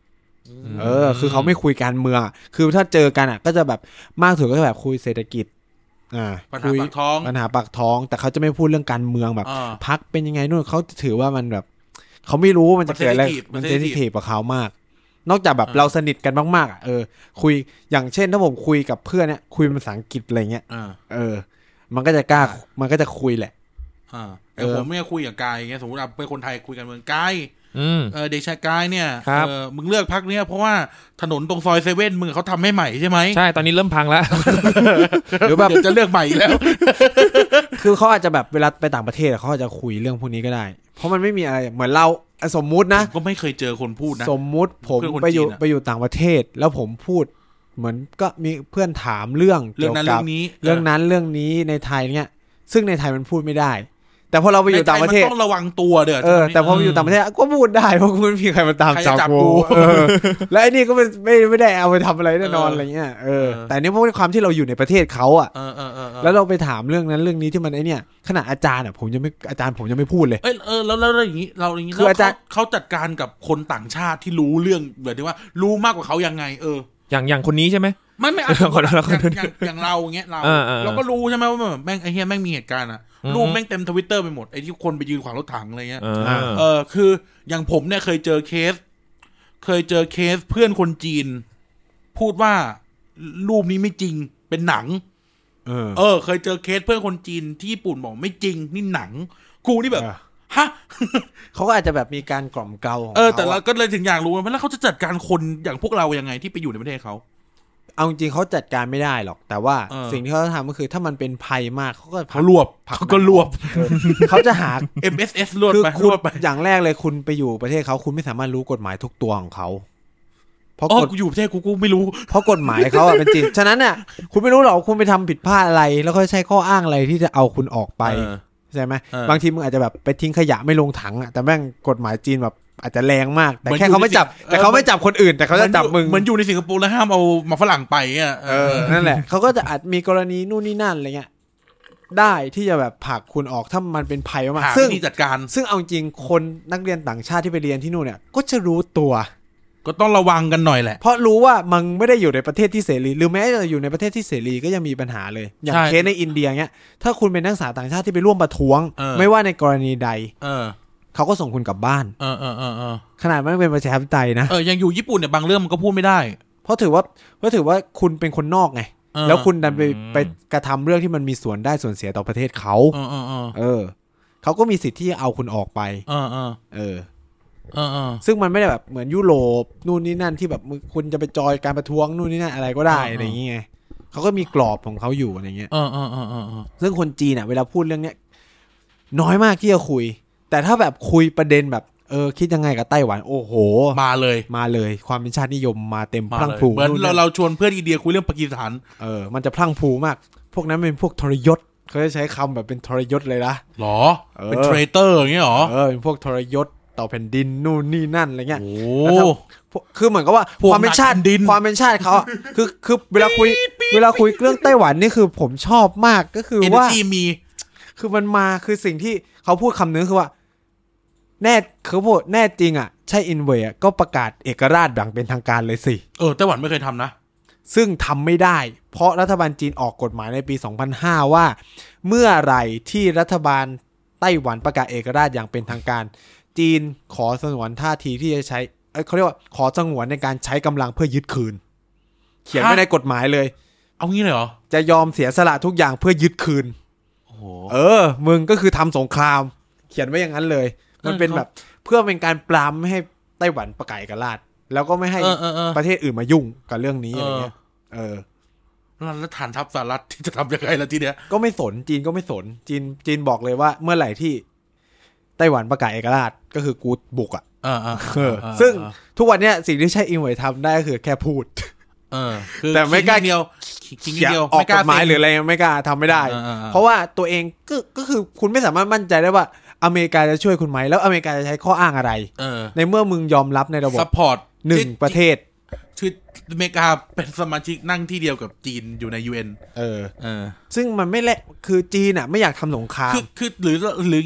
เออคือเขาไม่คุยการเมืองคือถ้าเจอกันอ่ะก็จะแบบมากสุดก็แบบคุยเศรษฐกิจอ่าปัญหาปากท้องปัญหาปากท้องแต่เขาจะไม่พูดเรื่องการเมืองแบบพรรคเป็นยังไงนู่นเขาถือว่ามันแบบเขาไม่รู้มันจะเกิดอะไรมันเซนซิทีฟกับเขามากนอกจากแบบเราสนิทกันมากๆอ่ะเออคุยอย่างเช่นถ้าผมคุยกับเพื่อนเนี่ยคุยภาษาอังกฤษอะไรเงี้ยเออมันก็จะกล้ามันก็จะคุยแหละอ่าแต่ผมไม่คุยกับกายอย่างเงี้ยสมมติเราเป็นคนไทยคุยกันเมืองกายเออเด็กชายกายเนี่ยเออมึงเลือกพรรคเนี้ยเพราะว่าถนนตรงซอยเซเว่นมึงเขาทำให้ใหม่ใช่ไหมใช่ตอนนี้เริ่มพังแล้วหรือแบบจะเลือกใหม่แล้วคือเขาอาจจะแบบเวลาไปต่างประเทศเขาอาจจะคุยเรื่องพวกนี้ก็ได้เพราะมันไม่มีอะไรเหมือนเราสมมุตินะก็ไม่เคยเจอคนพูดนะสมมุติผมไปอยู่ไปอยู่ต่างประเทศแล้วผมพูดเหมือนก็มีเพื่อนถามเรื่องเกี่ยวกับเรื่องนั้นเรื่องนี้ในไทยเนี่ยซึ่งในไทยมันพูดไม่ได้แต่พอเราไปอยู่ต่างประเทศต้องระวังตัวเด้อเออแต่พอไปอยู่ต่างประเทศก็พูดได้เพราะคุณไม่มีใครมาตามจับกูและไอ้นี่ก็ไม่ไม่ไม่ได้เอาไปทำอะไรแน่นอนอะไรเงี้ยเออแต่นี่เพราะความที่เราอยู่ในประเทศเขาอ่ะแล้วเราไปถามเรื่องนั้นเรื่องนี้ที่มันไอ้นี่ขนาดอาจารย์อ่ะผมยังไม่อาจารย์ผมยังไม่พูดเลยเออเออแล้วแล้วอย่างนี้เราอย่างนี้คืออาจารย์เขาจัดการกับคนต่างชาติที่รู้เรื่องแบบที่ว่ารู้มากกว่าเขายังไงเอออย่างอย่างคนนี้ใช่ไหมไม่ไม่อย่างอย่างอย่างเราเงี้ยเราเราก็รู้ใช่ไหมว่าแม่งไอ้เหี้ยแม่งมีเหตุการณ์อ่ะรูปแม่งเต็มทวิตเตอร์ไปหมดไอ้ที่คนไปยืนขวางรถถังอะไรเงี้ยเออคืออย่างผมเนี่ยเคยเจอเคสเคยเจอเคสเพื่อนคนจีนพูดว่ารูปนี้ไม่จริงเป็นหนังเออเออเคยเจอเคสเพื่อนคนจีนที่ญี่ปุ่นบอกไม่จริงนี่หนังกูนี่แบบฮะเขาก็อาจจะแบบมีการกล่อมเกลาเออแต่เราก็เลยถึงอยากรู้ว่าแล้วเขาจะจัดการคนอย่างพวกเรายังไงที่ไปอยู่ในประเทศเขาเอาจริงเขาจัดการไม่ได้หรอกแต่ว่าสิ่งที่เขาทำก็คือถ้ามันเป็นภัยมากเขาก็เขารวบเขาก็รวบเขาจะหาเอ็ม เอส เอส รวบไปรวบไปอย่างแรกเลยคุณไปอยู่ประเทศเขาคุณไม่สามารถรู้กฎหมายทุกตัวของเขาเพราะกูอยู่ประเทศกูกูไม่รู้เพราะกฎหมายเขาเป็นจริงฉะนั้นเนี่ยคุณไม่รู้หรอกคุณไปทำผิดพลาดอะไรแล้วเขาใช้ข้ออ้างอะไรที่จะเอาคุณออกไปใช่ไหมบางทีมึงอาจจะแบบไปทิ้งขยะไม่ลงถังอ่ะแต่แม่งกฎหมายจีนแบบอาจจะแรงมากแต่แค่เขาไม่จับแต่เขาไม่จับคนอื่นแต่เขาจะจับมึงเหมือนอยู่ในสิงคโปร์แล้วห้ามเอามาฝรั่งไปอ่ะเออนั่นแหละเขาก็จะอาจมีกรณีนู่นนี่นั่นอะไรเงี้ยได้ที่จะแบบผลักคุณออกถ้ามันเป็นภัยมากซึ่งจัดการซึ่งเอาจริงคนนักเรียนต่างชาติที่ไปเรียนที่นู่นเนี่ยก็จะรู้ตัวก็ต้องระวังกันหน่อยแหละเพราะรู้ว่ามันไม่ได้อยู่ในประเทศที่เสรีหรือแม้จะอยู่ในประเทศที่เสรีก็ยังมีปัญหาเลยอย่างเคสในอินเดียเงี้ยถ้าคุณเป็นนักศึกษาต่างชาติที่ไปร่วมประท้วงไม่ว่าในกรณีใดเขาก็ส่งคุณกลับบ้านเออเออเออเออขนาดไม่เป็นประชาธิปไตยนะเออยังอยู่ญี่ปุ่นเนี่ยบางเรื่องมันก็พูดไม่ได้เพราะถือว่าเพราะถือว่าคุณเป็นคนนอกไงแล้วคุณดันไปไปกระทำเรื่องที่มันมีส่วนได้ส่วนเสียต่อประเทศเขาเออเออเออเขาก็มีสิทธิ์ที่จะเอาคุณออกไปเออเออเออเออซึ่งมันไม่ได้แบบเหมือนยุโรปนู่นนี่นั่นที่แบบคุณจะไปจอยการประท้วงนู่นนี่นั่นอะไรก็ได้อะไรอย่างเงี้ยเขาก็มีกรอบของเขาอยู่อะไรเงี้ยเออเออเออเออซึ่งคนจีนอ่ะเวลาพูดเรื่องเนี้ยน้อยมากที่จะคุยแต่ถ้าแบบคุยประเด็นแบบเออคิดยังไงกับไต้หวันโอ้โหมาเลยมาเลยความเป็นชาตินิยมมาเต็มพลั่งพลูเหมือนเราเราชวนเพื่อนอินเดียคุยเรื่องปากีสถานเออมันจะพลั่งพลูมากพวกนั้นเป็นพวกทรยศเขาจะใช้คำแบบเป็นทรยศเลยนะหรอเป็นเทรเตอร์อย่างเงี้ยหรอเออเป็นพวกทรยศต่อแผ่นดินนู่นนี่นั่นอะไรเงี้ยโอ้คือเหมือนกับว่าความเป็นชาติความเป็นชาติเขาคือคือเวลาคุยเวลาคุยเรื่องไต้หวันนี่คือผมชอบมากก็คือว่ามีคือมันมาคือสิ่งที่เขาพูดคำนึงคือว่าแน่เขาพูดแน่จริงอ่ะใช่อินเวย์ก็ประกาศเอกราชอย่างเป็นทางการเลยสิเออไต้หวันไม่เคยทำนะซึ่งทำไม่ได้เพราะรัฐบาลจีนออกกฎหมายในปีสองพันห้าว่าเมื่อไหร่ที่รัฐบาลไต้หวันประกาศเอกราชอย่างเป็นทางการจีนขอสงวนท่าทีที่จะใช้เอ้ยเขาเรียกว่าขอสงวนในการใช้กำลังเพื่อยึดคืนเขียนไว้ในกฎหมายเลยเอางี้เลยเหรอจะยอมเสียสละทุกอย่างเพื่อยึดคืนโอ้โหเออมึงก็คือทำสงครามเขียนไว้อย่างนั้นเลยมันเป็นแบบเพื่อเป็นการปรามไม่ให้ไต้หวันประกาศเอกราชแล้วก็ไม่ให้ประเทศอื่นมายุ่งกับเรื่องนี้อะไรเงี้ยเออแล้วฐานทัพสหรัฐที่จะทำยังไงล่ะทีเนี้ยก็ไม่สนจีนก็ไม่สนจีนจีนบอกเลยว่าเมื่อไหร่ที่ไต้หวันประกาศเอกราชก็คือกูบุกอ่ะซึ่งทุกวันเนี้ยสิ่งที่ใช้อิงไว้ทำได้ก็คือแค่พูดแต่ไม่กล้าเดียวเขียนออกกฎหมายหรืออะไรไม่กล้าทำไม่ได้เพราะว่าตัวเองก็ก็คือคุณไม่สามารถมั่นใจได้ว่าอเมริกาจะช่วยคุณไหมแล้วอเมริกาจะใช้ข้ออ้างอะไรในเมื่อมึงยอมรับในระบบซัพพอร์ตหนึ่งประเทศคืออเมริกาเป็นสมาชิกนั่งที่เดียวกับจีนอยู่ใน ยู เอ็นเออเออซึ่งมันไม่แหละคือจีนอ่ะไม่อยากทำสงครามคือคือหรือหรืองี้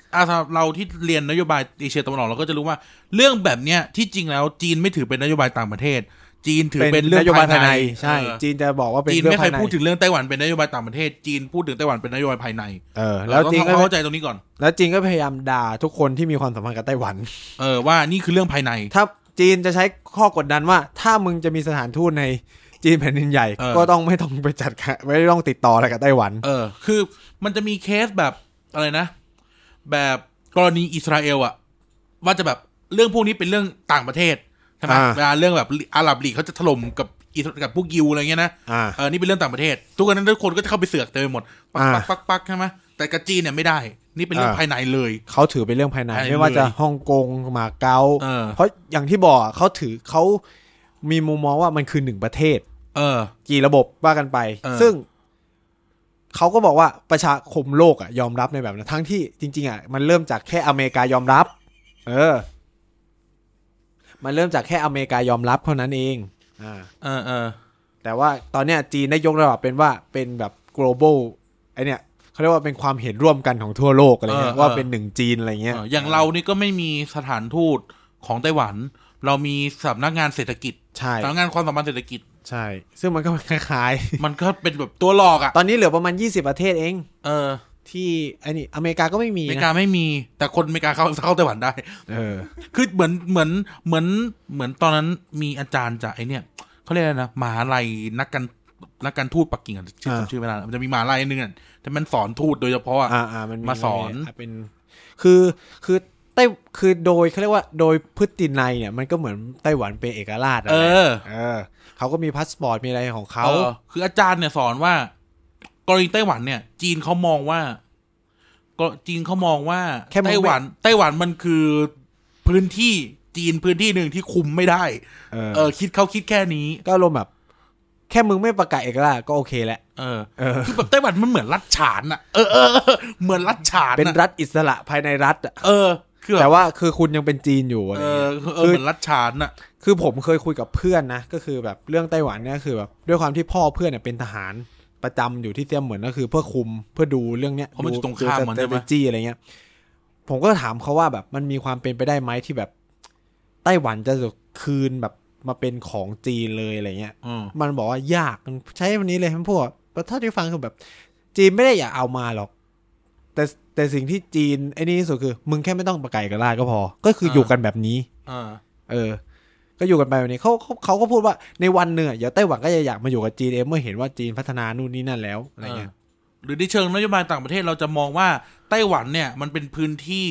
อาสำหรับเราที่เรียนนโยบายเอเชียตะวันออกเราก็จะรู้ว่าเรื่องแบบเนี้ยที่จริงแล้วจีนไม่ถือเป็นนโยบายต่างประเทศจีนถือเป็นเรื่องภายในใช่จีนจะบอกว่าเป็นจีนไม่เคยพูดถึงเรื่องไต้หวันเป็นนโยบายต่างประเทศจีนพูดถึงไต้หวันเป็นนโยบายภายในเออแล้วจีนก็เข้าใจตรงนี้ก่อนแล้วจีนก็พยายามด่าทุกคนที่มีความสัมพันธ์กับไต้หวันเออว่านี่คือเรื่องภายในถ้าจีนจะใช้ข้อกดดันว่าถ้ามึงจะมีสถานทูตในจีนแผ่นดินใหญ่ก็ต้องไม่ต้องไปจัดไม่ต้องติดต่ออะไรกับไต้หวันเออคือมันจะมีเคสแบบอะไรนะแบบกรณีอิสราเอลอะว่าจะแบบเรื่องพวกนี้เป็นเรื่องต่างประเทศใช่ไหมเวลาเรื่องแบบอาหรับลีกเขาจะถล่มกับกับพวกยิวอะไรเงี้ยนะเออนี่เป็นเรื่องต่างประเทศทุกคนนั้นทุกคนก็จะเข้าไปเสือกเต็มไปหมดปักปักปักปักใช่ไหมแต่กับจีนเนี่ยไม่ได้นี่เป็นเรื่องภายในเลยเขาถือเป็นเรื่องภายในไม่ว่าจะฮ่องกงมาเก๊าเพราะอย่างที่บอกเขาถือเขามีมุมมองว่ามันคือหนึ่งประเทศเออกี่ระบบว่ากันไปซึ่งเขาก็บอกว่าประชาคมโลกอ่ะยอมรับในแบบนั้นทั้งที่จริงๆอ่ะมันเริ่มจากแค่อเมริกายอมรับเออมันเริ่มจากแค่อเมริกายอมรับเท่านั้นเองอ่าเออเออแต่ว่าตอนเนี้ยจีนได้ยกระดับเป็นว่าเป็นแบบ global ไอเนี้ยเขาเรียกว่าเป็นความเห็นร่วมกันของทั่วโลกอะไรเงี้ยว่าเป็นหนึ่งจีนอะไรเงี้ยอย่างเรานี่ก็ไม่มีสถานทูตของไต้หวันเรามีสำนักงานเศรษฐกิจใช่สำนักงานความสัมพันธ์เศรษฐกิจใช่ซึ่งมันก็คล้ายๆมันก็เป็นแบบตัวหลอกอ่ะตอนนี้เหลือประมาณยี่สิบประเทศเองเออที่ไอ้นี่อเมริกาก็ไม่มีอเมริกาไม่มีแต่คนอเมริกาเข้าเข้าไต้หวันได้เออคือเหมือนเหมือนเหมือนเหมือนตอนนั้นมีอาจารย์จากไอ้เนี่ยเขาเรียกอะไรนะมหาลัยนักการนักการทูตปักกิ่งอ่ะชื่อชื่อเวลามันจะมีมหาลัยนึงอ่ะแต่มันสอนทูตโดยเฉพาะอ่ะมาสอนเป็นคือคือไต้คือโดยเขาเรียกว่าโดยพฤตินัยเนี่ยมันก็เหมือนไต้หวันเป็นเอกราชอะไรเออเออเขาก็มีพาสปอร์ตมีอะไรของเขาคืออาจารย์เนี่ยสอนว่ากรณีไต้หวันเนี่ยจีนเขามองว่าก็จีนเขามองว่าไต้หวันไต้หวันมันคือพื้นที่จีนพื้นที่หนึ่งที่คุมไม่ได้เออเออคิดเขาคิดแค่นี้ก็ลมแบบแค่มึงไม่ประกาศเอกราชก็โอเคแหละเออคือแบบไต้หวันมันเหมือนรัฐฉานอ่ะเออเออเหมือนรัฐฉานเป็นรัฐอิสระภายในรัฐอ่ะเออคือแต่ว่าคือคุณยังเป็นจีนอยู่อะไรเงี้ยคือเหมือนรัฐฉานอ่ะคือผมเคยคุยกับเพื่อนนะก็คือแบบเรื่องไต้หวันเนี่ยคือแบบด้วยความที่พ่อเพื่อนเนี่ยเป็นทหารประจำอยู่ที่เตี้ยมเหมือนก็คือเพื่อคุมเพื่อดูเรื่องเนี้ยดูตรงข้ามมันใช่ไหมจี้อะไรเงี้ยผมก็ถามเขาว่าแบบมันมีความเป็นไปได้ไหมที่แบบไต้หวันจะคืนแบบมาเป็นของจีนเลยอะไรเงี้ยมันบอกว่ายากใช้วันนี้เลยมันพวกประเทศที่ฟังคือแบบจีนไม่ได้อยากเอามาหรอกแต่แต่สิ่งที่จีนไอ้นี่ที่สุดคือมึงแค่ไม่ต้องประกาศเอกราชก็พอก็คืออยู่กันแบบนี้เออก็อยู่กันไปแบบนี้เขาเขาเขาก็พูดว่าในวันหนึ่งเดี๋ยวไต้หวันก็จะอยากมาอยู่กับจีนเองเมื่อเห็นว่าจีนพัฒนานู่นนี่นั่นแล้วอะไรเงี้ยหรือในเชิงนโยบายต่างประเทศเราจะมองว่าไต้หวันเนี่ยมันเป็นพื้นที่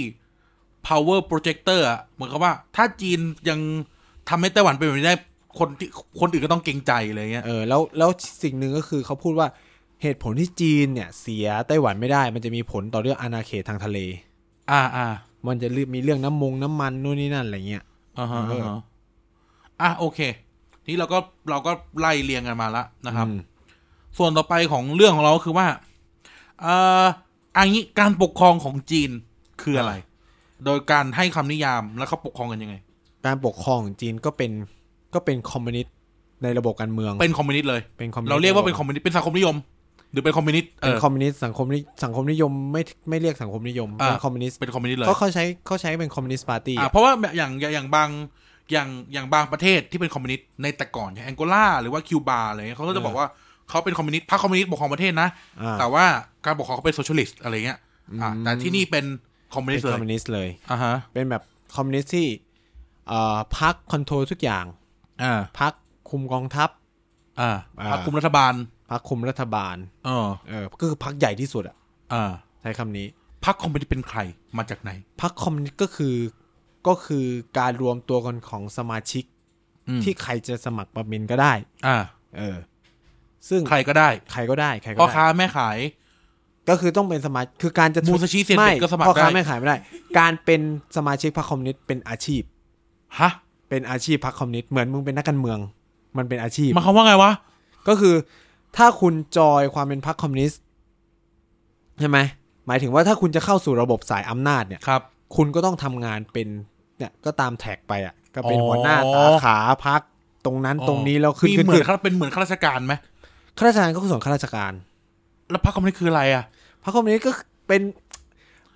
power projector อ่ะเหมือนกับว่าถ้าจีนยังทำให้ไต้หวันเป็นแบบนี้ได้คนที่คนอื่นก็ต้องเกรงใจอะไรเงี้ยเออแล้วแล้วสิ่งหนึ่งก็คือเขาพูดว่าเหตุผลที่จีนเนี่ยเสียไต้หวันไม่ได้มันจะมีผลต่อเรื่องอาณาเขตทางทะเลอ่าอ่ามันจะมีเรื่องน้ำมงน้ำมันนู่นนี่นั่นอะไรเงี้ยอ่าฮะอ่ะโอเคนี่เราก็เราก็ไล่เรียงกันมาแล้วนะครับส่วนต่อไปของเรื่องของเราคือว่าเอ่ออันนี้การปกครองของจีนคืออะไรโดยการให้คำนิยามแล้วเขาปกครองกันยังไงการปกครองของจีนก็เป็นก็เป็นคอมมิวนิสต์ในระบบการเมืองเป็นคอมมิวนิสต์เลยเป็นคอมมิวนิสต์เราเรียกว่าเป็นคอมมิวนิสต์เป็นสังคมนิยมหรือเป็นคอมมิวนิสต์เป็นคอมมิวนิสต์สังคมสังคมนิยมไม่ไม่เรียกสังคมนิยมเป็นคอมมิวนิสต์เป็นคอมมิวนิสต์เลยเขาเขาใช้เขาใช้เป็นคอมมิวนิสต์ปาร์ตี้อ่าเพราะว่าอย่างอย่างบางอย่างอย่างบางประเทศที่เป็นคอมมิวนิสต์ในแต่ก่อนอย่างแองโกลาหรือว่าคิวบาอะไรเงี้ยเขาก็จะบอกว่าเขาเป็นคอมมิวนิสต์พรรคคอมมิวนิสต์ปกครองประเทศนะแต่ว่าการปกครองเขาเป็นโซเชียลิสต์อะไรเงี้ยอ่าแต่ที่นี่เป็นคอมมิวนิสต์เลยคอมมิวนิสต์เลยอ่าฮะเป็นแบบคอมมิวนิสต์ที่เอ่อพรรคคอนโทรลทุกอย่างอ่าพรรคคุมกองทัพอ่าพรรคคุมรัฐบาลพรรคคุมรัฐบาลเออเออก็คือพรรคใหญ่ที่สุดอ่ะอ่าใช้คำนี้พรรคคอมมิวนิสต์เป็นใครมาจากไหนพรรคคอมมิวนิสต์ก็คือก็คือการรวมตัวกันของสมาชิกที่ใครจะสมัครมาเป็นก็ได้อ่าเออซึ่งใครก็ได้ใครก็ได้ใครก็ได้พ่อค้าแม่ขายก็คือต้องเป็นสมาชิกคือการจะมูซาชิเซ็นเด็กก็สมัครได้พ่อค้าแม่ขายไม่ได้การเป็นสมาชิกพรรคคอมมิวนิสต์เป็นอาชีพฮะเป็นอาชีพพรรคคอมมิวนิสต์เหมือนมึงเป็นนักการเมืองมันเป็นอาชีพมันคำว่าไงวะก็คือถ้าคุณจอยความเป็นพรรคคอมมิวนิสต์ใช่ไหมหมายถึงว่าถ้าคุณจะเข้าสู่ระบบสายอำนาจเนี่ยครับคุณก็ต้องทำงานเป็นเนี่ยก็ตามแท็กไปอ่ะก็เป็นหัวหน้าสาขาพรรคตรงนั้นตรงนี้แล้วขึ้นขึ้นเหมือนเขาเป็นเหมือนข้าราชการไหมข้าราชการก็คือส่วนข้าราชการแล้วพรรคคอมมิวนิสต์คืออะไรอ่ะพรรคคอมมิวนิสต์ก็เป็น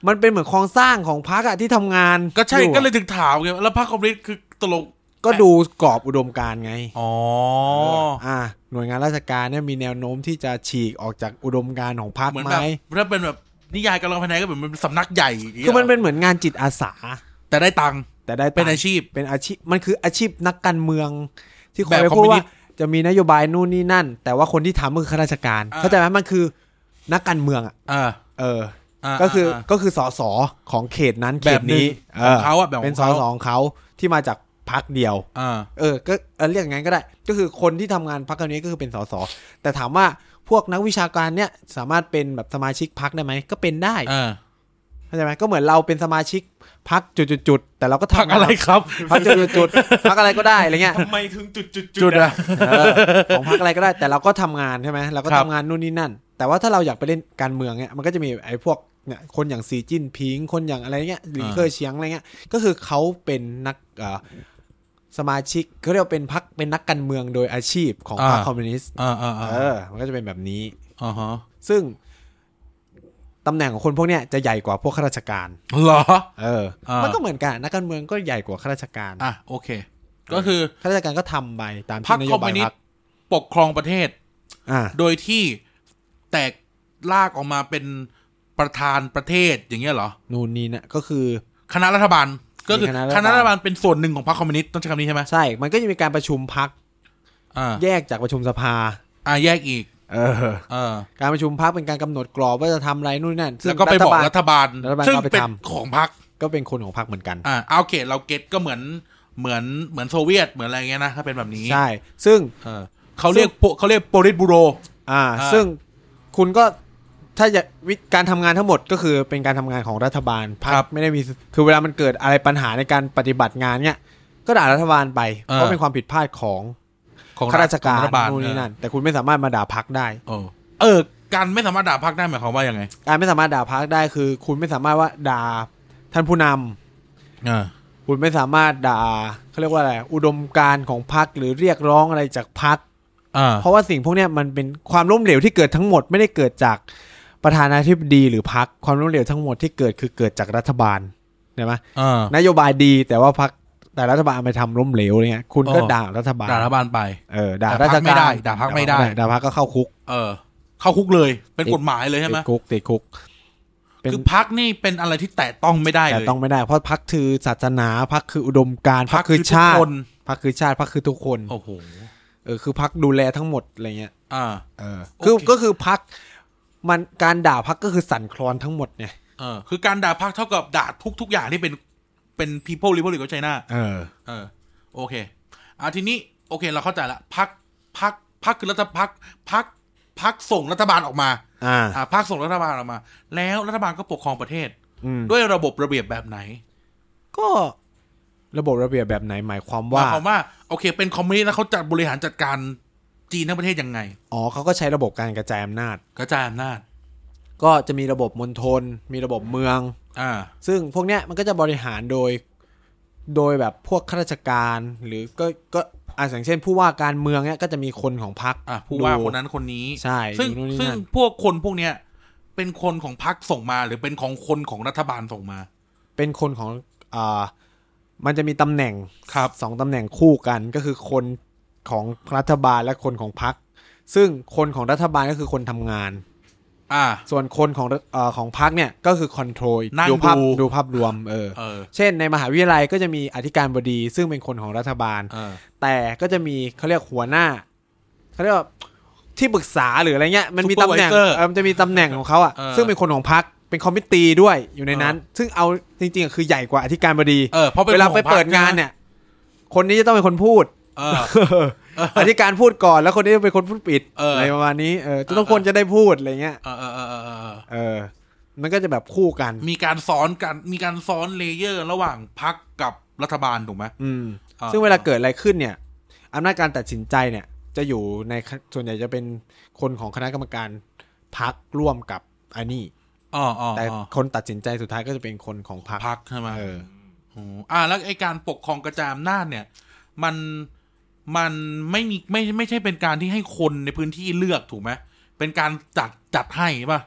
มันเป็นเหมือนโครงสร้างของพรรคอะที่ทำงานก็ใช่ก็เลยถึงถามไงแล้วพรรคคอมมิวนิสต์คือตกลงก็ดูกรอบอุดมการณ์ไงอ๋ออ่าหน่วยงานราชการเนี่ยมีแนวโน้มที่จะฉีกออกจากอุดมการณ์ของพรรคไหมถ้าเป็นแบบนิยายกำลังภายในก็เหมือนมันสำนักใหญ่คือมันเป็นเหมือนงานจิตอาสาแต่ได้ตังค์แต่ได้เป็นอาชีพเป็นอาชีพมันคืออาชีพนักการเมืองที่คอยพูดว่าจะมีนโยบายนู่นนี่นั่นแต่ว่าคนที่ทำคือข้าราชการเข้าใจไหมมันคือนักการเมืองอ่ะเออก็คือก็คือสสของเขตนั้นเขตนี้ของเขาอ่ะเป็นสสของเขาที่มาจากพรรคเดียวเออก็เรียกอย่างนั้นก็ได้ก็คือคนที่ทำงานพรรคนี้ก็คือเป็นสสแต่ถามว่าพวกนักวิชาการเนี่ยสามารถเป็นแบบสมาชิกพรรคได้ไหมก็เป็นได้เข้าใจไหมก็เหมือนเราเป็นสมาชิกพรรคจุดๆๆแต่เราก็ทำพรรคอะไรครับพรรคจุดๆพรรคอะไรก็ได้อะไรเงี้ยทำไมถึงจุดๆๆอะของพรรคอะไรก็ได้แต่เราก็ทำงานใช่ไหมเราก็ทำงานนู่นนี่นั่นแต่ว่าถ้าเราอยากไปเล่นการเมืองเนี่ยมันก็จะมีไอ้พวกเนี่ยคนอย่างสีจิ้นผิงคนอย่างอะไรเงี้ยหลีเค่อเฉียงอะไรเงี้ยก็คือเขาเป็นนักสมาชิกเขาเรียกว่าเป็นพรรคเป็นนักการเมืองโดยอาชีพของพรรคคอมมิวนิสต์เออมันก็จะเป็นแบบนี้ซึ่งตำแหน่งของคนพวกเนี้ยจะใหญ่กว่าพวกข้าราชการเหรอเออมันก็เหมือนกันนักการเมืองก็ใหญ่กว่าข้าราชการอ่ะโอเคก็คือข้าราชการก็ทำไปตามที่นโยบายพรรคปกครองประเทศโดยที่แตกลากออกมาเป็นประธานประเทศอย่างเงี้ยเหรอนู่นนี่นะก็คือคณะรัฐบาลก็คือคณะรัฐบาลเป็นส่วนหนึ่งของพรรคคอมมิวนิสต์ต้องใช้คำนี้ใช่ไหมใช่มันก็จะมีการประชุมพรรคแยกจากประชุมสภาอ่าแยกอีกเออเออการประชุมพรรคเป็นการกำหนดกรอบว่าจะทำอะไรนู่นนั่นแล้วก็ไปบอกรัฐบาลซึ่งเป็นของพรรคก็เป็นคนของพรรคเหมือนกันอ่าโอเคเราเก็ตก็เหมือนเหมือนเหมือนโซเวียตเหมือนอะไรเงี้ยนะถ้าเป็นแบบนี้ใช่ซึ่งเขาเรียกเขาเรียกโปลิตบูโรอ่าซึ่งคุณก็ถ้าจะการทำงานทั้งหมดก็คือเป็นการทำงานของรัฐบาลพรรคไม่ได้มีคือเวลามันเกิดอะไรปัญหาในการปฏิบัติงานเนี้ยก็ด่ารัฐบาลไปเพราะเป็นความผิดพลาดของข้าราชการนู่นนี่นั่นแต่คุณไม่สามารถมาด่าพรรคได้เออการไม่สามารถด่าพรรคได้หมายความว่ายังไงการไม่สามารถด่าพรรคได้คือคุณไม่สามารถว่าด่าท่านผู้นำคุณไม่สามารถด่าเขาเรียกว่าอะไรอุดมการณ์ของพรรคหรือเรียกร้องอะไรจากพรรคเพราะว่าสิ่งพวกนี้มันเป็นความล้มเหลวที่เกิดทั้งหมดไม่ได้เกิดจากประธานาธิบดีหรือพรรคความล้มเหลวทั้งหมดที่เกิดคือเกิดจากรัฐบาลใช่ไหมนโยบายดีแต่ว่าพรรคแต่รัฐบาลไปทำล้มเหลวอะไรเงี้ยคุณก็ด่ารัฐบาลด่ารัฐบาลไปเออด่ารัฐบาลไม่ได้ด่าพรรคไม่ได้ด่าพรรคก็เข้าคุกเออเข้าคุกเลยเป็นกฎหมายเลยใช่ไหมติดคุกติดคุกคือพรรคนี่เป็นอะไรที่แตะต้องไม่ได้เลยแตะต้องไม่ได้เพราะพรรคคือศาสนาพรรคคืออุดมการณ์พรรคคือชาติพรรคคือชาติพรรคคือทุกคนโอ้โหเออคือพรรคดูแลทั้งหมดอะไรเงี้ยอ่าเออคือก็คือพรรคมันการด่าพรรคก็คือสั่นคลอนทั้งหมดไงเออคือการด่าพรรคเท่ากับด่าทุกทุกอย่างที่เป็นเป็น People Republic of China เออเออโอเคอ่ะทีนี้โอเคเราเข้าใจละพรรคพรรคพรรคคือรัฐพรรคพรรคพรรคส่งรัฐบาลออกมาอ่าอ่าพรรคส่งรัฐบาลออกมาแล้วรัฐบาลก็ปกครองประเทศด้วยระบบระเบียบแบบไหนก็ระบบระเบียบแบบไหนหมายความว่าหมายความว่าโอเคเป็นคอมมิวนิสต์แล้วเขาจัดบริหารจัดการจีนทั้งประเทศยังไงอ๋อเขาก็ใช้ระบบการกระจายอำนาจกระจายอำนาจก็จะมีระบบมณฑลมีระบบเมืองอ่าซึ่งพวกเนี้ยมันก็จะบริหารโดยโดยแบบพวกข้าราชการหรือก็ก็อ่าอย่างเช่นผู้ว่าการเมืองเนี้ยก็จะมีคนของพรรคอ่ะผู้ว่าคนนั้นคนนี้ใช่ซึ่งซึ่งพวกคนพวกเนี้ยเป็นคนของพรรคส่งมาหรือเป็นของคนของรัฐบาลส่งมาเป็นคนของอ่ามันจะมีตำแหน่งครับสองตำแหน่งคู่กันก็คือคนของรัฐบาลและคนของพรรคซึ่งคนของรัฐบาลก็คือคนทำงานอ่าส่วนคนของเอ่อของพรรคเนี่ยก็คือคอนโทรลดูภาพดูภาพรวมเออเออเช่นในมหาวิทยาลัยก็จะมีอธิการบดีซึ่งเป็นคนของรัฐบาลแต่ก็จะมีเขาเรียกหัวหน้าเขาเรียกว่าที่ปรึกษาหรืออะไรเงี้ยมันมีตำแหน่งเออมันจะมีตำแหน่งของเขาอ่ะซึ่งเป็นคนของพรรคเป็นคอมมิตตี้ด้วยอยู่ในนั้นซึ่งเอาจริงๆคือใหญ่กว่าอธิการบดีเออเพราะเวลาไปเปิดงานเนี่ยคนนี้จะต้องเป็นคนพูดอธิการพูดก่อนแล้วคนนี้เป็นคนพูดปิดอะไรประมาณนี้เออทุกคนจะได้พูดอะไรเงี้ยเออเออเออเออมันก็จะแบบคู่กันมีการซ้อนกันมีการซ้อนเลเยอร์ระหว่างพรรคกับรัฐบาลถูกไหมอืมซึ่งเวลาเกิดอะไรขึ้นเนี่ยอำนาจการตัดสินใจเนี่ยจะอยู่ในส่วนใหญ่จะเป็นคนของคณะกรรมการพรรคร่วมกับอันนี้อ๋อแต่คนตัดสินใจสุดท้ายก็จะเป็นคนของพรรคพรรคใช่ไหมเอออ่าแล้วไอ้การปกครองกระจายอำนาจเนี่ยมันมันไม่มีไม่ไม่ใช่เป็นการที่ให้คนในพื้นที่เลือกถูกไหมเป็นการจัดจัดให้ป่ะ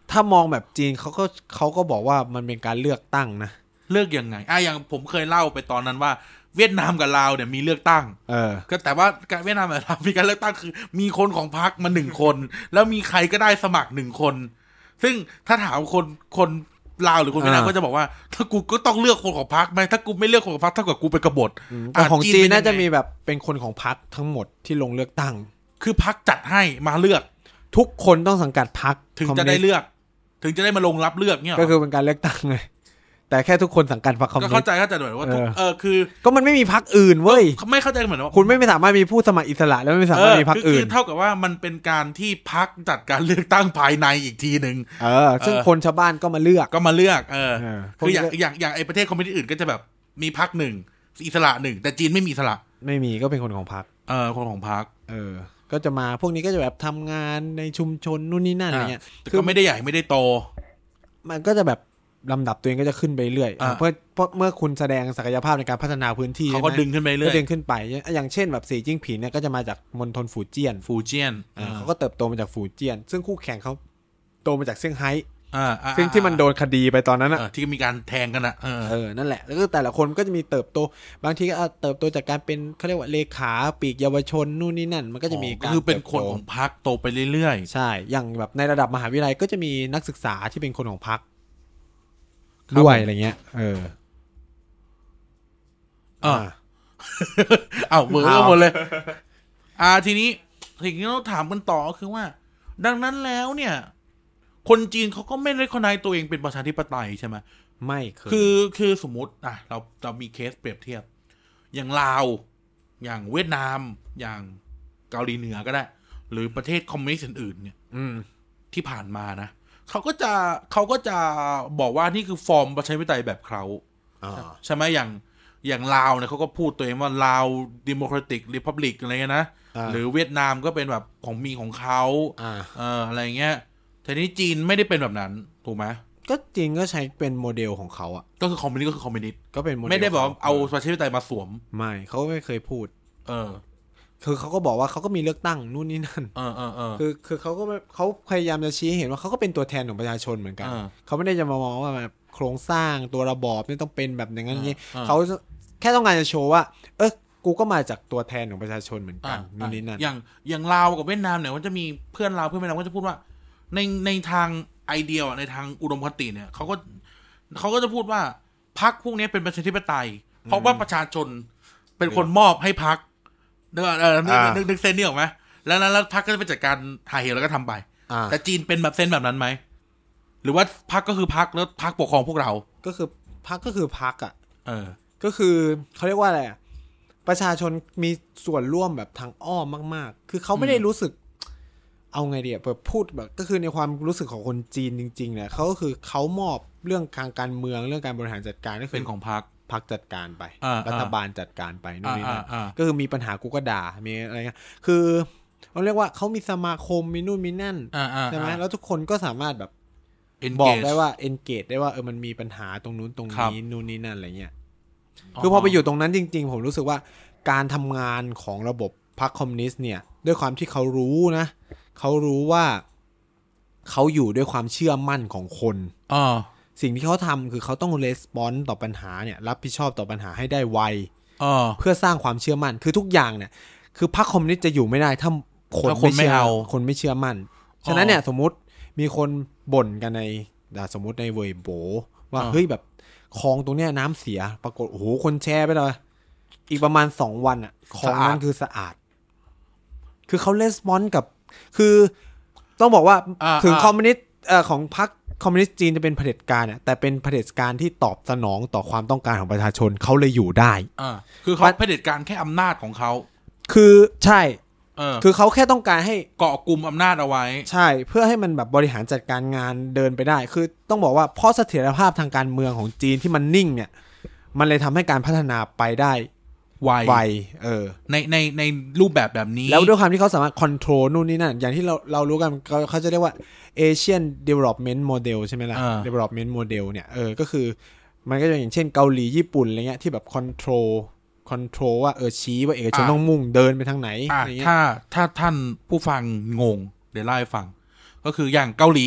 ถ้ามองแบบจีนเขาก็เขาก็บอกว่ามันเป็นการเลือกตั้งนะเลือกยังไงอ่ะอย่างผมเคยเล่าไปตอนนั้นว่าเวียดนามกับลาวเนี่ยมีเลือกตั้งเออก็แต่ว่าเวียดนามกับลาวมีการเลือกตั้งคือมีคนของพรรคมาหนึ่งคนแล้วมีใครก็ได้สมัครหนึ่งคนซึ่งถ้าถามคนคนลาวหรือคนเวียดนามก็จะบอกว่าถ้ากูก็ต้องเลือกคนของพรรคไหมถ้ากูไม่เลือกคนของพรรคเท่ากับกูเป็นกบฏแต่ของจีนน่าจะมีแบบเป็นคนของพรรคทั้งหมดที่ลงเลือกตั้งคือพรรคจัดให้มาเลือกทุกคนต้องสังกัดพรรคถึงจะได้เลือกถึงจะได้มาลงรับเลือกเนี่ยก็คือเป็นการเลือกตั้งไงแต่แค่ทุกคนสังกัดพรรคคอมมิวนิสต์ก็เข้าใจเข้าใจหน่อยว่าเออคือก็มันไม่มีพรรคอื่นเว้ยไม่เข้าใจเหมือนว่าคุณไม่สามารถมีผู้สมัครอิสระแล้วไม่สามารถมีพรรคอื่นคือเท่ากับว่ามันเป็นการที่พรรคจัดการเลือกตั้งภายในอีกทีนึงเออซึ่งคนชาวบ้านก็มาเลือกก็มาเลือกเออคืออย่างอย่างอย่างไอ้ประเทศคอมมิวนิสต์อื่นก็จะแบบมีพรรคหนึ่งอิสระหนึ่งแต่จีนไม่มีอิสระไม่มีก็เป็นคนของพรรคเออคนของพรรคเออก็จะมาพวกนี้ก็จะแบบทำงานในชุมชนนู่นนี่นั่นอะไรเงี้ยคือไม่ได้ใหญ่ไม่ได้โตมันก็จะแบบลำดับตัวเองก็จะขึ้นไปเรื่อยเพื่อเพราะเมื่อคุณแสดงศักยภาพในการพัฒนาพื้นที่เขาก็ดึงขึ้นไปเรื่อยก็ดึงขึ้นไปอย่างเช่นแบบสีจิ้งผิงเนี่ยก็จะมาจากมณฑลฟูเจี้ยนฟูเจี้ยนเขาก็เติบโตมาจากฟูเจี้ยนซึ่งคู่แข่งเขาโตมาจากเซี่ยงไฮ้ซึ่งที่มันโดนคดีไปตอนนั้นนะที่มีการแทงกันอ่ะเออนั่นแหละแล้วก็แต่ละคนก็จะมีเติบโตบางทีก็เติบโตจากการเป็นเขาเรียกว่าเลขาปีกเยาวชนนู่นนี่นั่นมันก็จะมีการคือเป็นคนของพรรคโตไปเรื่อยๆใช่อย่างแบบในระดับมหาวิทยาลัยก็จะมีนักศึกษาที่เป็นคนของพรรคด้วยอะไรเงี้ยเอออ่าเอ้าเหมือนกันหมดเลยอ่าทีนี้สิ่งที่เราถามกันต่อคือว่าดังนั้นแล้วเนี่ยคนจีนเขาก็ไม่ได้คอนไนตัวเองเป็นประชาธิปไตยใช่ไหมไม่เคยคือคือสมมติอ่ะเราเรามีเคสเปรียบเทียบอย่างลาวอย่างเวียดนามอย่างเกาหลีเหนือก็ได้หรือประเทศคอมมิวนิสต์อื่นๆเนี่ยที่ผ่านมานะเขาก็จะเขาก็จะบอกว่านี่คือฟอร์มประชาธิปไตยแบบเขาใช่ไหมอย่างอย่างลาวเนี่ยเขาก็พูดตัวเองว่าลาวดิโมแครติกรีพับลิกอะไรเงี้ยนะหรือเวียดนามก็เป็นแบบของมีของเขาเอออะไรเงี้ยทีนี้จีนไม่ได้เป็นแบบนั้นถูกไหมก็จีนก็ใช้เป็นโมเดลของเขาอ่ะก็คือคอมมิวนิสต์ก็คือคอมมิวนิสต์ก็เป็นโมเดลไม่ได้บอกเอาประชาธิปไตยมาสวมไม่เขาไม่เคยพูดเออคือเขาก็บอกว่าเขาก็มีเลือกตั้งนู่นนี่นั่นเออเออเออคือคือเขาก็เขาพยายามจะชี้เห็นว่าเขาก็เป็นตัวแทนของประชาชนเหมือนกันเขาไม่ได้จะมามองว่าแบบโครงสร้างตัวระบอบนี่ต้องเป็นแบบอย่างนั้นอย่างนี้เขาแค่ต้องการจะโชว์ว่าเออกูก็มาจากตัวแทนของประชาชนเหมือนกันนู่นนี่นั่นอย่างอย่างลาวกับเวียดนามเนี่ยมันจะมีเพื่อนลาวเพื่อนเวียดนามก็จะพูดว่าในในทางไอเดียในทางอุดมคติเนี่ยเขาก็เขาก็จะพูดว่าพรรคพวกนี้เป็นประชาธิปไตยเพราะว่าประชาชนเป็นคนมอบให้พรรคเออเออนึกนึกนึกเซนนี่ออกไหมแล้วแล้วพรรคก็จะไปจัดการหาเหวแล้วก็ทำไปแต่จีนเป็นแบบเซนแบบนั้นไหมหรือว่าพรรคก็คือพรรคแล้วพรรคปกครองพวกเราก็คือพรรคก็คือพรรคอ่ะเออก็คือเขาเรียกว่าอะไรอ่ะประชาชนมีส่วนร่วมแบบทางอ้อมมากๆคือเขาไม่ได้รู้สึกเอาไงดีอ่ะแบบพูดแบบก็คือในความรู้สึกของคนจีนจริงๆเนี่ยเขาก็คือเขามอบเรื่องทางการเมืองเรื่องการบริหารจัดการก็คือเป็นของพรรคพรรคจัดการไปรัฐบาลจัดการไปนู่นนี่นั่นก็คือมีปัญหากูก็ด่ามีอะไรเงี้ยคือเขาเรียกว่าเขามีสมาคมมีนู่นมีนั่นใช่ไหมแล้วทุกคนก็สามารถแบบบอกได้ว่า engage ได้ว่าเออมันมีปัญหาตรงนู้นตรงนี้นู่นนี่นั่นอะไรเงี้ยคือพอไปอยู่ตรงนั้นจริงๆผมรู้สึกว่าการทำงานของระบบพรรคคอมมิวนิสต์เนี่ยด้วยความที่เขารู้นะเขารู้ว่าเขาอยู่ด้วยความเชื่อมั่นของคนสิ่งที่เขาทำคือเขาต้องรีสปอนส์ต่อปัญหาเนี่ยรับผิดชอบต่อปัญหาให้ได้ไวเพื่อสร้างความเชื่อมั่นคือทุกอย่างเนี่ยคือพรรคคอมมิวนิสต์จะอยู่ไม่ได้ถ้าคนไม่เชื่อคนไม่เชื่อมั่นฉะนั้นเนี่ยสมมุติมีคนบ่นกันในสมมุติในเว็บโบว่าเฮ้ยแบบคลองตรงเนี้ยน้ำเสียปรากฏโอ้โหคนแชร์ไปเลยอีกประมาณสองวันอ่ะคลองนั้นคือสะอาดคือเขารีสปอนส์กับคือต้องบอกว่าถึงคอมมิวนิสต์ของพรรคคอมมิวนิสต์จีนจะเป็นเผด็จการเนี่ยแต่เป็นเผด็จการที่ตอบสนองต่อความต้องการของประชาชนเขาเลยอยู่ได้คือเขาเผด็จการแค่อำนาจของเขาคือใช่คือเขาแค่ต้องการให้เกาะกลุ่มอำนาจเอาไว้ใช่เพื่อให้มันแบบบริหารจัดการงานเดินไปได้คือต้องบอกว่าเพราะเสถียรภาพทางการเมืองของจีนที่มันนิ่งเนี่ยมันเลยทำให้การพัฒนาไปได้ไวไวเออในในในรูปแบบแบบนี้แล้วด้วยความที่เขาสามารถคอนโทรลนู่นนี่นั่นอย่างที่เราเรารู้กันเขาจะเรียกว่า Asian Development Model ใช่ไหมล่ะ Development Model เนี่ยเออก็คือมันก็จะอย่างเช่นเกาหลีญี่ปุ่นอะไรเงี้ยที่แบบคอนโทรลคอนโทรลว่าเออชี้ว่าเอกชนต้องมุ่งเดินไปทางไหนอะไรเงี้ยถ้าถ้าท่านผู้ฟังงงเดี๋ยวเล่าให้ฟังก็คืออย่างเกาหลี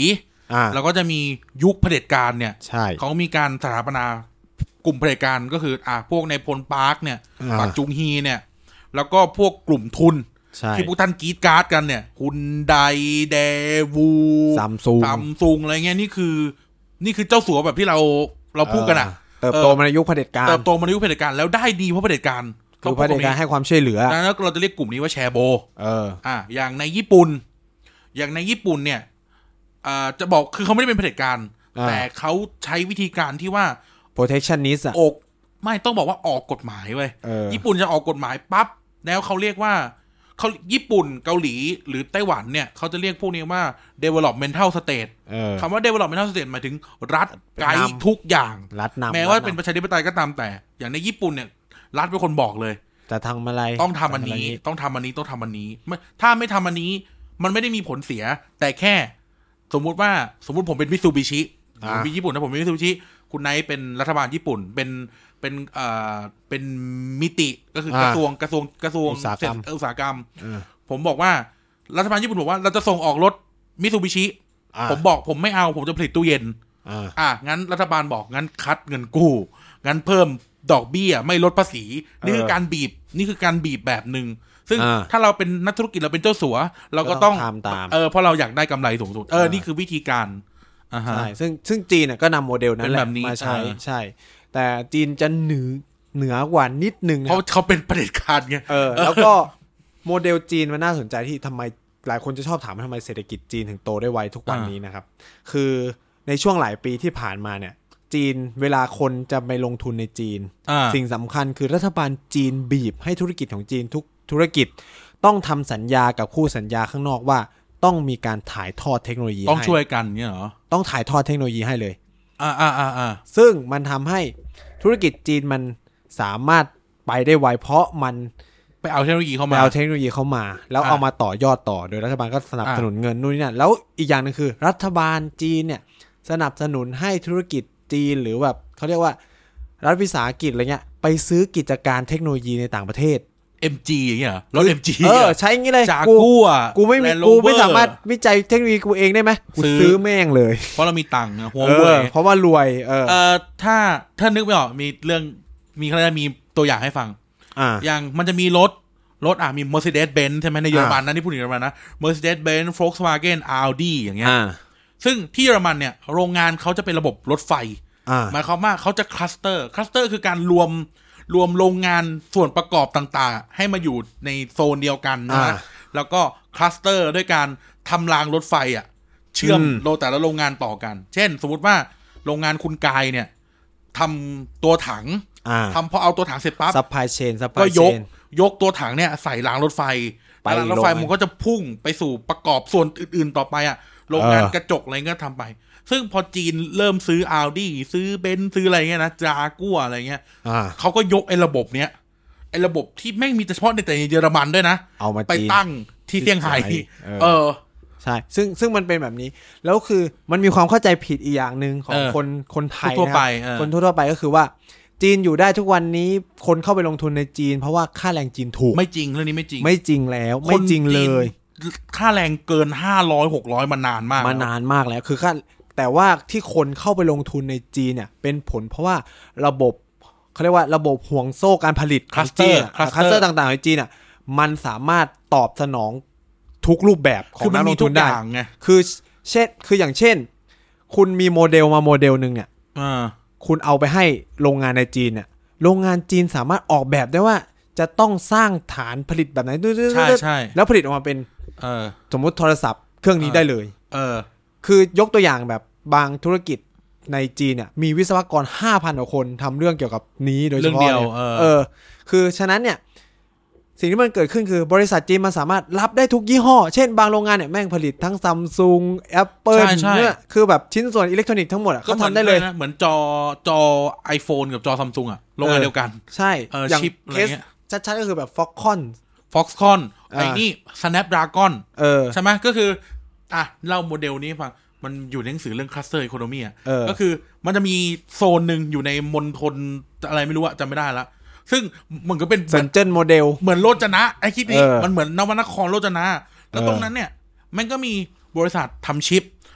แล้วก็จะมียุคเผด็จการเนี่ยใช่เขามีการสถาปนากลุ่มเผด็จการก็คืออ่ะพวกในพลปาร์คเนี่ยปักจุงฮีเนี่ยแล้วก็พวกกลุ่มทุนที่พวกท่านกรีดการ์ดกันเนี่ยฮุนไดเดวูซัมซุงซัมซุงอะไรเงี้ยนี่คือนี่คือเจ้าสัวแบบที่เราเราพูดกันอ่ะเติบโตมาในยุคเผด็จการเติบโตมาในยุคเผด็จการแล้วได้ดีเพราะเผด็จการคือเผด็จการให้ความช่วยเหลือแล้วเราจะเรียกกลุ่มนี้ว่าแชโบเอออ่ะอย่างในญี่ปุ่นอย่างในญี่ปุ่นเนี่ยอ่าจะบอกคือเขาไม่ได้เป็นเผด็จการแต่เขาใช้วิธีการที่ว่า protectionist อ่ะอกไม่ต้องบอกว่าออกกฎหมายเว้ยญี่ปุ่นจะออกกฎหมายปั๊บแล้วเขาเรียกว่าเขาญี่ปุ่นเกาหลีหรือไต้หวันเนี่ยเขาจะเรียกพวกนี้ว่า developmental state คำว่า developmental state หมายถึงรัฐไกด์ทุกอย่างรัฐนำแม้ว่าเป็นประชาธิปไตยก็ตามแต่อย่างในญี่ปุ่นเนี่ยรัฐเป็นคนบอกเลยจะทำอะไรต้องทำอันนี้ต้องทำอันนี้ต้องทำอันนี้ถ้าไม่ทำอันนี้มันไม่ได้มีผลเสียแต่แค่สมมุติว่าสมมุติผมเป็นมิตซูบิชิผมเป็นญี่ปุ่นนะผมเป็นมิตซูบิชิคุณไนท์เป็นรัฐบาลญี่ปุ่นเป็นเป็นเอ่อเป็นมิติก็คือกระทรวงกระทรวงกระทรวงเศรษฐอุตสาหกรรมผมบอกว่ารัฐบาลญี่ปุ่นบอกว่าเราจะส่งออกรถมิตซูบิชิผมบอกผมไม่เอาผมจะผลิตตู้เย็นอ่ะงั้นรัฐบาลบอกงั้นคัดเงินกู้งั้นเพิ่มดอกเบี้ยไม่ลดภาษีนี่คือการบีบนี่คือการบีบแบบนึงซึ่งถ้าเราเป็นนักธุรกิจเราเป็นเจ้าสัวเราก็ต้องทำตามเออเพราะเราอยากได้กำไรสูงสุดเออนี่คือวิธีการใช่ซึ่งซึ่งจีนก็นำโมเดลนั้นแหละมาใช้ใช่แต่จีนจะเหนือเหนือกว่านิดนึงเพราะเขาเป็นเผด็จการไงเออแล้วก็โมเดลจีนมันน่าสนใจที่ทำไมหลายคนจะชอบถามว่าทำไมเศรษฐกิจจีนถึงโตได้ไวทุกวันนี้นะครับคือในช่วงหลายปีที่ผ่านมาเนี่ยจีนเวลาคนจะไปลงทุนในจีนสิ่งสำคัญคือรัฐบาลจีนบีบให้ธุรกิจของจีนทุกธุรกิจต้องทำสัญญากับคู่สัญญาข้างนอกว่าต้องมีการถ่ายทอดเทคโนโลยีต้องช่วยกันเนี่ยเหรอต้องถ่ายทอดเทคโนโลยีให้เลยอ่าอ่าอ่าอ่าซึ่งมันทำให้ธุรกิจจีนมันสามารถไปได้ไวเพราะมันไปเอาเทคโนโลยีเข้ามาเอาเทคโนโลยีเข้ามาแล้วเอามาต่อยอดต่อโดยรัฐบาลก็สนับสนุนเงินนู่นนี่นั่นแล้วอีกอย่างนึงคือรัฐบาลจีนเนี่ยสนับสนุนให้ธุรกิจจีนหรือแบบเขาเรียกว่ารัฐวิสาหกิจอะไรเงี้ยไปซื้อกิจการเทคโนโลยีในต่างประเทศเอ็ม จี อย่างเงี้ยเหรอรถ เอ็ม จีเออใช้งี้เลยจากกูอ่ะกูไม่มีกูไม่สามารถวิจัยเทคโนโลยีกูเองได้ไหมกูซื้อแม่งเลยเพราะเรามีตังค์หัวเว่ยเพราะว่ารวยเออเออถ้าถ้านึกไม่ออกมีเรื่องมีเขาจะมีตัวอย่างให้ฟังอ่าอย่างมันจะมีรถรถอ่ะมี Mercedes-Benz ใช่ไหมในเยอรมันนะนี่พูดถึงเยอรมันนะ Mercedes-Benz Volkswagen Audi อย่างเงี้ยซึ่งที่เยอรมันเนี่ยโรงงานเขาจะเป็นระบบรถไฟหมายความว่าเขาจะคลัสเตอร์คลัสเตอร์คือการรวมรวมโรงงานส่วนประกอบต่างๆให้มาอยู่ในโซนเดียวกันนะแล้วก็คลัสเตอร์ด้วยการทำรางรถไฟอ่ะเชื่อมโลแต่ละโรงงานต่อกันเช่นสมมุติว่าโรงงานคุณกายเนี่ยทำตัวถังทำพอเอาตัวถังเสร็จปั๊บ supply chain ก็ยกยกตัวถังเนี่ยใส่รางรถไฟรางรถไฟมันก็จะพุ่งไปสู่ประกอบส่วนอื่นๆต่อไปอ่ะโรงงานกระจกอะไรเงี้ยทำไปซึ่งพอจีนเริ่มซื้อ Audi ซื้อเบนซ์ซื้ออะไรเงี้ยนะจากัวอะไรเงี้ยเขาก็ยกไอ้ระบบเนี้ยไอ้ระบบที่แม่งมีเฉพาะในแต่เยอรมันด้วยนะเอามาไปตั้งที่เซี่ยงไฮ้เออใช่ซึ่งซึ่งมันเป็นแบบนี้แล้วคือมันมีความเข้าใจผิดอีกอย่างนึงของคนคนไทยนะคนทั่วไปก็คือว่าจีนอยู่ได้ทุกวันนี้คนเข้าไปลงทุนในจีนเพราะว่าค่าแรงจีนถูกไม่จริงเรื่องนี้ไม่จริงไม่จริงแล้วไม่จริงเลยค่าแรงเกินห้าร้อย หกร้อยมานานมากมานานมากแล้วคือค่าแต่ว่าที่คนเข้าไปลงทุนในจีนเนี่ยเป็นผลเพราะว่าระบบเขาเรียกว่าระบบห่วงโซ่การผลิตคลัสเตอร์คลัสเตอร์ต่างๆในจีนอ่ะมันสามารถตอบสนองทุกรูปแบบของนักลงทุนได้คือเช่นคืออย่างเช่นคุณมีโมเดลมาโมเดลนึงเนี่ยคุณเอาไปให้โรงงานในจีนเนี่ยโรงงานจีนสามารถออกแบบได้ว่าจะต้องสร้างฐานผลิตแบบไหนใช่ใช่แล้วผลิตออกมาเป็นสมมติโทรศัพท์เครื่องนี้ได้เลยเออคือยกตัวอย่างแบบบางธุรกิจในจีนเนี่ยมีวิศวกร ห้าพัน กว่าคนทำเรื่องเกี่ยวกับนี้โดยเฉพาะเนี่ยเออเออคือฉะนั้นเนี่ยสิ่งที่มันเกิดขึ้นคือบริษัทจีนมันสามารถรับได้ทุกยี่ห้อเช่นบางโรงงานเนี่ยแม่งผลิตทั้ง Samsung Apple เนี่ยคือแบบชิ้นส่วนอิเล็กทรอนิกส์ทั้งหมดอ่ะเขาทำได้เลยเหมือนจอจอ iPhone กับจอ Samsung อ่ะโรงงานเดียวกันใช่อย่างชิปอะไรเงี้ยชัดๆก็คือแบบ Foxconn Foxconn ไอ้นี่ Snapdragon เออใช่ไหมก็คืออ่ะเล่าโมเดลนี้ฟังมันอยู่ในหนังสือเรื่อง cluster economy อ่ะก็คือมันจะมีโซนหนึ่งอยู่ในมณฑลอะไรไม่รู้อะจำไม่ได้ละซึ่งมันก็เป็นเซนเจิ้นโมเดลเหมือนโรจนะไอ้คิดนี้มันเหมือนนวนครโรจนะแล้วตรงนั้นเนี่ยมันก็มีบริษัททำชิป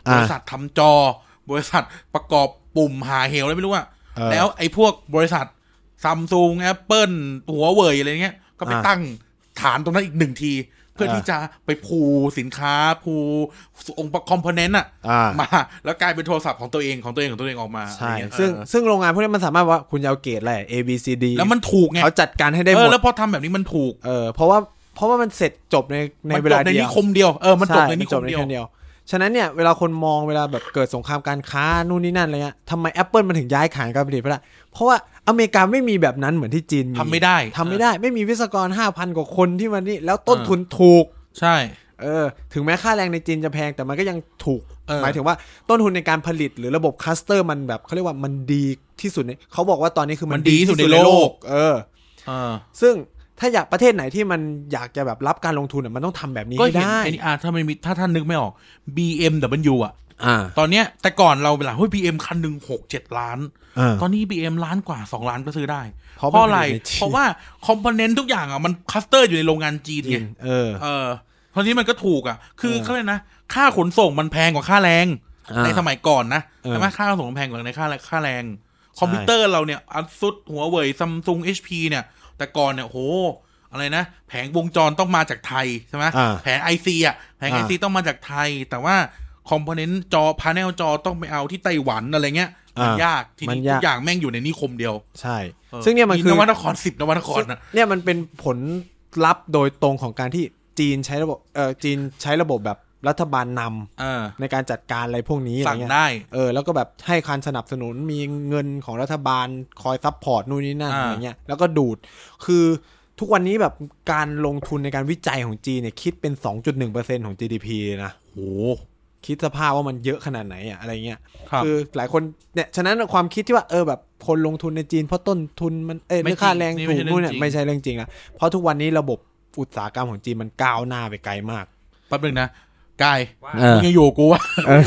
บริษัททำจอบริษัทประกอบปุ่มหาเหวอะไรไม่รู้อะแล้วไอ้พวกบริษัทซัมซุงแอปเปิลหัวเว่ยอะไรเงี้ยก็ไปตั้งฐานตรงนั้นอีกหนึ่งทีเพื่อที่จะไปพูสินค้าพูองค์ประกอบคอมโพเนนต์อ่ะมาแล้วกลายเป็นโทรศัพท์ของตัวเองของตัวเองของตัวเองออกมาใช่ซึ่งซึ่งโรงงานพวกนี้มันสามารถว่าคุณจะเอาเกรดอะไร A B C D แล้วมันถูกไงเขาจัดการให้ได้หมดแล้วพอทำแบบนี้มันถูกเออเพราะว่าเพราะว่ามันเสร็จจบในในเวลาเดียวในนิคมเดียวเออมันจบในนิคมเดียวฉะนั้นเนี่ยเวลาคนมองเวลาแบบเกิดสงครามการค้านู่นนี่นั่นอะไรเงี้ยทำไม Apple มันถึงย้ายฐานการผลิตไปได้เพราะว่าอเมริกาไม่มีแบบนั้นเหมือนที่จีนมีทำไม่ได้ทำไม่ได้ไม่มีวิศวกร ห้าพัน กว่าคนที่มันนี่แล้วต้นทุนถูกใช่เออถึงแม้ค่าแรงในจีนจะแพงแต่มันก็ยังถูกหมายถึงว่าต้นทุนในการผลิตหรือระบบคลัสเตอร์มันแบบเขาเรียกว่ามันดีที่สุดเนี่ยเขาบอกว่าตอนนี้คือมันดีที่สุดในโลกเออซึ่งถ้าอยากประเทศไหนที่มันอยากจะแบบรับการลงทุนอ่ะมันต้องทำแบบนี้ให้ได้ก็เห็นไอ้นี่อ่ะถ้ามันมีถ้าท่านนึกไม่ออก บี เอ็ม ดับเบิลยู อ่ะตอนเนี้ยแต่ก่อนเราเวลาเฮ้ย บี เอ็ม คันหนึ่ง หก เจ็ด ล้านตอนนี้ บี เอ็ม ล้านกว่าสองล้านก็ซื้อได้เพราะอะไรเพราะว่าคอมโพเนนต์ทุกอย่างอ่ะมันคัสเตอร์อยู่ในโรงงานจีนไงเออเออเพราะนี้มันก็ถูกอ่ะคือเขาเลยนะค่าขนส่งมันแพงกว่าค่าแรงในสมัยก่อนนะใช่ไหมค่าขนส่งมันแพงกว่าในค่าค่าแรงคอมพิวเตอร์เราเนี่ยอัลซุดหัวเว่ยซัมซุง เอช พี เนี่ยแต่ก่อนเนี่ยโหอะไรนะแผงวงจรต้องมาจากไทยใช่ไหมแผง ไอ ซี อ่ะแผง ไอ ซี ต้องมาจากไทยแต่ว่าคอมโพเนนต์จอพาเนลจอต้องไปเอาที่ไต้หวันอะไรเงี้ยมันยากทีนี้ทุกอย่างแม่งอยู่ในนิคมเดียวใช่ซึ่งเนี่ยมันคือนวนครสิบนวนครนะเนี่ยมันเป็นผลลัพธ์โดยตรงของการที่จีนใช้ระบบเออจีนใช้ระบบแบบรัฐบาลนำในการจัดการอะไรพวกนี้อะไรเงี้ยเออแล้วก็แบบให้การสนับสนุนมีเงินของรัฐบาลคอยซัพพอร์ตนู่นนี่นั่นอะไรเงี้ยแล้วก็ดูดคือทุกวันนี้แบบการลงทุนในการวิจัยของจีนเนี่ยคิดเป็น สองจุดหนึ่งเปอร์เซ็นต์ ของ จี ดี พี นะโหคิดสภาพว่ามันเยอะขนาดไหนอะอะไรเงี้ยคือหลายคนเนี่ยฉะนั้นความคิดที่ว่าเออแบบคนลงทุนในจีนเพราะต้นทุนมันเออไม่ค่าแรงถูกนู่นเนี่ยไม่ใช่เรื่องจริงนะเพราะทุกวันนี้ระบบอุตสาหกรรมของจีนมันก้าวหน้าไปไกลมากแป๊บนึงนะกายมึงยังอยู่กูวะ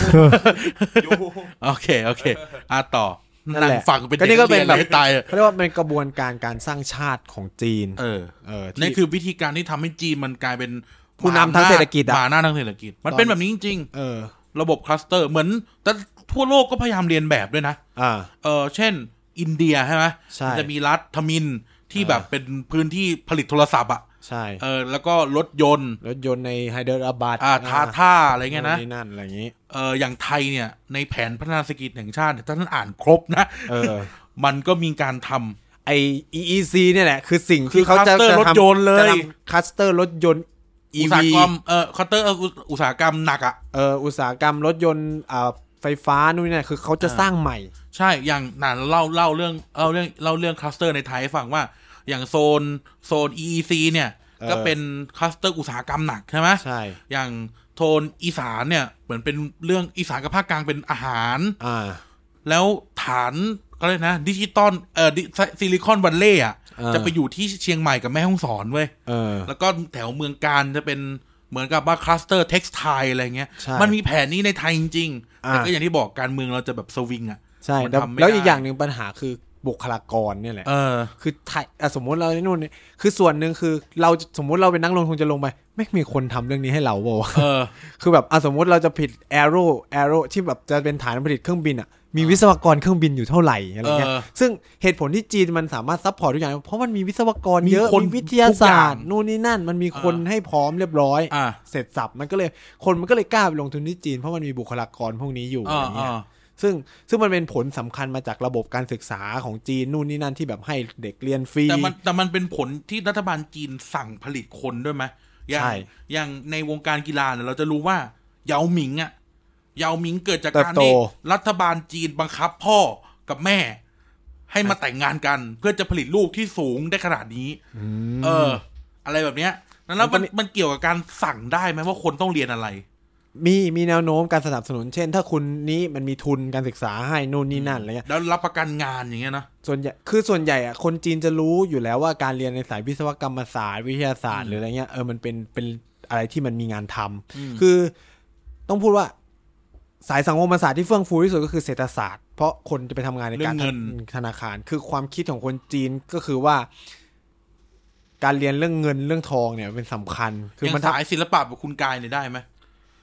โอเคโอเคอ่ะต่อนั่งฟังเป็นเด็กเรียนเลยตายเขาเรียกว่าเป็นกระบวนการการสร้างชาติของจีนเออเออนี่คือวิธีการที่ทำให้จีนมันกลายเป็นผู้นำทางเศรษฐกิจอ่ะหน้าทางเศรษฐกิจมันเป็นแบบนี้จริงๆเออระบบคลัสเตอร์เหมือนแต่ทั่วโลกก็พยายามเรียนแบบด้วยนะอ่าเออเช่นอินเดียใช่ไหมจะมีรัฐทมิฬที่แบบเป็นพื้นที่ผลิตโทรศัพท์อ่ะใช่เออแล้วก็รถยนต์รถยนต์ในไฮเดรบาดอ่าทาท่าอะไรเงี้ยนะนั่นอะไรอย่างงี้เอออย่างไทยเนี่ยในแผนพัฒนาเศรษฐกิจแห่งชาติถ้าท่านอ่านครบนะเออมันก็มีการทำไอ อี อี ซี เนี่ยแหละคือสิ่งที่เขาจะทำรถยนต์เลยคลัสเตอร์รถยนต์อุตสาหกรรมเออคลัสเตอร์อุตสาหกรรมหนักอ่ะเอออุตสาหกรรมรถยนต์อ่าไฟฟ้านู่นนี่คือเขาจะสร้างใหม่ใช่อย่างนั่นเล่าเล่าเรื่องเล่าเรื่องเล่าเรื่องคลัสเตอร์ในไทยให้ฟังว่าอย่างโซนโซน อี อี ซี เนี่ยก็เป็นคลัสเตอร์อุตสาหกรรมหนักใช่ไหมใช่อย่างโทนอีสานเนี่ยเหมือนเป็นเรื่องอีสานกับภาคกลางเป็นอาหารอ่าแล้วฐานก็เลยนะดิจิตอลเอ่อซิลิคอนวัลเลย์อ่ะจะไปอยู่ที่เชียงใหม่กับแม่ฮ่องสอนเว้ยแล้วก็แถวเมืองการจะเป็นเหมือนกับว่าคลัสเตอร์เท็กซ์ไทล์อะไรเงี้ยมันมีแผนนี้ในไทยจริงๆแต่ก็อย่างที่บอกการเมืองเราจะแบบสวิงอ่ะใช่แล้วอีกอย่างหนึ่งปัญหาคือบุคลากรเนี่ยแหละเออคือไทยสมมติเราในนู่นนี่คือส่วนหนึ่งคือเราสมมุติเราเป็นนักลงทุนจะลงไปไม่มีคนทำเรื่องนี้ให้เราบอกเออคือแบบสมมติเราจะผิดแอโร่แอโร่ที่แบบจะเป็นฐานผลิตเครื่องบินอ่ะมีวิศวกรเครื่องบินอยู่เท่าไหร่อะไรเงี้ยซึ่งเหตุผลที่จีนมันสามารถซัพพอร์ตทุกอย่างเพราะมันมีวิศวกรเยอะมีวิทยาศาสตร์นู่นนี่นั่นมันมีคนให้พร้อมเรียบร้อยเสร็จสับมันก็เลยคนมันก็เลยกล้าไปลงทุนที่จีนเพราะมันมีบุคลากรพวกนี้อยู่อะไรเงี้ยซึ่งซึ่งมันเป็นผลสำคัญมาจากระบบการศึกษาของจีนนู่นนี่นั่นที่แบบให้เด็กเรียนฟรีแต่มันแต่มันเป็นผลที่รัฐบาลจีนสั่งผลิตคนด้วยไหมอย่างอย่างในวงการกีฬาเนี่ยเราจะรู้ว่าเยาหมิงอ่ะเยาหมิงเกิดจากการที่รัฐบาลจีนบังคับพ่อกับแม่ให้มาแต่งงานกันเพื่อจะผลิตลูกที่สูงได้ขนาดนี้เอออะไรแบบเนี้ยแล้วมันมันเกี่ยวกับการสั่งได้ไหมว่าคนต้องเรียนอะไรมีมีแนวโน้มการสนับสนุนเช่นถ้าคุณนี้มันมีทุนการศึกษาให้นู่นนี่นั่นอะไรเงี้ยแล้วรับประกันงานอย่างเงี้ยนะส่วนใหญ่คือส่วนใหญ่อ่ะคนจีนจะรู้อยู่แล้วว่าการเรียนในสายวิศวกรรมศาสตร์วิทยาศาสตร์หรืออะไรเงี้ยเออมันเป็นเป็นอะไรที่มันมีงานทำคือต้องพูดว่าสายสังคมศาสตร์ที่เฟื่องฟูที่สุดก็คือเศรษฐศาสตร์เพราะคนจะไปทำงานในการธนาคารคือความคิดของคนจีนก็คือว่าการเรียนเรื่องเงินเรื่องทองเนี่ยเป็นสำคัญคือมันสายศิลปะแบบคุณกายเนี่ยได้ไหม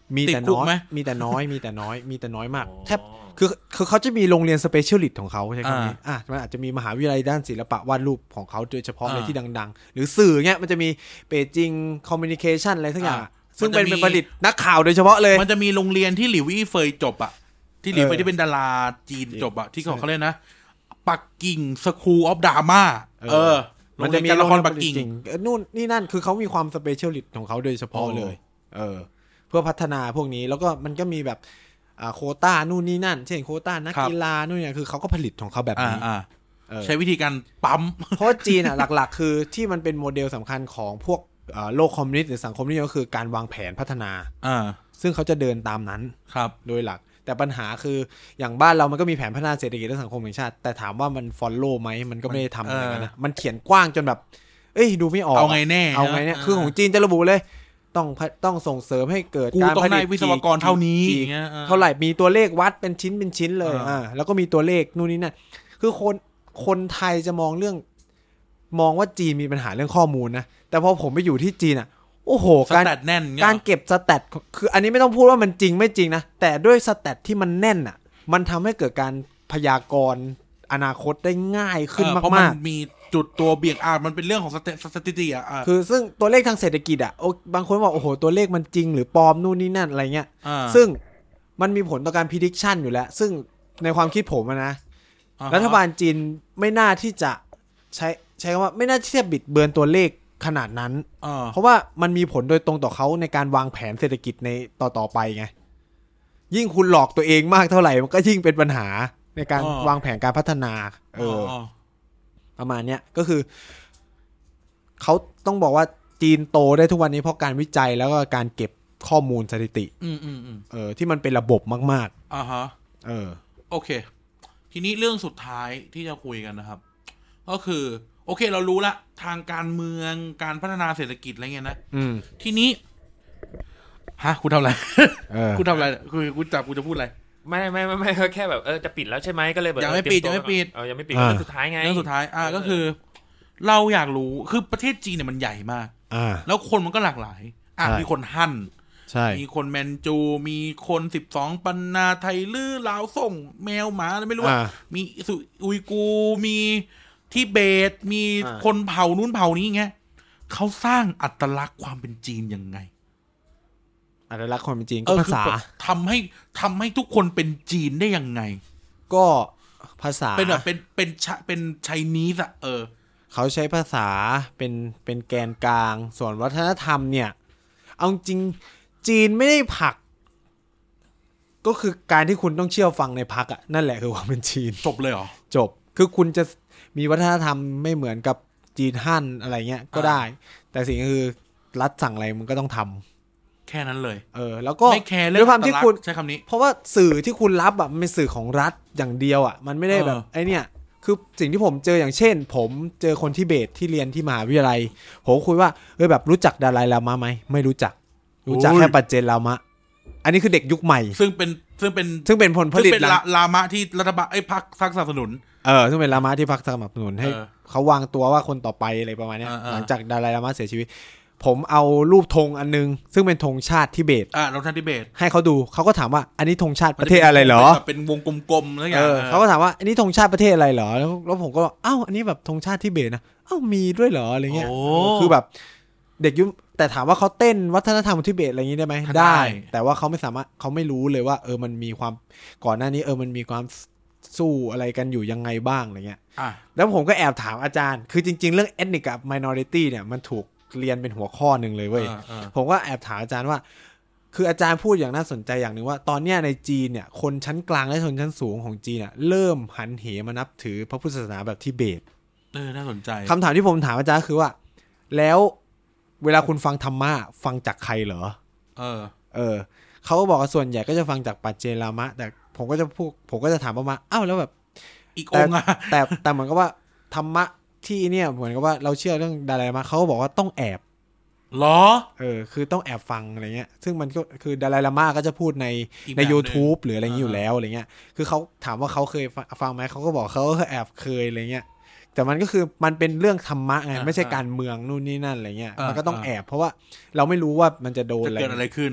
มีแต่น้อยมีแต่น้อยมีแต่น้อยมีแต่น้อยมากแทบคือคือเขาจะมีโรงเรียนสเปเชียลิสต์ของเขาใช่คำนี้อ่ะมันอาจจะมีมหาวิทยาลัยด้านศิลปะวาดรูปของเขาโดยเฉพาะเลยที่ดังๆหรือสื่อเงี้ยมันจะมีเปจิงคอมมิวนิเคชันอะไรสักอย่างซึ่งเป็นเป็นผลิตนักข่าวโดยเฉพาะเลยมันจะมีโรงเรียนที่หลิวอี้เฟยจบอ่ะที่หลิวเฟยที่เป็นดาราจีนจบอ่ะที่เขาเขาเรียกนะปักกิ่งสคูลออฟดราม่าเออมันจะมีละครปักกิ่งนู่นนี่นั่นคือเขามีความสเปเชียลิสต์ของเขาโดยเฉพาะเลยเออเพื่อพัฒนาพวกนี้แล้วก็มันก็มีแบบอ่าโควต้านู่นนี่นั่นเช่นโควต้านักกีฬานู่นเนี่ยคือเขาก็ผลิตของเขาแบบนี้ใช้วิธีการปั๊มเพราะจีนอ่ะหลักๆคือที่มันเป็นโมเดลสำคัญของพวกโลกคอมมิวนิสต์หรือสังคมนิยมก็คือการวางแผนพัฒนาซึ่งเขาจะเดินตามนั้นโดยหลักแต่ปัญหาคืออย่างบ้านเรามันก็มีแผนพัฒนาเศรษฐกิจและสังคมแห่งชาติแต่ถามว่ามันฟอลโล่ไหมมันก็ไม่ได้ทำอะไรกันนะมันเขียนกว้างจนแบบเอ้ยดูไม่ออกเอาไงแน่เอาไงเนี่ยคือของจีนจะระบุเลยต้องต้องส่งเสริมให้เกิดการผลิตวิศวกรเท่านี้เท่าไหร่มีตัวเลขวัดเป็นชิ้นเป็นชิ้นเลยอ่าแล้วก็มีตัวเลขนู่นนี่นั่นคือคนคนไทยจะมองเรื่องมองว่าจีนมีปัญหาเรื่องข้อมูลนะแต่พอผมไปอยู่ที่จีนอ่ะโอ้โหการการเก็บสแตทคืออันนี้ไม่ต้องพูดว่ามันจริงไม่จริงนะแต่ด้วยสแตทที่มันแน่นอ่ะมันทำให้เกิดการพยากรณ์อนาคตได้ง่ายขึ้นมากๆเพราะมันมีจุดตัวเบี่ยงอ่ะมันเป็นเรื่องของสถิติอ่ะคือซึ่งตัวเลขทางเศรษฐกิจอ่ะบางคนบอกโอ้โหตัวเลขมันจริงหรือปลอมนู่นนี่นั่นอะไรเงี้ยซึ่งมันมีผลต่อการ prediction อยู่แล้วซึ่งในความคิดผมนะรัฐบาลจีนไม่น่าที่จะใช้ใช้คำว่าไม่น่าที่จะบิดเบือนตัวเลขขนาดนั้นเพราะว่ามันมีผลโดยตรงต่อเขาในการวางแผนเศรษฐกิจในต่อต่อไปไงยิ่งคุณหลอกตัวเองมากเท่าไหร่มันก็ยิ่งเป็นปัญหาในการวางแผนการพัฒนาเออประมาณเนี้ยก็คือเขาต้องบอกว่าจีนโตได้ทุกวันนี้เพราะการวิจัยแล้วก็การเก็บข้อมูลสถิติเออที่มันเป็นระบบมากๆอ่าฮะเออโอเคทีนี้เรื่องสุดท้ายที่จะคุยกันนะครับก็คือโอเคเรารู้ละทางการเมืองการพัฒนาเศรษฐกิจอะไรเงี้ยนะทีนี้ฮะคุณทำอะไรคุณทำอะไรคือคุณจับคุณจะพูดอะไรไม่ไม่ไม่ไม่แค่แบบเออจะปิดแล้วใช่ไหมก็เลยแบบยังไม่ปิดยังไม่ปิดเออยังไม่ปิดเรื่องสุดท้ายไงเรื่องสุดท้ายอ่าก็คือเราอยากรู้คือประเทศจีนเนี่ยมันใหญ่มากอ่าแล้วคนมันก็หลากหลายอ่ะมีคนฮั่นใช่มีคนแมนจูมีคนสิบสองปันนาไทยลื้อลาวส่งแมวหมาอะไรไม่รู้ว่ามีอุยกูมีทิเบตมีคนเผ่านู้นเผ่านี้เงี้ยเขาสร้างอัตลักษณ์ความเป็นจีนยังไงอัตลักษณ์ความเป็นจีนก็ภาษาทำให้ทำให้ทุกคนเป็นจีนได้ยังไงก็ภาษาเป็นแบบเป็นเป็นเป็นไชนีสอะเออเขาใช้ภาษาเป็นเป็นแกนกลางส่วนวัฒนธรรมเนี่ยเอาจริงจีนไม่ได้ผลักก็คือการที่คุณต้องเชื่อฟังในพรรคอ่ะนั่นแหละคือความเป็นจีนจบเลยเหรอจบคือคุณจะมีวัฒนธรรมไม่เหมือนกับจีนฮั่นอะไรเงี้ยก็ได้แต่สิ่งคือรัฐสั่งอะไรมันก็ต้องทำแค่นั้นเลยเออแล้วก็ไม่แคร์เรื่องความที่คุณใช้คำนี้เพราะว่าสื่อที่คุณรับอ่ะมันเป็นสื่อของรัฐอย่างเดียวอ่ะมันไม่ได้แบบไอเนี่ยคือสิ่งที่ผมเจออย่างเช่นผมเจอคนทิเบตที่เรียนที่มหาวิทยาลัยผมคุยว่าเออแบบรู้จักดาไลลามะไหมไม่รู้จักรู้จักแค่ปัจเจนลามะอันนี้คือเด็กยุคใหม่ซึ่งเป็นซึ่งเป็นซึ่งเป็นผลผลิตเป็นลามะที่รัฐบาลไอ้พรรคพรรคสนับสนุนเออซึ่งเป็นลามะที่พรรคสนับสนุนให้เขาวางตัวว่าคนต่อไปอะไรประมาณนี้หลังจากดาไลลามะเสียชีวิตผมเอารูปธงอันนึงซึ่งเป็นธงชาติทิเบตอ่าธงชาติทิเบตให้เขาดูเขาก็ถามว่าอันนี้ธงชาติประเทศอะไรเหรอเป็นวงกลมๆอะไรอย่างเงี้ยเขาก็ถามว่าอันนี้ธงชาติประเทศอะไรเหรอแล้วผมก็บอกอ้าวอันนี้แบบธงชาติทิเบตนะอ้าวมีด้วยเหรออะไรเงี้ยคือแบบเด็กยุคแต่ถามว่าเขาเต้นวัฒนธรรมทิเบตอะไรอย่างนี้ได้ไหมได้แต่ว่าเขาไม่สามารถเขาไม่รู้เลยว่าเออมันมีความก่อนหน้านี้เออมันมีความสู้อะไรกันอยู่ยังไงบ้างอะไรเงี้ยแล้วผมก็แอบถามอาจารย์คือจริงๆเรื่อง ethnic กับ minority เนี่ยมันถูกเรียนเป็นหัวข้อหนึ่งเลยเว้ยผมก็แอบถามอาจารย์ว่าคืออาจารย์พูดอย่างน่าสนใจอย่างหนึ่งว่าตอนเนี้ยในจีนเนี่ยคนชั้นกลางและชนชั้นสูงของจีนเนี่ยเริ่มหันเหมานับถือพระพุทธศาสนาแบบทิเบตเออน่าสนใจคำถามที่ผมถามอาจารย์คือว่าแล้วเวลาคุณฟังธรรมะฟังจากใครเหรอเออเออเขาก็บอกว่าส่วนใหญ่ก็จะฟังจากปัจเจลามะแต่ผมก็จะพูดผมก็จะถามว่าอ้าวแล้วแบบอีกองค์อะแต่แต่เหมือนกับว่าธรรมะที่เนี่ยเหมือนกับว่าเราเชื่อเรื่องดาไลลามะเขาก็บอกว่าต้องแอบหรอเออคือต้องแอบฟังอะไรเงี้ยซึ่งมันก็คือดาไลลามะก็จะพูดในใน YouTube หรืออะไรอย่างนี้อยู่แล้วอะไรเงี้ยคือเขาถามว่าเขาเคยฟังไหมเขาก็บอกเขาก็แอบเคยอะไรเงี้ยแต่มันก็คือมันเป็นเรื่องธรรมะไงไม่ใช่การเมืองนู่นนี่นั่นอะไรเงี้ยมันก็ต้องแอบเพราะว่าเราไม่รู้ว่ามันจะโดนอะไรจะเกิดอะไรขึ้น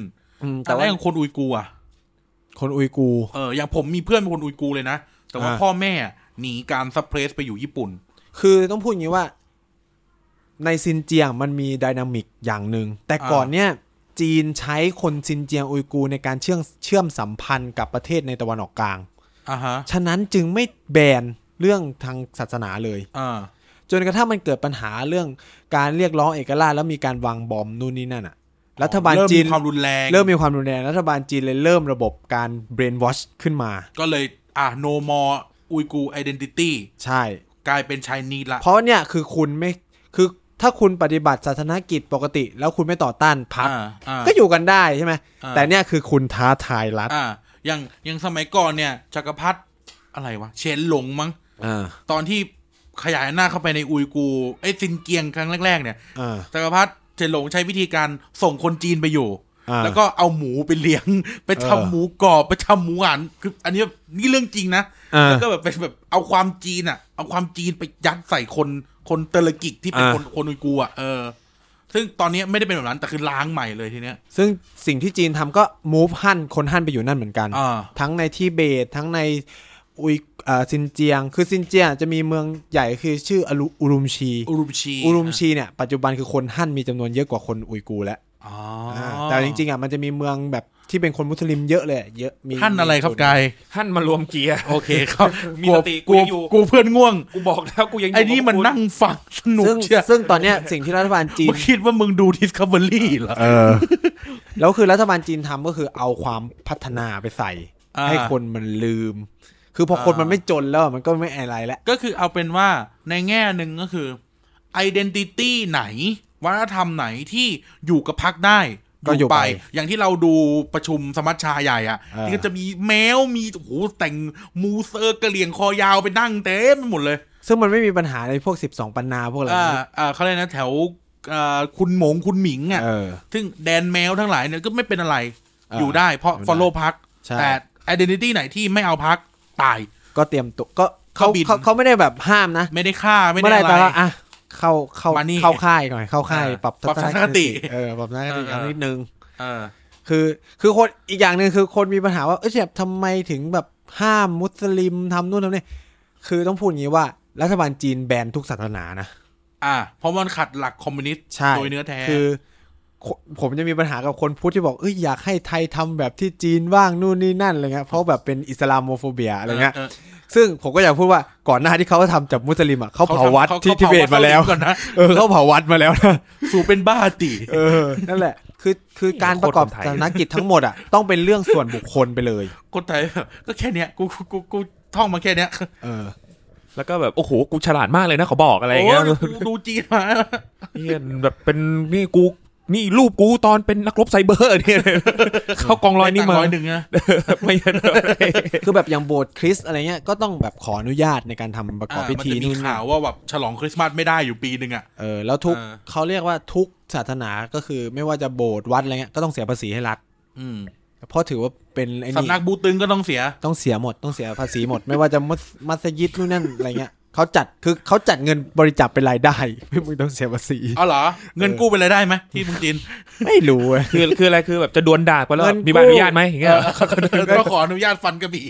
แต่ว่าอย่างคนอุยกูร์อ่ะคนอุยกูร์เอออย่างผมมีเพื่อนเป็นคนอุยกูร์เลยนะแต่ว่าพ่อแม่หนีการซับเพรสไปอยู่ญี่ปุ่นคือต้องพูดอย่างนี้ว่าในซินเจียงมันมีไดนามิกอย่างหนึ่งแต่ก่อนเนี้ยจีนใช้คนซินเจียงอุยกูร์ในการเชื่อมเชื่อมสัมพันธ์กับประเทศในตะวันออกกลางอ่าฮะฉะนั้นจึงไม่แบนเรื่องทางศาสนาเลยอ่าจนกระทั่งมันเกิดปัญหาเรื่องการเรียกร้องเอกราชแล้วมีการวางบอมนู่นนี่นั่นอ่ะรัฐบาลจีนเริ่มมีความรุนแรงเริ่มมีความรุนแรงรัฐบาลจีนเลยเริ่มระบบการเบรนวอชขึ้นมาก็เลยอ่ะ no more อุยกูร์ identity ใช่กลายเป็น Chinese ละเพราะเนี่ยคือคุณไม่คือถ้าคุณปฏิบัติศาสนกิจปกติแล้วคุณไม่ต่อต้านพรรคก็อยู่กันได้ใช่ไหมแต่เนี่ยคือคุณท้าทายรัฐอ่าอย่างอย่างสมัยก่อนเนี่ยจักรพรรดิอะไรวะเฉินหลงมั้งตอนที่ขยายหน้าเข้าไปในอุยกูร์ไอ้ซินเกียงครั้งแรกๆเนี่ยจักรพรรดิเฉินหลงใช้วิธีการส่งคนจีนไปอยู่แล้วก็เอาหมูไปเลี้ยงไปทำหมูกรอบไปทำหมูหันคืออันนี้นี่เรื่องจริงนะแล้วก็แบบเป็นแบบเอาความจีนอ่ะเอาความจีนไปยัดใส่คนคนเตลกิกที่เป็นคนคนอุยกูร์อ่ะเออซึ่งตอนนี้ไม่ได้เป็นแบบนั้นแต่คือล้างใหม่เลยทีเนี้ยซึ่งสิ่งที่จีนทำก็ move ฮั่นคนฮั่นไปอยู่นั่นเหมือนกันทั้งในทิเบตทั้งในอุยอ่าซินเจียงคือซินเจียงจะมีเมืองใหญ่คือชื่ออุรุมชีอุรุมชีอุรุมชีเนี่ยปัจจุบันคือคนฮั่นมีจำนวนเยอะกว่าคนอุยกูร์แล้วแต่จริงๆอ่ะมันจะมีเมืองแบบที่เป็นคนมุสลิมเยอะเลยเยอะมีฮั่นอะไรครับกายฮั่นมารวมเกียร์โอเคครับมีสติกูอยู่กูเพื่อนง่วงกูบอกแล้วกูยังอยู่ไอ้นี่มันนั่งฟังสนุกเชียซึ่งตอนเนี้ยสิ่งที่รัฐบาลจีนมึงคิดว่ามึงดู Discovery เหรอเออแล้วคือรัฐบาลจีนทำก็คือเอาความพัฒนาไปใส่ให้คนมันลืมคือพอคนมันไม่จนแล้วมันก็ไม่อะไรแล้วก็คือเอาเป็นว่าในแง่นึงก็คือ identity ไหนวัฒนธรรมไหนที่อยู่กับพรรคได้ก็อยู่ไปอย่างที่เราดูประชุมสมัชชาใหญ่อ่ะที่ก็จะมีแมวมีโอ้โหแต่งมูเซอร์กระเหลี่ยงคอยาวไปนั่งเต็มไปหมดเลยซึ่งมันไม่มีปัญหาในพวกสิบสองปันนาพวกอะไรอ่าอ่าเขาเรียกนะแถวอ่าคุณหมงคุณหมิงอ่ะซึ่งแดนแมวทั้งหลายเนี่ยก็ไม่เป็นอะไรอยู่ได้เพราะ follow พรรคแต่ identity ไหนที่ไม่เอาพรรคตายก็เตรียมตัวก็เขาเขาไม่ได้แบบห้ามนะไม่ได้ฆ่าไม่ได้อะไรอ่ะเข้าเข้าเข้าค่ายหน่อยเข้าค่ายปรับทัศนคติเออปรับทัศนคตินิดนึงคือคือคนอีกอย่างหนึ่งคือคนมีปัญหาว่าเออแบบทำไมถึงแบบห้ามมุสลิมทำนู่นทำนี่คือต้องพูดอย่างนี้ว่ารัฐบาลจีนแบนทุกศาสนานะอ่าเพราะมันขัดหลักคอมมิวนิสต์โดยเนื้อแท้คือผมจะมีปัญหากับคนพุทธที่บอกเอ้ยอยากให้ไทยทำแบบที่จีนบ้างนู่นนี่นั่นอะไรเงี้ยเพราะแบบเป็นอิสลามโมโฟเบียอะไรเงี้ยซึ่งผมก็อยากพูดว่าก่อนหน้าที่เขาทำจับมุสลิมอ่ะเขาเผาวัดที่ทิเบตมาแล้วเออเขาเผาวัดมาแล้วนะสู่เป็นบ้าติเออนั่นแหละคือคือการประกอบศาสนกิจทั้งหมดอ่ะต้องเป็นเรื่องส่วนบุคคลไปเลยคนไทยก็แค่เนี้ยกูกูกูท่องมาแค่เนี้ยเออแล้วก็แบบโอ้โหกูฉลาดมากเลยนะเขาบอกอะไรอย่างเงี้ยดูจีนมาเนี่ยแบบเป็นนี่กูนี่รูปกูตอนเป็นนักรบไซเบอร์เนี่ยเข้ากองร้อยนี่มาร้อยหนึ่งนะไม่คือแบบอย่างโบสถ์คริสอะไรเงี้ยก็ต้องแบบขออนุญาตในการทำประกอบพิธีนู่นข่าวว่าแบบฉลองคริสต์มาสไม่ได้อยู่ปีนึงอ่ะเออแล้วทุกเขาเรียกว่าทุกศาสนาก็คือไม่ว่าจะโบสถ์วัดอะไรเงี้ยก็ต้องเสียภาษีให้รัฐอืมเพราะถือว่าเป็นไอ้นี่สำนักบูตึงก็ต้องเสียต้องเสียหมดต้องเสียภาษีหมดไม่ว่าจะมัสยิดนู่นนั่นอะไรเงี้ยเขาจัดคือเขาจัดเงินบริจาคเป็นรายได้ไม่มึงต้องเสียภาษีอ๋อเหรอเงินกู้เป็นรายได้ไหมที่เมืองจีนไม่รู้คือคืออะไรคือแบบจะดวลด่าไปแล้วมีใบอนุญาตไหมอย่างเงี้ยก็ขออนุญาตฟันกระบี่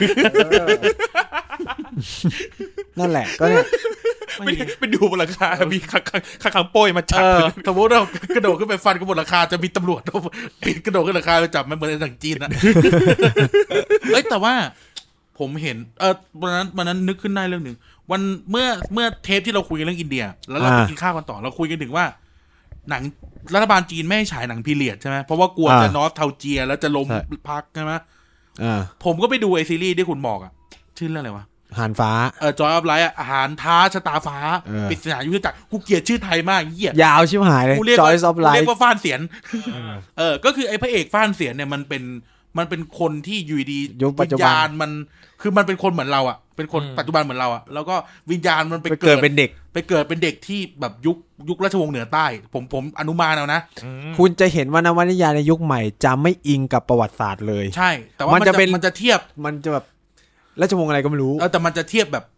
นั่นแหละก็เนี่ยไปดูบนหลังคามีข้างข้างโป้ยมาจับสมมติเรากระโดดขึ้นไปฟันกันบนหลังคาจะมีตำรวจปีนกระโดดขึ้นหลังคาไปจับมันเหมือนในหนังจีนนะเอ้ยแต่ว่าผมเห็นเออวันนั้นวันนั้นนึกขึ้นได้เรื่องหนึ่งวันเมื่อเมื่อเทปที่เราคุยกันเรื่องอินเดียแล้วเราไปกินข้าวกันต่อเราคุยกันถึงว่าหนังรัฐบาลจีนไม่ให้ฉายหนังพีเรียดใช่ไหมเพราะว่ากลัวจะนอสเทาเจียแล้วจะล้มพักใช่ไหมผมก็ไปดูไอซีรีส์ที่คุณบอกอ่ะชื่อเรื่องอะไรวะอาหารฟ้าเออจอยออฟไลท์อ่ะอาหารท้าชะตาฟ้าปริศนายุทธจักรกูเกลียดชื่อไทยมากเหี้ยยาวชิบหายเลยจอยออฟไลท์เรียกว่าฟ้านเสียนเออก็คือไอพระเอกฟ้านเสียนเนี่ยมันเป็นมันเป็นคนที่อยู่ดีวิญญาณมันคือมันเป็นคนเหมือนเราอ่ะเป็นคนปัจจุบันเหมือนเราอ่ะแล้วก็วิญญาณมันไปเกิดเป็นเด็กไปเกิดเป็นเด็กที่แบบยุคยุคราชวงศ์เหนือใต้ผมผมอนุมานเอานะคุณจะเห็นว่านวนิยายในยุคใหม่จะไม่อิงกับประวัติศาสตร์เลยใช่แต่ว่ามันจะเป็นมันจะเทียบมันจะแบบราชวงศ์อะไรก็ไม่รู้เออแต่มันจะเทียบแบบ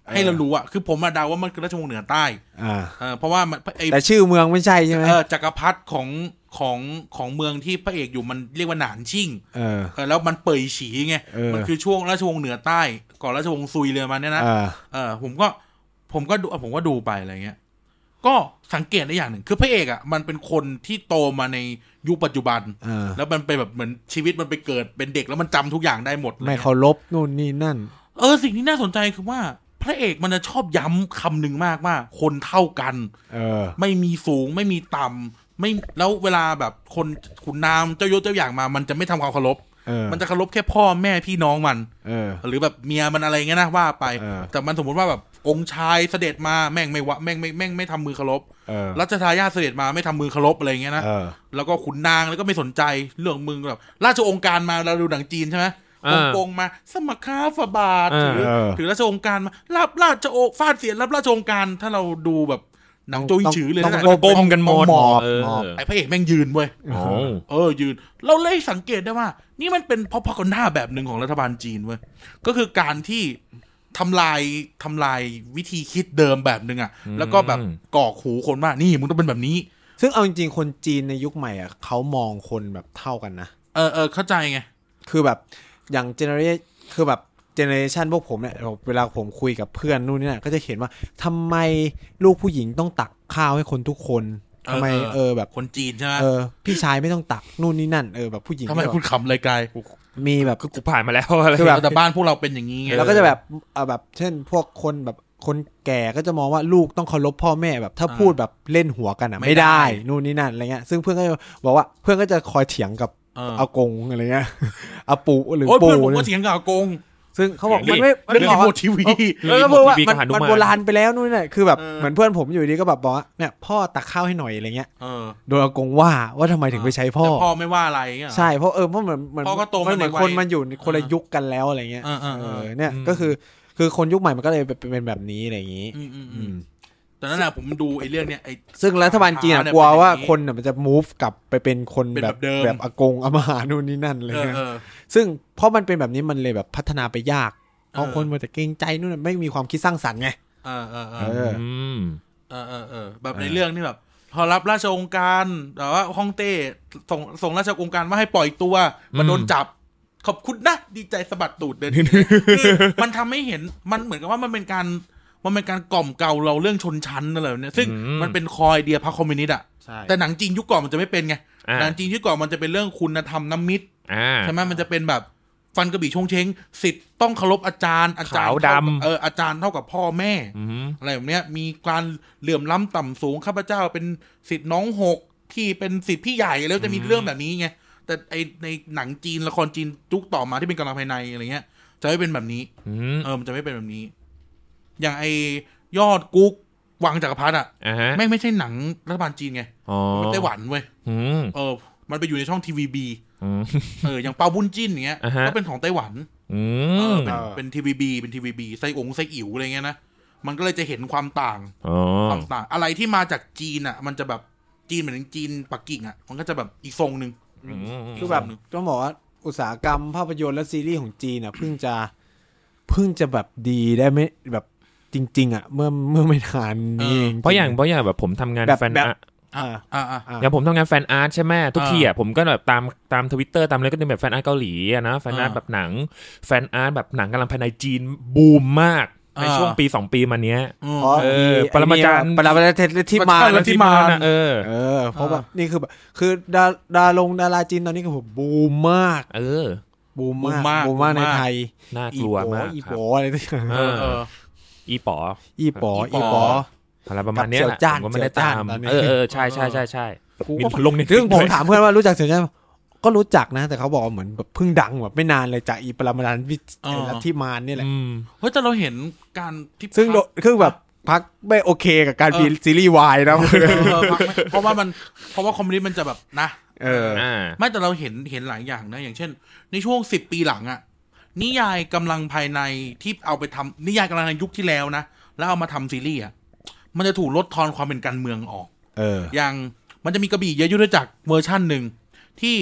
ให้เรารู้อ่ะคือผมมาเดาว่ามันคือราชวงศ์เหนือใต้อ่าเพราะว่าแต่ชื่อเมืองไม่ใช่ใช่ไหมเออจักรพรรดิของของของเมืองที่พระเอกอยู่มันเรียกว่าหนานชิ่งเออแล้วมันเป่ยฉีไงมันคือช่วงราชวงศ์เหนือใต้ก่อนราชวงศ์ซุยเลยมันเนี่ยนะเออผมก็ผมก็ดูผมก็ดูไปอะไรเงี้ยก็สังเกตได้อย่างหนึ่งคือพระเอกอ่ะมันเป็นคนที่โตมาในยุคปัจจุบันแล้วมันเป็นแบบเหมือนชีวิตมันไปเกิดเป็นเด็กแล้วมันจำทุกอย่างได้หมดไม่เคารพนู่นนี่นั่นเออสิ่งที่น่าสนใจคือว่าพระเอกมันจะชอบย้ำคำหนึ่งมากว่าคนเท่ากันเออไม่มีสูงไม่มีต่ำไม่แล้วเวลาแบบคนขุนนางเจ้ายศเจ้าอย่างมามันจะไม่ทำความเคารพมันจะเคารพแค่พ่อแม่พี่น้องมันหรือแบบเมียมันอะไรเงี้ยนะว่าไปแต่มันสมมติว่าแบบองค์ชายเสด็จมาแม่งไม่วะแม่งไม่แม่งไม่ทำมือเคารพรัชทายาทเสด็จมาไม่ทำมือเคารพอะไรเงี้ยนะแล้วก็ขุนนางแล้วก็ไม่สนใจเรื่องมึงแบบราชองค์การมาเราดูหนังจีนใช่ไหมองค์กงมาสมัครค้าฝาบาทถือถือราชองค์การมารับราชโอฟาดเสียรับราชองค์การถ้าเราดูแบบหนังโจยฉือเลยนะก้มกันหมดไอ้พระเอกแม่งยืนเว้ยเออยืนเราเลยสังเกตได้ว่านี่มันเป็นพอพกนด้าแบบหนึ่งของรัฐบาลจีนเว้ยก็คือการที่ทำลายทำลายวิธีคิดเดิมแบบนึงอ่ะแล้วก็แบบกอกหูคนว่านี่มึงต้องเป็นแบบนี้ซึ่งเอาจริงๆคนจีนในยุคใหม่อ่ะเขามองคนแบบเท่ากันนะเออเออเข้าใจไงคือแบบอย่างเจเนอเรชันคือแบบเจเนอเรชันพวกผมเนี่ยเวลาผมคุยกับเพื่อนนู่นนี่น่ะก็จะเห็นว่าทำไมลูกผู้หญิงต้องตักข้าวให้คนทุกคนทำไมเออแบบคนจีนใช่ไหมเออพี่ชายไม่ต้องตักนู่นนี่นั่นเออแบบผู้หญิงทำไมคุณขำเลยกายมีแบบกูผ่านมาแล้วอะไรคือแบบแต่บ้านพวกเราเป็นอย่างนี้ไงแล้วก็จะแบบเออแบบเช่นพวกคนแบบคนแก่ก็จะมองว่าลูกต้องเคารพพ่อแม่แบบถ้าพูดแบบเล่นหัวกันอ่ะไม่ได้นู่นนี่นั่นอะไรเงี้ยซึ่งเพื่อนก็จะบอกว่าเพื่อนก็จะคอยเถียงกับอากงอะไรเงี้ยอาปู่หรือปู่ผมก็เถียงกับอากงซึ่งเขาบอกมันไม่เรื่องรีโมททีวีแล้วก็บอกว่ามันโบราณไปแล้วนู่นนี่คือแบบเหมือนเพื่อนผมอยู่ดีก็แบบบอกว่าเนี่ยพ่อตักข้าวให้หน่อยอะไรเงี้ยโดยอากงว่าว่าทำไมถึงไปใช้พ่อพ่อไม่ว่าอะไรเงี้ยใช่เพราะเออเพราะเหมือนเหมือนมันเหมือนคนมันอยู่คนละยุคกันแล้วอะไรเงี้ยเออเนี่ยก็คือคือคนยุคใหม่มันก็เลยเป็นแบบนี้อะไรอย่างนี้แต่นั่นแหละผมดูไอ้เรื่องเนี้ยไอ้ซึ่งรัฐบาลจีนกลัวว่าคนเนี่ยมันจะ move กลับไปเป็นคนแบบแบบอากงอาม่านู่นนี่นั่นอะไรเงี้ยซึ่งเพราะมันเป็นแบบนี้มันเลยแบบพัฒนาไปยากเพราะคนมันจะเกรงใจนู่นไม่มีความคิดสร้างสรรค์ไงเออเออเออเออเออเออแบบในเรื่องนี่แบบพอรับราชองค์การแต่ว่าฮ่องเต้ส่งส่งราชองค์การว่าให้ปล่อยตัวมันโดนจับขอบคุณนะดีใจสะบัดตูดเดินคือมันทำให้เห็นมันเหมือนกับว่ามันเป็นการมันเป็นการกล่อมเกลาเราเรื่องชนชั้นนั่นแหละเนี่ยซึ่งมันเป็นคอยเดียพรรคคอมมิวนิสต์อ่ะแต่หนังจีนยุคก่อนมันจะไม่เป็นไงหนังจีนยุคก่อนมันจะเป็นเรื่องคุณธรรมน้ำมิตรใช่ไหมมันจะเป็นแบบฟันกระบี่ชงเชงสิทธิ์ต้องเคารพอาจารย์อาจารย์ดำเอออาจารย์เท่ากับพ่อแม่อะไรแบบเนี้ยมีการเหลื่อมล้ำต่ำสูงข้าพเจ้าเป็นสิทธิ์น้องหกพี่เป็นสิทธิ์พี่ใหญ่แล้วจะมีเรื่องแบบนี้ไงแต่ไอในหนังจีนละครจีนยุคต่อมาที่เป็นกำลังภายในอะไรเงี้ยจะไม่เป็นแบบนี้เออมันจะไม่เป็นแบบนี้อย่างไอยอดกุ๊กวังจักรพรรดิอ่ะไม่ไม่ใช่หนังรัฐบาลจีนไงมันเป็นไต้หวันเว้ยเออมันไปอยู่ในช่องทีวีบีเอออย่างเปาบุญจิ้นอย่างเงี้ยก็เป็นของไต้หวันเออเป็นเป็นทีวีบีเป็นทีวีบีไส้องไส้อิ๋วอะไรเงี้ยนะมันก็เลยจะเห็นความต่างความต่างอะไรที่มาจากจีนอ่ะมันจะแบบจีนเหมือนจีนปักกิ่งอ่ะมันก็จะแบบอีกทรงนึงคือแบบต้องบอกว่าอุตสาหกรรมภาพยนตร์และซีรีส์ของจีนอ่ะเพิ่งจะเพิ่งจะแบบดีได้ไม่แบบจริงๆอ่ะเมื่อเมื่อไม่นานนี้เพราะอย่างเพราะอย่างแบบผมทำงานแฟนอาร์ตอย่างผมทำงานแฟนอาร์ตใช่ไหมทุกทีอ่ะผมก็แบบตามตาม Twitter ตามอะไรก็เป็นแบบแฟนอาร์ตเกาหลีอ่ะนะแฟนอาร์ตแบบหนังแฟนอาร์ตแบบหนังกำลังภายในจีนบูมมากในช่วงปีสองปีมาเนี้ยเออปรมาจารย์ปรมาจารย์ที่มาที่มาเออเออเพราะแบบนี่คือแบบคือดาดาลงดาราจีนตอนนี้ก็แบบบูมมากเออบูมมากบูมมากในไทยน่ากลัวมากอีป๋ออะไรต่างๆเอออีป๋ออีป๋ออีป๋ออะไรประมาณนี้แหละผมก็ไม่ได้ตามเออเออใช่ใช่ใช่ใช่มีลงในซึ่งผมถามเพื่อนว่ารู้จักเสียงใช่ก็รู้จักนะแต่เขาบอกเหมือนแบบเพิ่งดังแบบไม่นานเลยจากอีปรมาจารย์ที่มานนี่แหละเฮ้ยแต่เราเห็นการที่ซึ่งคือแบบพักไม่โอเคกับการมีซีรีส์วายนะเพราะว่ามันเพราะว่าคอมมิวนิสต์มันจะแบบนะเออไม่แต่เราเห็นเห็นหลายอย่างนะอย่างเช่นในช่วงสิบปีหลังอะนิยายกำลังภายในที่เอาไปทำนิยายกำลังในยุคที่แล้วนะแล้วเอามาทำซีรีส์อะมันจะถูกลดทอนความเป็นการเมืองออกเอออย่างมันจะมีกระบี่เยยุทธจักรเวอร์ชั่นหนึ่งที่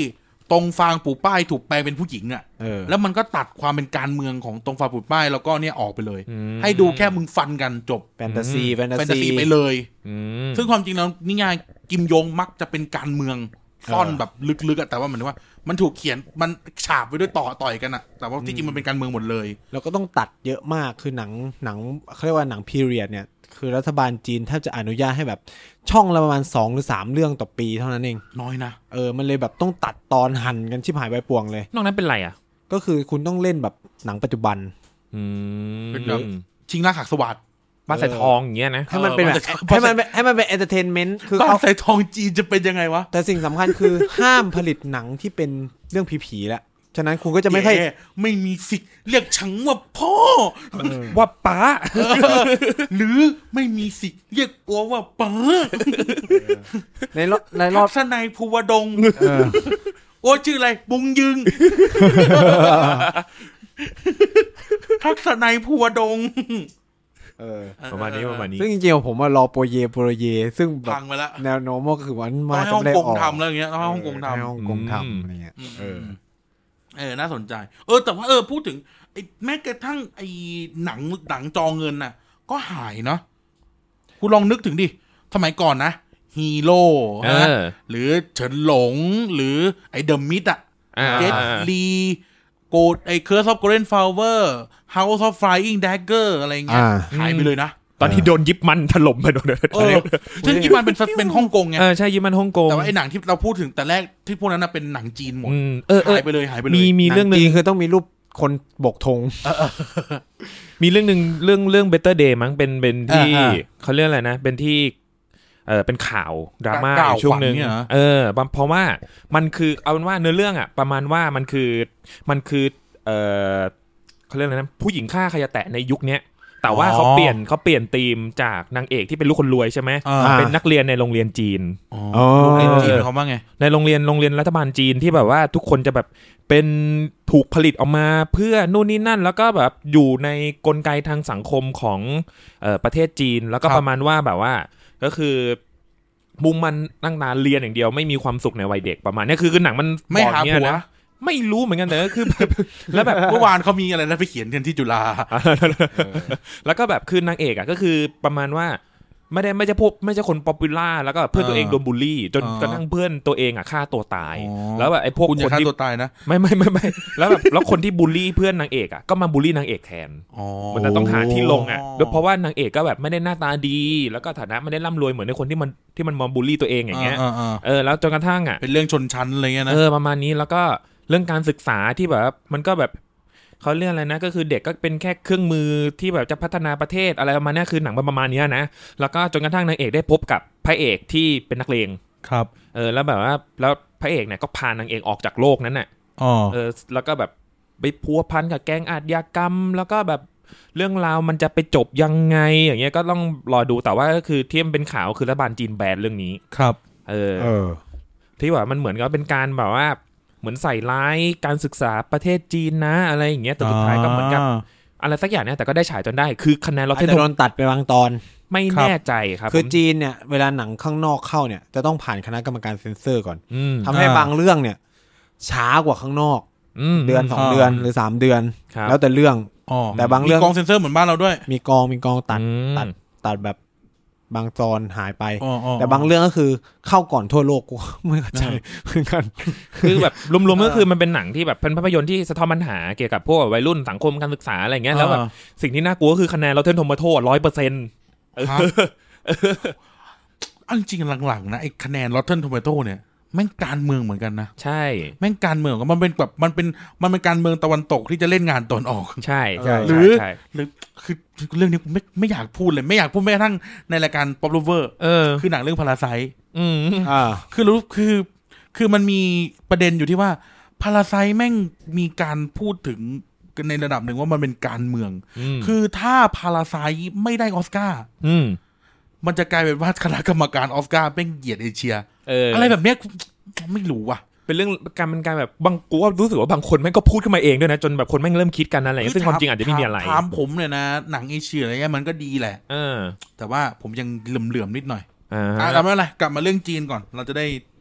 ตรงฟางปู่ป้ายถูกแปลงเป็นผู้หญิงอ่ะเออแล้วมันก็ตัดความเป็นการเมืองของตรงฟางปู่ป้ายแล้วก็เนี่ยออกไปเลยให้ดูแค่มึงฟันกันจบแฟนตาซีแฟนแฟนตาตาซีซีไปเลยมซึ่งความจริงแล้วนิยายกิมยงมักจะเป็นการเมืองซ่อนแบบลึกๆอะแต่ว่าเหมือนว่ามันถูกเขียนมันฉาบไว้ด้วยต่อต่อยกันอะแต่ว่าที่จริงมันเป็นการเมืองหมดเลยแล้วก็ต้องตัดเยอะมากคือหนังหนังเขาเรียกว่าหนังพีเรียดเนี่ยคือรัฐบาลจีนแทบจะอนุญาตให้แบบช่องละประมาณสองหรือสามเรื่องต่อปีเท่านั้นเองน้อยนะเออมันเลยแบบต้องตัดตอนหั่นกันชิบหายไปป่วงเลยนอกนั้นเป็นไรอ่ะก็คือคุณต้องเล่นแบบหนังปัจจุบันอืมเป็นแบบชิงราขากสวัสดิ์บ้านสายทองอย่างเงี้ยนะให้มันเป็นแบบให้มันให้มันเป็นเอนเตอร์เทนเมนต์คือบ้านสายทองจีนจะเป็นยังไงวะแต่สิ่งสำคัญคือห้ามผลิตหนังที่เป็นเรื่องผีๆแล้วฉะนั้นคุณก็จะไม่ค่อยไม่มีสิทธิ์เรียกฉันว่าพ่อว่าป้าหรือไม่มีสิทธิ์เรียกอัวว่าป้าในรอบในรอบทักษณัยภูวดงโอ้ชื่ออะไรบุงยึงทักษณัยภูวดงเออประมาณนี้ประมาณนี้ซึ่งจริงๆผมว่ารอโปรเยโปรเยซึ่งพังไปแล้วแนวโน้มก็คือว่ามาจะได้ออกทำแล้วอย่างเงี้ยฮ่องกงทำฮ่องกงทำอะไรเงี้ยเออเออน่าสนใจเออแต่ว่าเออพูดถึงไอ้แม้กระทั่งไอ้หนังหนังจอเงินน่ะก็หายเนาะคุณลองนึกถึงดิสมัยก่อนนะฮีโร่นะหรือเฉินหลงหรือไอ้เดอะมิดอะเจ็ตลีโกดไอ้เคิร์สออฟโกลเด้นฟลาวเวอร์เฮาส์ออฟไฟอิงแดกเกอร์อะไรเงี้ยหายไปเลยนะตอนที่โดนยิบมันถล่มไปโดนเออซึ่งยิบมันเป็นเป็นฮ่องกงไงเออใช่ยิบมันฮ่องกงแต่ว่าไอ้หนังที่เราพูดถึงแต่แรกที่พวกนั้นน่ะเป็นหนังจีนหมดหายไปเลยหายไปเลยมีมีเรื่องนึงคือต้องมีรูปคนบกธงมีเรื่องนึงเรื่องเรื่อง Better Day มั้งเป็นเป็นที่เขาเรียกอะไรนะเป็นที่เออเป็นข่าวดราม่าช่วงนึงเออเพราะว่ามันคือเอาเป็นว่าเนื้อเรื่องอ่ะประมาณว่ามันคือมันคือเออเขาเรียกอะไรนะผู้หญิงฆ่าใครจะแตะในยุคนี้แต่ว่าเขาเปลี่ยนเขาเปลี่ยนธีมจากนางเอกที่เป็นลูกคนรวยใช่ไหมเป็นนักเรียนในโรงเรียนจีนโรงเรียนจีนเขาว่าไงในโรงเรียนโรงเรียนรัฐบาลจีนที่แบบว่าทุกคนจะแบบเป็นถูกผลิตออกมาเพื่อนู่นนี่นั่นแล้วก็แบบอยู่ในกลไกทางสังคมของเอ่อประเทศจีนแล้วก็ประมาณว่าแบบว่าก็คือมุมมันตั้งนานเรียนอย่างเดียวไม่มีความสุขในวัยเด็กประมาณนี้คือคือหนังมันไม่หาผัวไม่รู้เหมือนกันแต่ก็คือแบบแล้วแบบเมื่อวานเขามีอะไรนะไปเขียนกันที่จุฬาแล้วก็แบบคือนางเอกอ่ะก็คือประมาณว่าไม่ได้ไม่ใช่พวกไม่ใช่คนป๊อปปูล่าแล้วก็เพื่อนตัวเองโดนบูลลี่จนกระทั่งเพื่อนตัวเองอ่ะฆ่าตัวตายแล้วแบบไอ้พวกคนที่ฆ่าตัวตายนะไม่ไม่ไม่ไม่แล้วแบบแล้วคนที่บูลลี่เพื่อนนางเอกอ่ะก็มาบูลลี่นางเอกแทนมันจะต้องหาที่ลงอ่ะเพราะว่านางเอกก็แบบไม่ได้หน้าตาดีแล้วก็ฐานะไม่ได้ร่ำรวยเหมือนในคนที่มันที่มันมาบูลลี่ตัวเองอย่างเงี้ยเออแล้วจนกระทั่งอ่ะเป็นเรื่องชนชั้นอะไรเงี้ยนะเออประมาณนี้แล้วก็เรื่องการศึกษาที่แบบมันก็แบบเขาเรียกอะไรนะก็คือเด็กก็เป็นแค่เครื่องมือที่แบบจะพัฒนาประเทศอะไรประมาณนี้คือหนังประมาณนี้นะแล้วก็จนกระทั่งนางเอกได้พบกับพระเอกที่เป็นนักเลงครับเออแล้วแบบว่าแล้วพระเอกเนี่ยก็พานางเอกออกจากโลกนั้นน่ะอ๋อเออแล้วก็แบบไปพัวพันกับแก๊งอาชญากรรมแล้วก็แบบเรื่องราวมันจะไปจบยังไงอย่างเงี้ยก็ต้องรอดูแต่ว่าก็คือที่มันเป็นข่าวคือรัฐบาลจีนแบนเรื่องนี้ครับเออเออที่ว่ามันเหมือนกับเป็นการแบบว่าเหมือนใส่ร้ายการศึกษาประเทศจีนนะอะไรอย่างเงี้ยแต่สุดท้ายก็เหมือนกับอะไรสักอย่างเนี่ยแต่ก็ได้ฉายจนได้คือคะแนนเราเทนโดนตัดไปบางตอนไม่แน่ใจครับคือจีนเนี่ยเวลาหนังข้างนอกเข้าเนี่ยจะต้องผ่านคณะกรรมการเซ็นเซอร์ก่อนทำให้บางเรื่องเนี่ยช้ากว่าข้างนอกเดือนสองเดือนหรือสามเดือนแล้วแต่เรื่องแต่บางเรื่องมีกองเซ็นเซอร์เหมือนบ้านเราด้วยมีกองมีกองตัดตัดตัดแบบบางตอนหายไปแต่บางเรื่องก็คือเข้าก่อนทั่วโลกกูไม่เข้าใจเหมือนกันคือแบบรวมๆก็คือมันเป็นหนังที่แบบเป็นภาพยนตร์ที่สะท้อนปัญหาเกี่ยวกับพวกวัยรุ่นสังคมการศึกษาอะไรเงี้ยแล้วแบบสิ่งที่น่ากลัวก็คือคะแนนเราเทนโทมาโต้ร้อยเปอร์เซ็นต์อันจริงหลังๆนะไอ้คะแนน Rotten Tomato เนี่ยแม่งการเมืองเหมือนกันนะใช่แม่งการเมืองก็มันเป็นแบบมันเป็นมันเป็นการเมืองตะวันตกที่จะเล่นงานตอนออกใช่ใช่หรือหรือคือเรื่องนี้ไม่ไม่อยากพูดเลยไม่อยากพูดแม้กระทั่งในรายการ Pop Lover เออคือหนังเรื่อง Parasite อืมอ่าคือรู้คือคือมันมีประเด็นอยู่ที่ว่า Parasite แม่งมีการพูดถึงในระดับหนึ่งว่ามันเป็นการเมืองคือถ้า Parasite ไม่ได้ออสการ์อืมมันจะกลายเป็นว่าคณะกรรมการออสการ์แม่งเหยียดเอเชียเอออะไรแบบเนี้ยไม่รู้ว่ะเป็นเรื่องการเป็นการแบบบางกูว่ารู้สึกว่าบางคนแม่งก็พูดขึ้นมาเองด้วยนะจนแบบคนแม่งเริ่มคิดกันอะไรซึ่งความจริงอาจจะไม่มีอะไรถามผมเนี่ยนะหนังเอเชียอะไรเงี้ยมันก็ดีแหละเออแต่ว่าผมยังเหลื่อมๆนิดหน่อยอ่าแต่ไม่เป็นไรกลับมาเรื่องจีนก่อนเราจะได้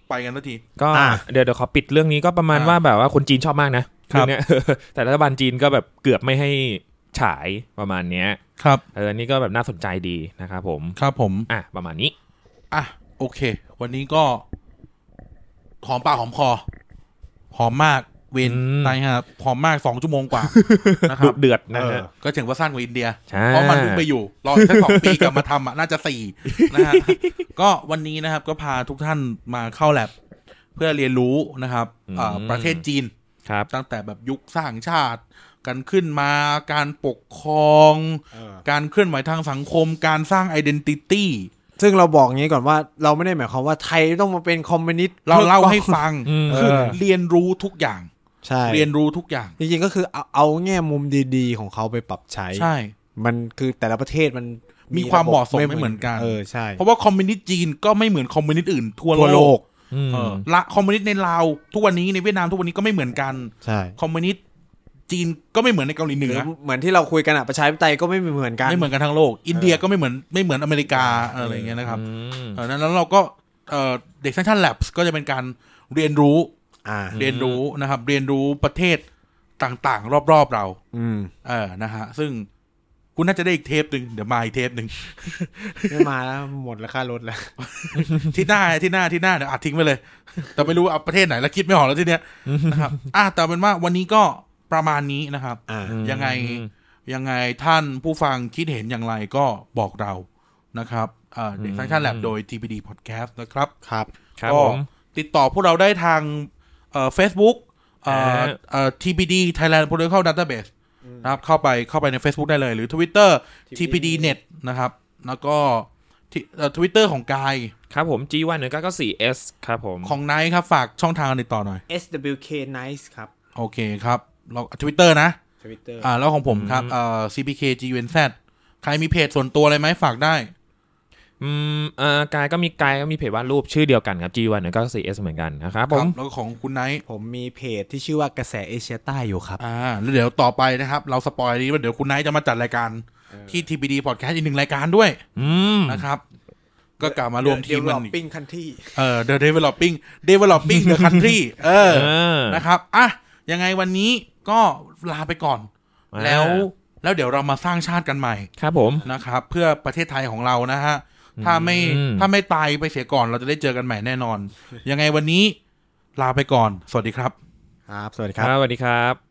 ไปกันทันทีก็เดี๋ยวเดี๋ยวขอปิดเรื่องนี้ก็ประมาณว่าแบบว่าคนจีนชอบมากนะเรื่องนี้แต่รัฐบาลจีนก็แบบเกือบไม่ให้ฉายประมาณเนี้ยครับเออนี่ก็แบบน่าสนใจดีนะครับผมครับผมอ่ะประมาณนี้อ่ะโอเควันนี้ก็หอมปากหอมคอหอมมากเวนตายครับหอมมากสองชั่วโมงกว่านะครับเดือดนะฮะก็ถึงว่าสั้นกว่าอินเดียเพราะมันเพิ่งไปอยู่รอแค่สองปีกลับมาทำอ่ะน่าจะสี่นะฮะก็วันนี้นะครับก็พาทุกท่านมาเข้าแลบเพื่อเรียนรู้นะครับประเทศจีนตั้งแต่แบบยุคสร้างชาติการขึ้นมาการปกครองการเคลื่อนไหวทางสังคมการสร้างไอดีนิตี้ซึ่งเราบอกงี้ก่อนว่าเราไม่ได้หมายความว่าไทยต้องมาเป็นคอมมิวนิสต์เราเล่าให้ฟังคือเรียนรู้ทุกอย่างใช่เรียนรู้ทุกอย่างจริงๆก็คือเอาเอาแง่มุมดีๆของเขาไปปรับใช้ใช่มันคือแต่ละประเทศมันมีความเหมาะสมไม่เหมือนกันเออใช่เพราะว่าคอมมิวนิสต์จีนก็ไม่เหมือนคอมมิวนิสต์อื่นทั่วโลกเออละคอมมิวนิสต์ในลาวทุกวันนี้ในเวียดนามทุกวันนี้ก็ไม่เหมือนกันใช่คอมมิวนิสต์จีนก็ไม่เหมือนในเกาหลีเหนือเหมือนที่เราคุยกันอ่ะประชาธิปไตยก็ไม่เหมือนกันไม่เหมือนกันทั้งโลกอินเดียก็ไม่เหมือนไม่เหมือนอเมริกาอะไรอย่างเงี้ยนะครับเออแล้วเราก็เอ่อเด็กซังชั่นแลบก็จะเป็นการเรียนรู้เรียนรู้นะครับเรียนรู้ประเทศต่างๆรอบๆเราเออนะฮะซึ่งคุณน่าจะได้อีกเทปนึงเดี๋ยวมาอีกเทปนึงไม่มาแล้วหมดราคารถแล้วที่หน้าที่หน้าที่หน้าเดี๋ยวอัดทิ้งไปเลยแต่ไม่รู้เอาประเทศไหนแล้วคิดไม่ออกแล้วทีเนี้ยนะครับอ่ะแต่เป็นว่าวันนี้ก็ประมาณนี้นะครับยังไงยังไงท่านผู้ฟังคิดเห็นอย่างไรก็บอกเรานะครับเด็กซังชั่นแลบโดย ที พี ดี Podcast นะครับครับก็ติดต่อพวกเราได้ทางเอ่อ Facebook เอ่อเอ่อ ที พี ดี Thailand Protocol Database นะครับเข้าไปเข้าไปใน Facebook ได้เลยหรือ Twitter ที พี ดี Net นะครับแล้วก็เอ่อ Twitter ของกายครับผม จี วัน หนึ่งเก้าเก้าสี่ เอส ครับผมของไนท์ครับฝากช่องทางติดต่อหน่อยเอส ดับเบิลยู เค Nice ครับโอเคครับเรา Twitter นะ Twitter อ่าแล้วของผมครับเอ่อ ซี พี เค จี ยู เอ็น แซด ใครมีเพจส่วนตัวอะไรไหมฝากได้อืมเอ่อกายก็มีกายก็มีเพจวาดรูปชื่อเดียวกันครับ จี วัน หนึ่งเก้าเก้าสี่ เอส เหมือนกันนะครับผมแล้วของคุณไนท์ผมมีเพจที่ชื่อว่ากระแสเอเชียใต้อยู่ครับอ่าแล้วเดี๋ยวต่อไปนะครับเราสปอยนี้ว่าเดี๋ยวคุณไนท์จะมาจัดรายการที่ ที พี ดี Podcast อีกหนึ่งรายการด้วยนะครับก็กลับมารวมทีมกัน Developing Country เออ The Developing Developing the Country เออนะครับอ่ะยังไงวันนี้ก็ลาไปก่อนแล้วแล้วเดี๋ยวเรามาสร้างชาติกันใหม่ครับผมนะครับเพื่อประเทศไทยของเรานะฮะถ้าไม่ถ้าไม่ตายไปเสียก่อนเราจะได้เจอกันใหม่แน่นอนยังไงวันนี้ลาไปก่อนสวัสดีครับครับสวัสดีครับสวัสดีครับ